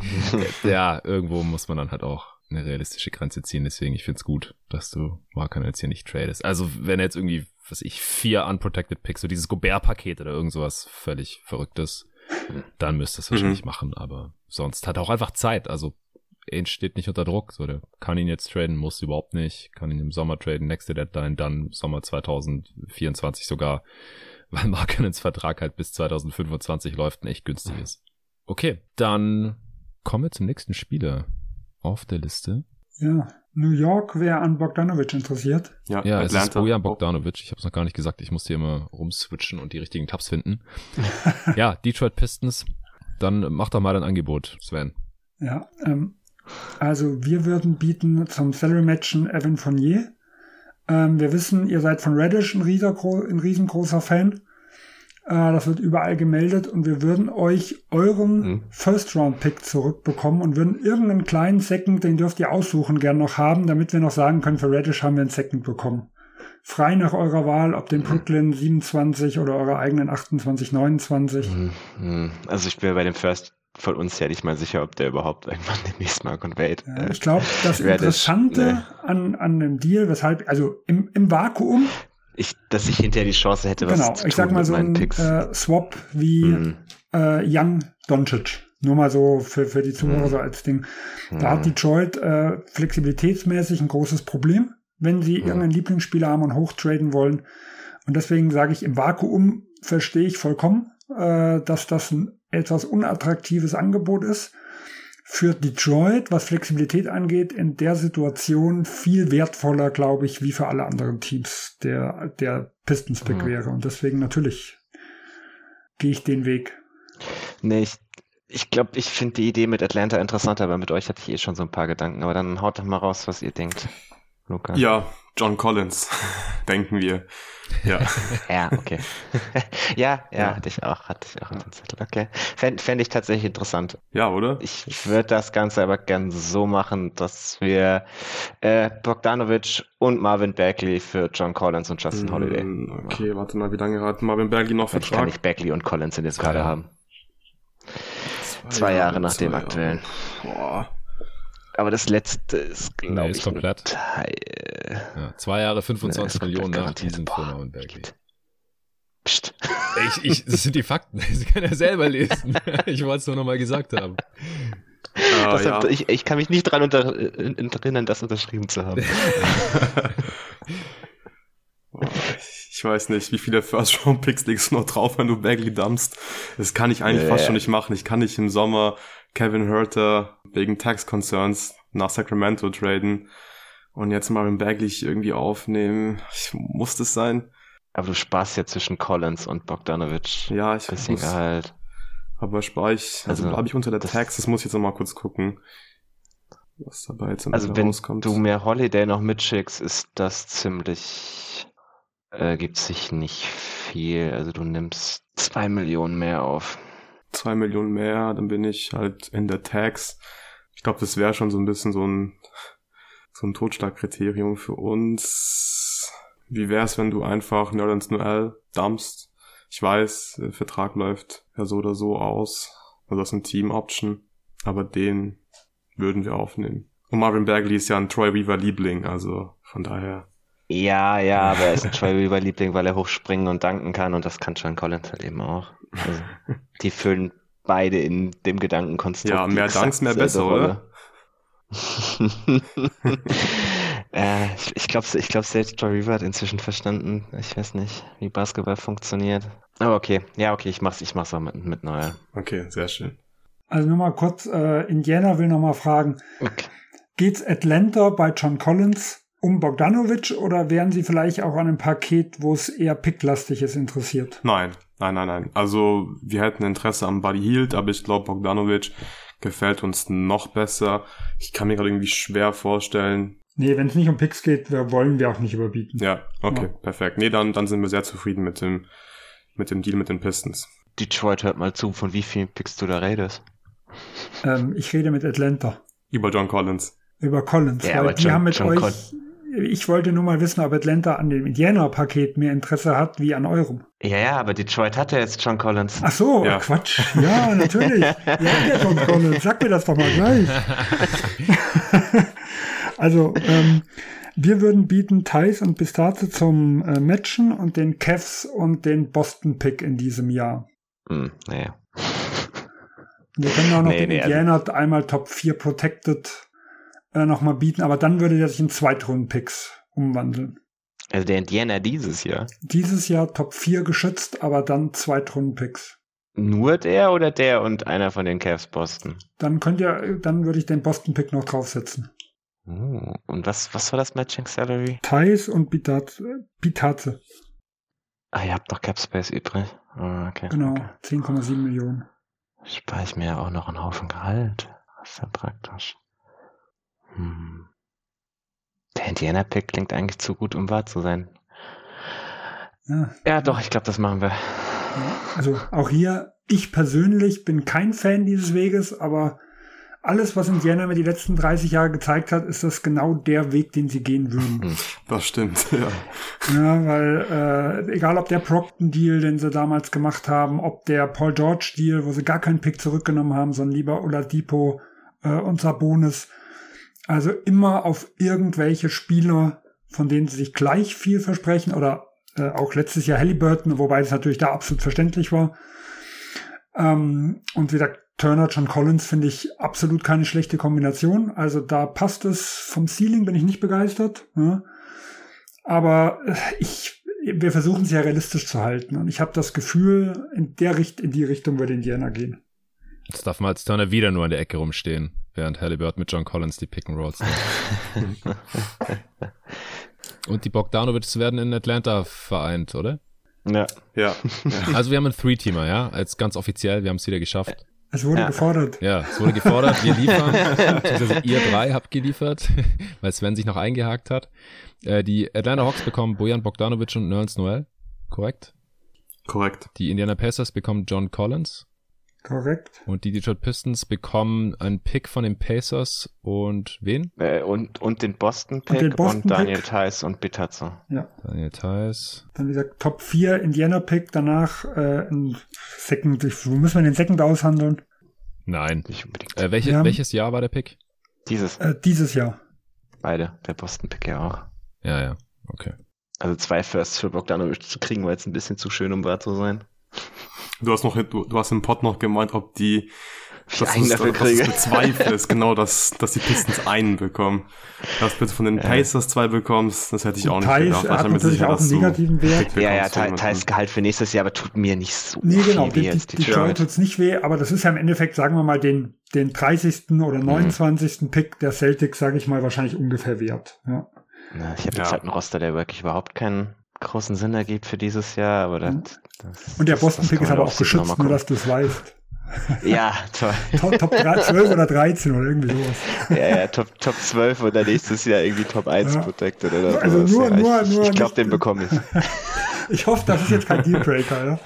ja, irgendwo muss man dann halt auch eine realistische Grenze ziehen. Deswegen, ich find's gut, dass du Markkanen jetzt hier nicht tradest. Also, wenn jetzt irgendwie, was ich, vier Unprotected Picks, so dieses Gobert-Paket oder irgend sowas völlig Verrücktes, dann müsste es wahrscheinlich mhm. machen. Aber sonst hat er auch einfach Zeit. Also, Ainge steht nicht unter Druck. So, der kann ihn jetzt traden, muss überhaupt nicht. Kann ihn im Sommer traden, nächste Deadline, dann Sommer zwanzig vierundzwanzig sogar, weil Markkanens Vertrag halt bis zwanzig fünfundzwanzig läuft und echt günstig ist. Okay, dann kommen wir zum nächsten Spieler auf der Liste. Ja, New York wäre an Bogdanovic interessiert. Ja, ja es ist Bojan Bogdanovic. Ich habe es noch gar nicht gesagt. Ich musste hier immer rumswitchen und die richtigen Tabs finden. Ja, Detroit Pistons. Dann mach doch mal ein Angebot, Sven. Ja, ähm, also wir würden bieten zum Salary-Matchen Evan Fournier. Ähm, wir wissen, ihr seid von Reddish ein, ein riesengroßer Fan. Äh, das wird überall gemeldet und wir würden euch euren mhm. First-Round-Pick zurückbekommen und würden irgendeinen kleinen Second, den dürft ihr aussuchen, gern noch haben, damit wir noch sagen können, für Reddish haben wir einen Second bekommen. Frei nach eurer Wahl, ob den Brooklyn siebenundzwanzig oder eure eigenen achtundzwanzig, neunundzwanzig. Mhm. Also ich bin bei dem First von uns ja nicht mal sicher, ob der überhaupt irgendwann demnächst mal Conveyed. Ja, ich glaube, das Interessante nee. an, an dem Deal, weshalb, also im, im Vakuum, ich, dass ich hinterher die Chance hätte, was genau, zu tun ich sag mal mit so ein äh, Swap wie mhm. äh, Young Doncic. Nur mal so für, für die Zuhörer mhm. so als Ding. Da mhm. hat Detroit äh, flexibilitätsmäßig ein großes Problem, wenn sie mhm. irgendeinen Lieblingsspieler haben und hochtraden wollen. Und deswegen sage ich, im Vakuum verstehe ich vollkommen, äh, dass das ein etwas unattraktives Angebot ist. Für Detroit, was Flexibilität angeht, in der Situation viel wertvoller, glaube ich, wie für alle anderen Teams der, der Pistons-Pick mhm. wäre. Und deswegen natürlich gehe ich den Weg. Nee, ich, ich glaube, ich finde die Idee mit Atlanta interessanter, aber mit euch hatte ich eh schon so ein paar Gedanken. Aber dann haut doch mal raus, was ihr denkt, Luca. Ja, John Collins, denken wir. Ja. ja, okay. ja, ja, ja, hatte ich auch, hatte ich auch in den Zettel. Okay. Fände fänd ich tatsächlich interessant. Ja, oder? Ich, ich würde das Ganze aber gern so machen, dass wir äh, Bogdanovic und Marvin Bagley für John Collins und Justin mm, Holiday. Okay, warte mal, wie lange hat Marvin Bagley noch Vertrag? Ich kann nicht Bagley und Collins in dem Kader haben. Zwei, zwei Jahre nach dem aktuellen. Boah. Aber das letzte ist, glaube Nee, ich, ist komplett. Teil. Ja, zwei Jahre, fünfundzwanzig Nee, ist Millionen nach garantiert. diesem Boah, Firma und Bagley. Psst. Ich, ich, das sind die Fakten. Das kann er selber lesen. Ich wollte es nur nochmal gesagt haben. Ah, Das ja. hat, ich, ich kann mich nicht daran unter, erinnern, das unterschrieben zu haben. Ich weiß nicht, wie viele First-Round-Picks legst du noch drauf, wenn du Bagley dumpst? Das kann ich eigentlich Ja. fast schon nicht machen. Ich kann nicht im Sommer Kevin Huerter wegen Tax-Concerns nach Sacramento traden und jetzt Marvin Bagley irgendwie aufnehmen. Ich, muss das sein? Aber du sparst ja zwischen Collins und Bogdanovic. Ja, ich Bisschen muss, Gehalt. aber spare ich, also, Also, bleibe ich unter der das- Tax, das muss ich jetzt noch mal kurz gucken, was dabei jetzt am Also Ende wenn rauskommt. du mehr Holiday noch mitschickst, ist das ziemlich, äh, gibt sich nicht viel. Also du nimmst zwei Millionen mehr auf. Zwei Millionen mehr, dann bin ich halt in der Tax. Ich glaube, das wäre schon so ein bisschen so ein so ein Totschlagkriterium für uns. Wie wär's, wenn du einfach Nerlens Noel dumpst? Ich weiß, der Vertrag läuft ja so oder so aus. Also das ist ein Team-Option. Aber den würden wir aufnehmen. Und Marvin Bagley ist ja ein Troy Weaver-Liebling, also von daher. Ja, ja, aber er ist ein Troy Weaver-Liebling, weil er hochspringen und danken kann und das kann John Collins halt eben auch. Also, die füllen beide in dem Gedankenkonstrukt. Ja, die mehr exakt Dunks, mehr selbe besser, Rolle. äh, ich ich glaube, ich glaub, selbst Troy Weaver hat inzwischen verstanden. Ich weiß nicht, wie Basketball funktioniert. Aber okay, ja, okay, ich mach's, ich mach's auch mit, mit Neuer. Okay, sehr schön. Also nur mal kurz, äh, Indiana will noch mal fragen, Okay. geht's Atlanta bei John Collins um Bogdanovic oder wären sie vielleicht auch an einem Paket, wo es eher picklastig ist, interessiert? Nein, nein, nein, nein. Also wir hätten Interesse am Buddy Hield, aber ich glaube, Bogdanovic gefällt uns noch besser. Ich kann mir gerade irgendwie schwer vorstellen. Nee, wenn es nicht um Picks geht, wir wollen wir auch nicht überbieten. Ja, okay, Ja. perfekt. Nee, dann, dann sind wir sehr zufrieden mit dem, mit dem Deal mit den Pistons. Detroit, hört mal zu, von wie vielen Picks du da redest. Ähm, ich rede mit Atlanta Über John Collins. über Collins, Ja, weil aber die John- haben mit John euch, Coll- ich wollte nur mal wissen, ob Atlanta an dem Indiana-Paket mehr Interesse hat wie an eurem. Ja, ja, aber Detroit hat ja jetzt John Collins. Ach so, Ja. Quatsch. Ja, natürlich. Ja, der John Collins. Sag mir das doch mal gleich. Also, ähm, wir würden bieten Thais und Pistaze zum äh, Matchen und den Cavs und den Boston-Pick in diesem Jahr. Hm, naja. Wir können auch noch Nee, den nee, also- Indiana einmal Top vier Protected äh, nochmal bieten, aber dann würde der sich in Zweitrunden-Picks umwandeln. Also der Indiana dieses Jahr. Dieses Jahr Top vier geschützt, aber dann Zweitrunden-Picks. Nur der oder der und einer von den Cavs Boston? Dann könnt ihr, dann würde ich den Boston-Pick noch draufsetzen. Oh, und was, was war das Matching Salary? Thais und Pistaze. Pistaze. Ah, ihr habt noch Cap Space übrig. Ah, okay. Genau, Okay. zehn Komma sieben Millionen. Spare ich mir ja auch noch einen Haufen Gehalt. Das ist ja praktisch. Hm. Der Indiana-Pick klingt eigentlich zu gut, um wahr zu sein. Ja, Ja, doch, ich glaube, das machen wir. also auch hier, ich persönlich bin kein Fan dieses Weges, aber alles, was Indiana mir die letzten dreißig Jahre gezeigt hat, ist das genau der Weg, den sie gehen würden. Das stimmt, ja. Ja, weil äh, egal ob der Procton-Deal, den sie damals gemacht haben, ob der Paul George-Deal, wo sie gar keinen Pick zurückgenommen haben, sondern lieber Oladipo äh, und Sabonis, also immer auf irgendwelche Spieler, von denen sie sich gleich viel versprechen, oder äh, auch letztes Jahr Halliburton, wobei das natürlich da absolut verständlich war. Ähm, und wie gesagt, Turner, John Collins finde ich absolut keine schlechte Kombination. Also da passt es. Vom Ceiling bin ich nicht begeistert. Ja. Aber ich, wir versuchen es ja realistisch zu halten. Und ich habe das Gefühl, in der Richt in die Richtung würde Indiana gehen. Jetzt darf man als Turner wieder nur in der Ecke rumstehen, während Halliburton mit John Collins die Pick-and-Rolls nimmt. Und die Bogdanovics werden in Atlanta vereint, oder? Ja. Ja, Also wir haben einen Three-Teamer, ja, als ganz offiziell, wir haben es wieder geschafft. Es wurde Ja. gefordert. Ja, es wurde gefordert, wir liefern, beziehungsweise ihr drei habt geliefert, weil Sven sich noch eingehakt hat. Äh, die Atlanta Hawks bekommen Bojan Bogdanovic und Nerlens Noel, korrekt? korrekt. Die Indiana Pacers bekommen John Collins Korrekt. und die Detroit Pistons bekommen einen Pick von den Pacers und wen? Äh, und, und den Boston-Pick Und und, den Boston-Pick. Daniel Theis und Bitazzo. Ja. Daniel Theis. Dann wie gesagt, Top vier Indiana-Pick, danach äh, ein Second. Wo müssen wir den Second aushandeln? Nein. Nicht unbedingt. Äh, welche, Ja. Welches Jahr war der Pick? Dieses, Äh, dieses Jahr. beide, der Boston-Pick ja auch. Ja, ja, okay. Also zwei Firsts für Bogdanovic zu kriegen, war jetzt ein bisschen zu schön, um wahr zu sein. Du hast noch, du, du hast im Pod noch gemeint, ob die, Ich dass einen du dafür es kriege. bezweifelst, genau, dass, dass die Pistons einen bekommen. Dass du bitte von den Ja. Pacers zwei bekommst, das hätte ich auch nicht Thais gedacht. hat Ich bin mir natürlich sicher, auch dass einen du negativen Wert. Pick Ja, ja, bekommst von Thais jemandem. Gehalt für nächstes Jahr, aber tut mir nicht so Nee, genau, viel wie die, jetzt die, die Detroit Detroit. tut's nicht weh, aber das ist ja im Endeffekt, sagen wir mal, den, den dreißigsten oder neunundzwanzigsten Pick der Celtics, sage ich mal, wahrscheinlich ungefähr wert. Ja. Na, ich habe Ja. jetzt halt einen Roster, der wirklich überhaupt keinen großen Sinn ergibt für dieses Jahr, aber das, Mhm. das Und der das- Boston-Pick das ist kann man aber auf auch sich noch geschützt, mal nur gucken. dass du es weißt. Ja, toll. Top, Top drei, zwölf oder dreizehn oder irgendwie sowas. Ja, ja, Top, Top zwölf und dann nächstes Jahr irgendwie Top eins Ja. protected oder Also sowas. nur- ja, nur- ich nur ich glaube, nicht- den bekomme ich. Ich hoffe, das ist jetzt kein Dealbreaker, ja.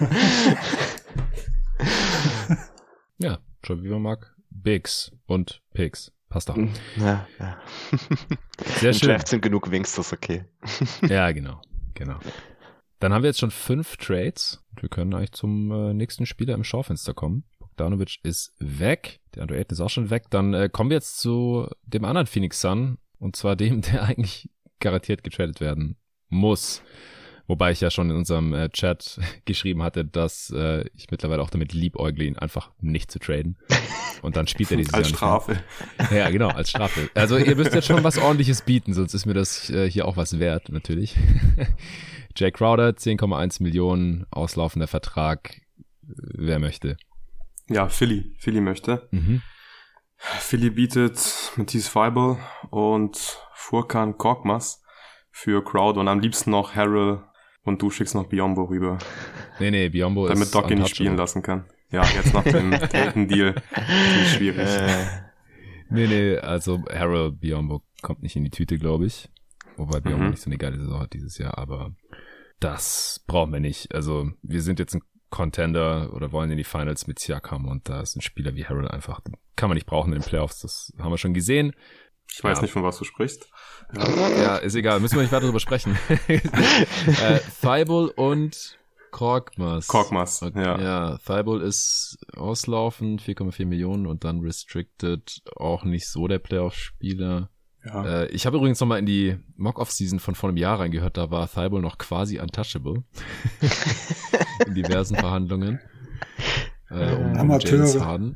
Ja, schon wie man mag. Bigs und Picks. Passt doch. Ja, ja. Sehr Im schön. Draft sind genug Wings, das ist okay. Ja, genau. Genau. Dann haben wir jetzt schon fünf Trades und wir können eigentlich zum äh, nächsten Spieler im Schaufenster kommen. Bogdanovic ist weg. Der Andrew Ayton ist auch schon weg. Dann äh, kommen wir jetzt zu dem anderen Phoenix Sun und zwar dem, der eigentlich garantiert getradet werden muss. Wobei ich ja schon in unserem äh, Chat geschrieben hatte, dass äh, ich mittlerweile auch damit liebäugle, ihn einfach nicht zu traden. Und dann spielt er dieses Als Jahr nicht Strafe. mehr. Ja, genau, als Strafe. Also ihr müsst jetzt schon was Ordentliches bieten, sonst ist mir das äh, hier auch was wert, natürlich. Jay Crowder, zehn Komma eins Millionen, auslaufender Vertrag. Wer möchte? Ja, Philly. Philly möchte. Mhm. Philly bietet Matisse Feibel und Furkan Korkmaz für Crowd und am liebsten noch Harrell und du schickst noch Biombo rüber, Nee, nee, Biombo ist damit Doc ihn nicht spielen untouchable. lassen kann. Ja, jetzt nach dem Tatum-Deal ist schwierig. Äh, Nee, nee, also Harold Biombo kommt nicht in die Tüte, glaube ich. Wobei Biombo Mhm. nicht so eine geile Saison hat dieses Jahr, aber das brauchen wir nicht. Also wir sind jetzt ein Contender oder wollen in die Finals mit Siakam und da ist ein Spieler wie Harold einfach, kann man nicht brauchen in den Playoffs, das haben wir schon gesehen. Ich weiß Ja. nicht, von was du sprichst. Ja. Ja, ist egal, müssen wir nicht weiter darüber sprechen. äh, Thibault und Korkmaz. Korkmaz, ja. Ja, Thibault ist auslaufend, vier Komma vier Millionen und dann restricted, auch nicht so der Playoff-Spieler. ja. Äh, ich habe übrigens nochmal in die Mock-Off-Season von vor einem Jahr reingehört, da war Thibault noch quasi untouchable. in diversen Verhandlungen. Äh, um, um Amateure. James Harden.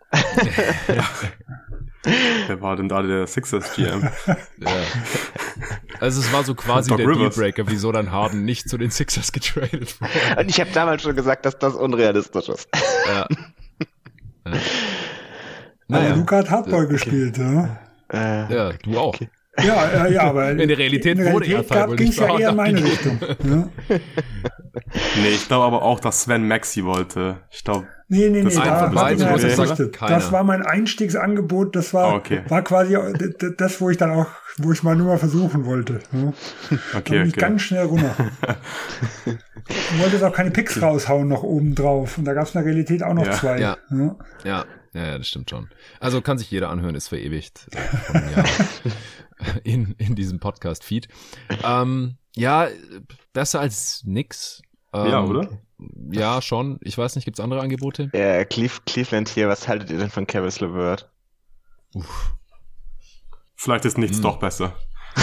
Wer war denn da der Sixers G M? Ja. Also es war so quasi Doc der Rivers. Dealbreaker, wieso dann Harden nicht zu den Sixers getradet wurde. Und ich habe damals schon gesagt, dass das unrealistisch ist. Ja. Ja. Aber Naja, Luca hat Hardball gespielt, ja. Äh, ja, du auch. Ja, ja, ja, aber In der Realität in der wurde er Realität Thibault ging es nicht ja eher in meine abgegeben. Richtung. Ja. Nee, ich glaube aber auch, dass Sven Maxi wollte. Ich glaube, Nee, nee, nee, Das da einfach hat beide, er wo es jetzt verzichtet. sagt, keiner. Das war mein Einstiegsangebot, das war, Ah, okay. war quasi d- d- das, wo ich dann auch, wo ich mal nur mal versuchen wollte. Ja. Da okay, bin ich okay. ganz schnell runter. Ich wollte jetzt auch keine Picks raushauen noch oben drauf. Und da gab es in der Realität auch noch Ja. zwei. Ja. Ja. Ja, ja, ja, das stimmt schon. Also kann sich jeder anhören, ist verewigt äh, von einem Jahr in, in diesem Podcast-Feed. Ähm, ja, besser als nix. Ähm, Ja, oder? Ja, schon. Ich weiß nicht, gibt's andere Angebote? äh, Cleve, Cleveland hier, was haltet ihr denn von Caris LeVert? Uff. Vielleicht ist nichts Hm. doch besser.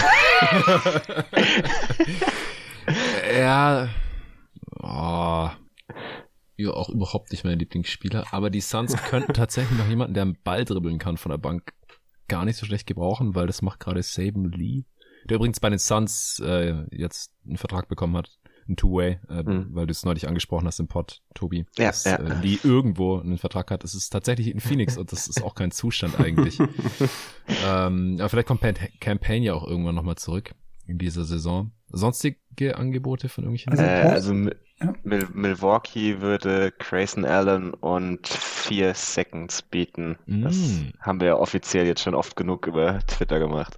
Ja, oh, ja, auch überhaupt nicht mein Lieblingsspieler, aber die Suns könnten tatsächlich noch jemanden, der einen Ball dribbeln kann von der Bank, gar nicht so schlecht gebrauchen, weil das macht gerade Saben Lee, der übrigens bei den Suns äh, jetzt einen Vertrag bekommen hat, ein Two-Way, äh, Hm. weil du es neulich angesprochen hast im Pod, Tobi, Ja, dass ja. äh, Lee irgendwo einen Vertrag hat. Es ist tatsächlich in Phoenix und das ist auch kein Zustand eigentlich. ähm, aber vielleicht kommt Pan- Campaign ja auch irgendwann nochmal zurück in dieser Saison. Sonstige Angebote von irgendwelchen? Also, Äh, Bos- also Mi- Ja. Mil Milwaukee würde Grayson Allen und vier Seconds bieten. Das Mm. haben wir ja offiziell jetzt schon oft genug über Twitter gemacht.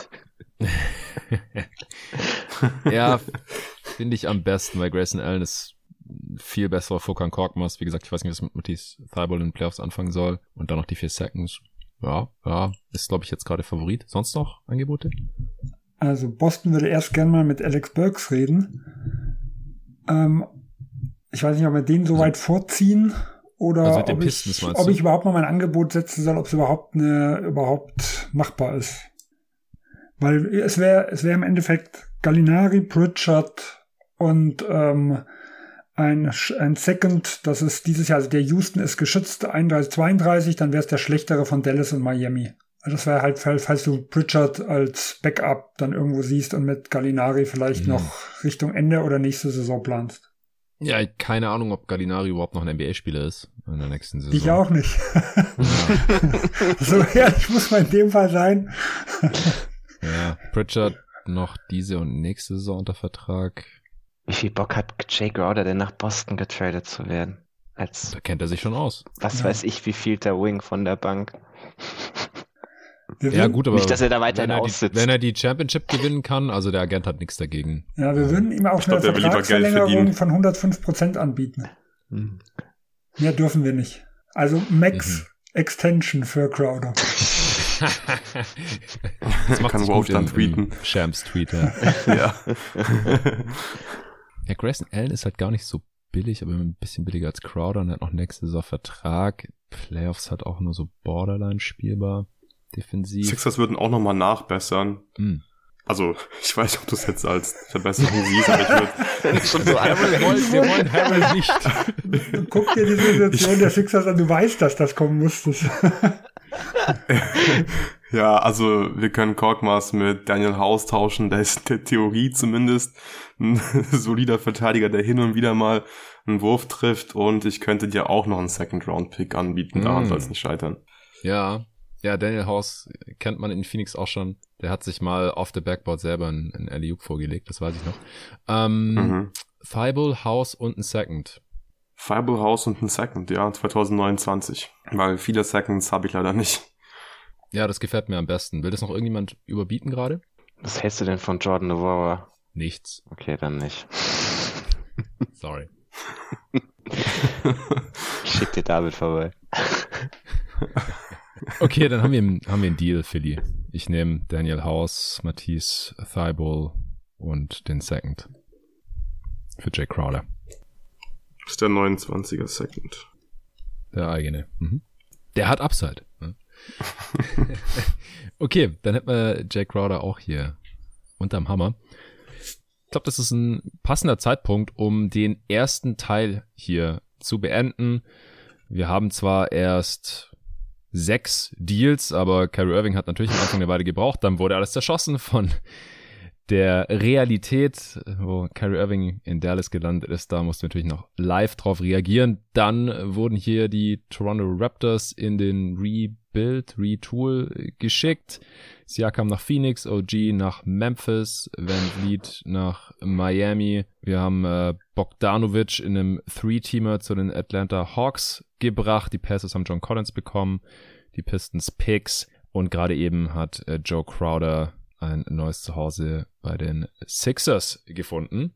Ja, finde ich am besten, weil Grayson Allen ist ein viel besserer Furkan Korkmaz. Wie gesagt, ich weiß nicht, was mit Matisse Thibault in den Playoffs anfangen soll. Und dann noch die vier Seconds. Ja, ja, ist, glaube ich, jetzt gerade Favorit. Sonst noch Angebote? Also Boston würde erst gerne mal mit Alex Burks reden. Ähm, ich weiß nicht, ob wir den so weit vorziehen oder also mit den ob, Pistons, ich, meinst ob du? ich überhaupt mal mein Angebot setzen soll, ob es überhaupt eine, überhaupt machbar ist. Weil es wäre es wäre im Endeffekt Gallinari, Pritchard und ähm, ein, ein Second, das ist dieses Jahr, also der Houston ist geschützt, einunddreißig, zweiunddreißig, dann wäre es der schlechtere von Dallas und Miami. Also das wäre halt, falls du Pritchard als Backup dann irgendwo siehst und mit Gallinari vielleicht mhm. noch Richtung Ende oder nächste Saison planst. Ja, keine Ahnung, ob Gallinari überhaupt noch ein N B A-Spieler ist in der nächsten Saison. Ich auch nicht. So ehrlich muss man in dem Fall sein. Ja, Pritchard noch diese und nächste Saison unter Vertrag. Wie viel Bock hat Jay Crowder denn nach Boston getradet zu werden? Als, da kennt er sich schon aus. Was ja. weiß ich, wie viel der Wing von der Bank. Wir ja, gut, aber nicht, dass er da weiterhin wenn er, aussitzt. Die, wenn er die Championship gewinnen kann, also der Agent hat nichts dagegen. Ja, wir würden ihm auch ich eine glaub, Vertragsverlängerung von hundertfünf Prozent anbieten. Hm. Mehr dürfen wir nicht. Also Max mhm. Extension für Crowder. Das macht kann sich Wolf gut dann im, tweeten. Im Shams Tweet, ja. Ja. Ja, Grayson Allen ist halt gar nicht so billig, aber ein bisschen billiger als Crowder und hat noch nächste Saison Vertrag. Playoffs hat auch nur so Borderline spielbar. Defensiv. Sixers würden auch nochmal nachbessern. Mm. Also, ich weiß nicht, ob du es jetzt als Verbesserung siehst, aber ich würde... Schon so Harold, wir wollen, wir wollen Harold nicht. Guck dir die Situation der Sixers an, du weißt, dass das kommen musste. Ja, also wir können Korkmaz mit Daniel House tauschen, der ist in der Theorie zumindest ein solider Verteidiger, der hin und wieder mal einen Wurf trifft, und ich könnte dir auch noch einen Second-Round-Pick anbieten, daran mm. soll es nicht scheitern. Ja, ja, Daniel House kennt man in Phoenix auch schon, der hat sich mal off the backboard selber einen, einen Alley-Oop vorgelegt, das weiß ich noch. Ähm, mhm. Thibault, House und ein Second. Thibault, House und ein Second, ja, zwanzig neunundzwanzig, weil viele Seconds habe ich leider nicht. Ja, das gefällt mir am besten. Will das noch irgendjemand überbieten gerade? Was hältst du denn von Jordan Nwora? Nichts. Okay, dann nicht. Sorry. Ich schick dir David vorbei. Okay, dann haben wir, haben wir einen Deal, Philly. Ich nehme Daniel House, Matisse Thibault und den Second. Für Jay Crowder. Das ist der neunundzwanziger Second. Der eigene. Mhm. Der hat Upside. Ne? Okay, dann hätten wir Jay Crowder auch hier unterm Hammer. Ich glaube, das ist ein passender Zeitpunkt, um den ersten Teil hier zu beenden. Wir haben zwar erst sechs Deals, aber Kyrie Irving hat natürlich am Anfang eine Weile gebraucht. Dann wurde alles zerschossen von der Realität, wo Kyrie Irving in Dallas gelandet ist. Da mussten wir natürlich noch live drauf reagieren. Dann wurden hier die Toronto Raptors in den Rebuild, Retool geschickt. Siakam nach Phoenix, O G nach Memphis, Van Vliet nach Miami. Wir haben äh, Bogdanovic in einem Three-Teamer zu den Atlanta Hawks gebracht. Die Pacers haben John Collins bekommen, die Pistons Picks, und gerade eben hat äh, Joe Crowder ein neues Zuhause bei den Sixers gefunden.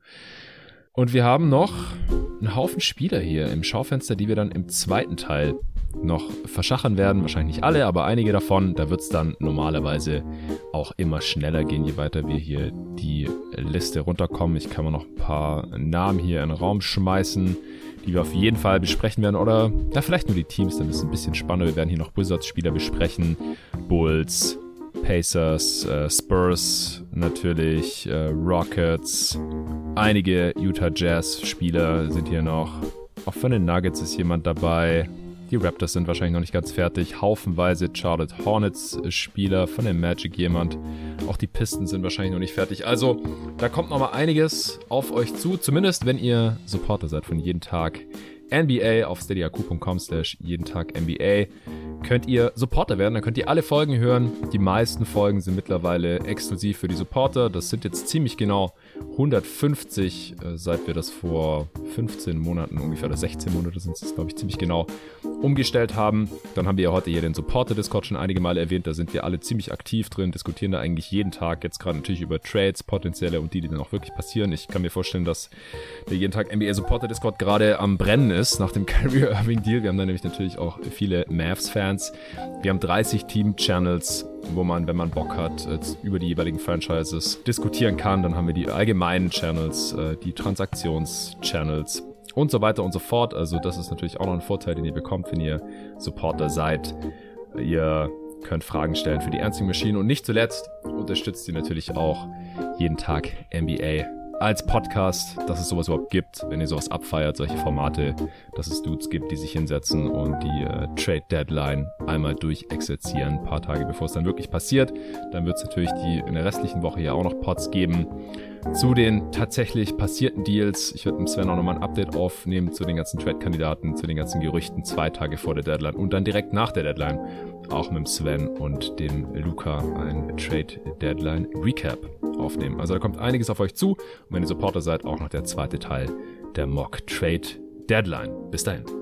Und wir haben noch einen Haufen Spieler hier im Schaufenster, die wir dann im zweiten Teil noch verschachern werden. Wahrscheinlich nicht alle, aber einige davon. Da wird es dann normalerweise auch immer schneller gehen, je weiter wir hier die Liste runterkommen. Ich kann mal noch ein paar Namen hier in den Raum schmeißen, die wir auf jeden Fall besprechen werden. Oder ja, vielleicht nur die Teams, dann ist es ein bisschen spannender. Wir werden hier noch Wizards-Spieler besprechen. Bulls, Pacers, äh, Spurs natürlich, äh, Rockets, einige Utah Jazz-Spieler sind hier noch. Auch von den Nuggets ist jemand dabei. Die Raptors sind wahrscheinlich noch nicht ganz fertig. Haufenweise Charlotte Hornets-Spieler, von den Magic jemand. Auch die Pistons sind wahrscheinlich noch nicht fertig. Also, da kommt noch mal einiges auf euch zu. Zumindest, wenn ihr Supporter seid von jeden Tag N B A auf steadyaku punkt com slash jeden Tag N B A. Könnt ihr Supporter werden, dann könnt ihr alle Folgen hören. Die meisten Folgen sind mittlerweile exklusiv für die Supporter. Das sind jetzt ziemlich genau hundertfünfzig, äh, seit wir das vor fünfzehn Monaten ungefähr, oder sechzehn Monate sind es, glaube ich, ziemlich genau umgestellt haben. Dann haben wir ja heute hier den Supporter-Discord schon einige Male erwähnt. Da sind wir alle ziemlich aktiv drin, diskutieren da eigentlich jeden Tag. Jetzt gerade natürlich über Trades, potenzielle und die, die dann auch wirklich passieren. Ich kann mir vorstellen, dass der jeden Tag N B A Supporter-Discord gerade am Brennen ist nach dem Kyrie Irving-Deal. Wir haben da nämlich natürlich auch viele Mavs-Fans. Wir haben dreißig Team-Channels, wo man, wenn man Bock hat, über die jeweiligen Franchises diskutieren kann. Dann haben wir die allgemeinen Channels, die Transaktions-Channels und so weiter und so fort. Also das ist natürlich auch noch ein Vorteil, den ihr bekommt, wenn ihr Supporter seid. Ihr könnt Fragen stellen für die Answering Machine und nicht zuletzt unterstützt ihr natürlich auch jeden Tag N B A als Podcast, dass es sowas überhaupt gibt, wenn ihr sowas abfeiert, solche Formate, dass es Dudes gibt, die sich hinsetzen und die äh, Trade Deadline einmal durchexerzieren, ein paar Tage bevor es dann wirklich passiert. Dann wird es natürlich die in der restlichen Woche ja auch noch Pods geben zu den tatsächlich passierten Deals. Ich werde mit Sven auch nochmal ein Update aufnehmen zu den ganzen Trade-Kandidaten, zu den ganzen Gerüchten zwei Tage vor der Deadline und dann direkt nach der Deadline auch mit dem Sven und dem Luca ein Trade Deadline Recap aufnehmen. Also da kommt einiges auf euch zu und wenn ihr Supporter seid, auch noch der zweite Teil der Mock Trade Deadline. Bis dahin.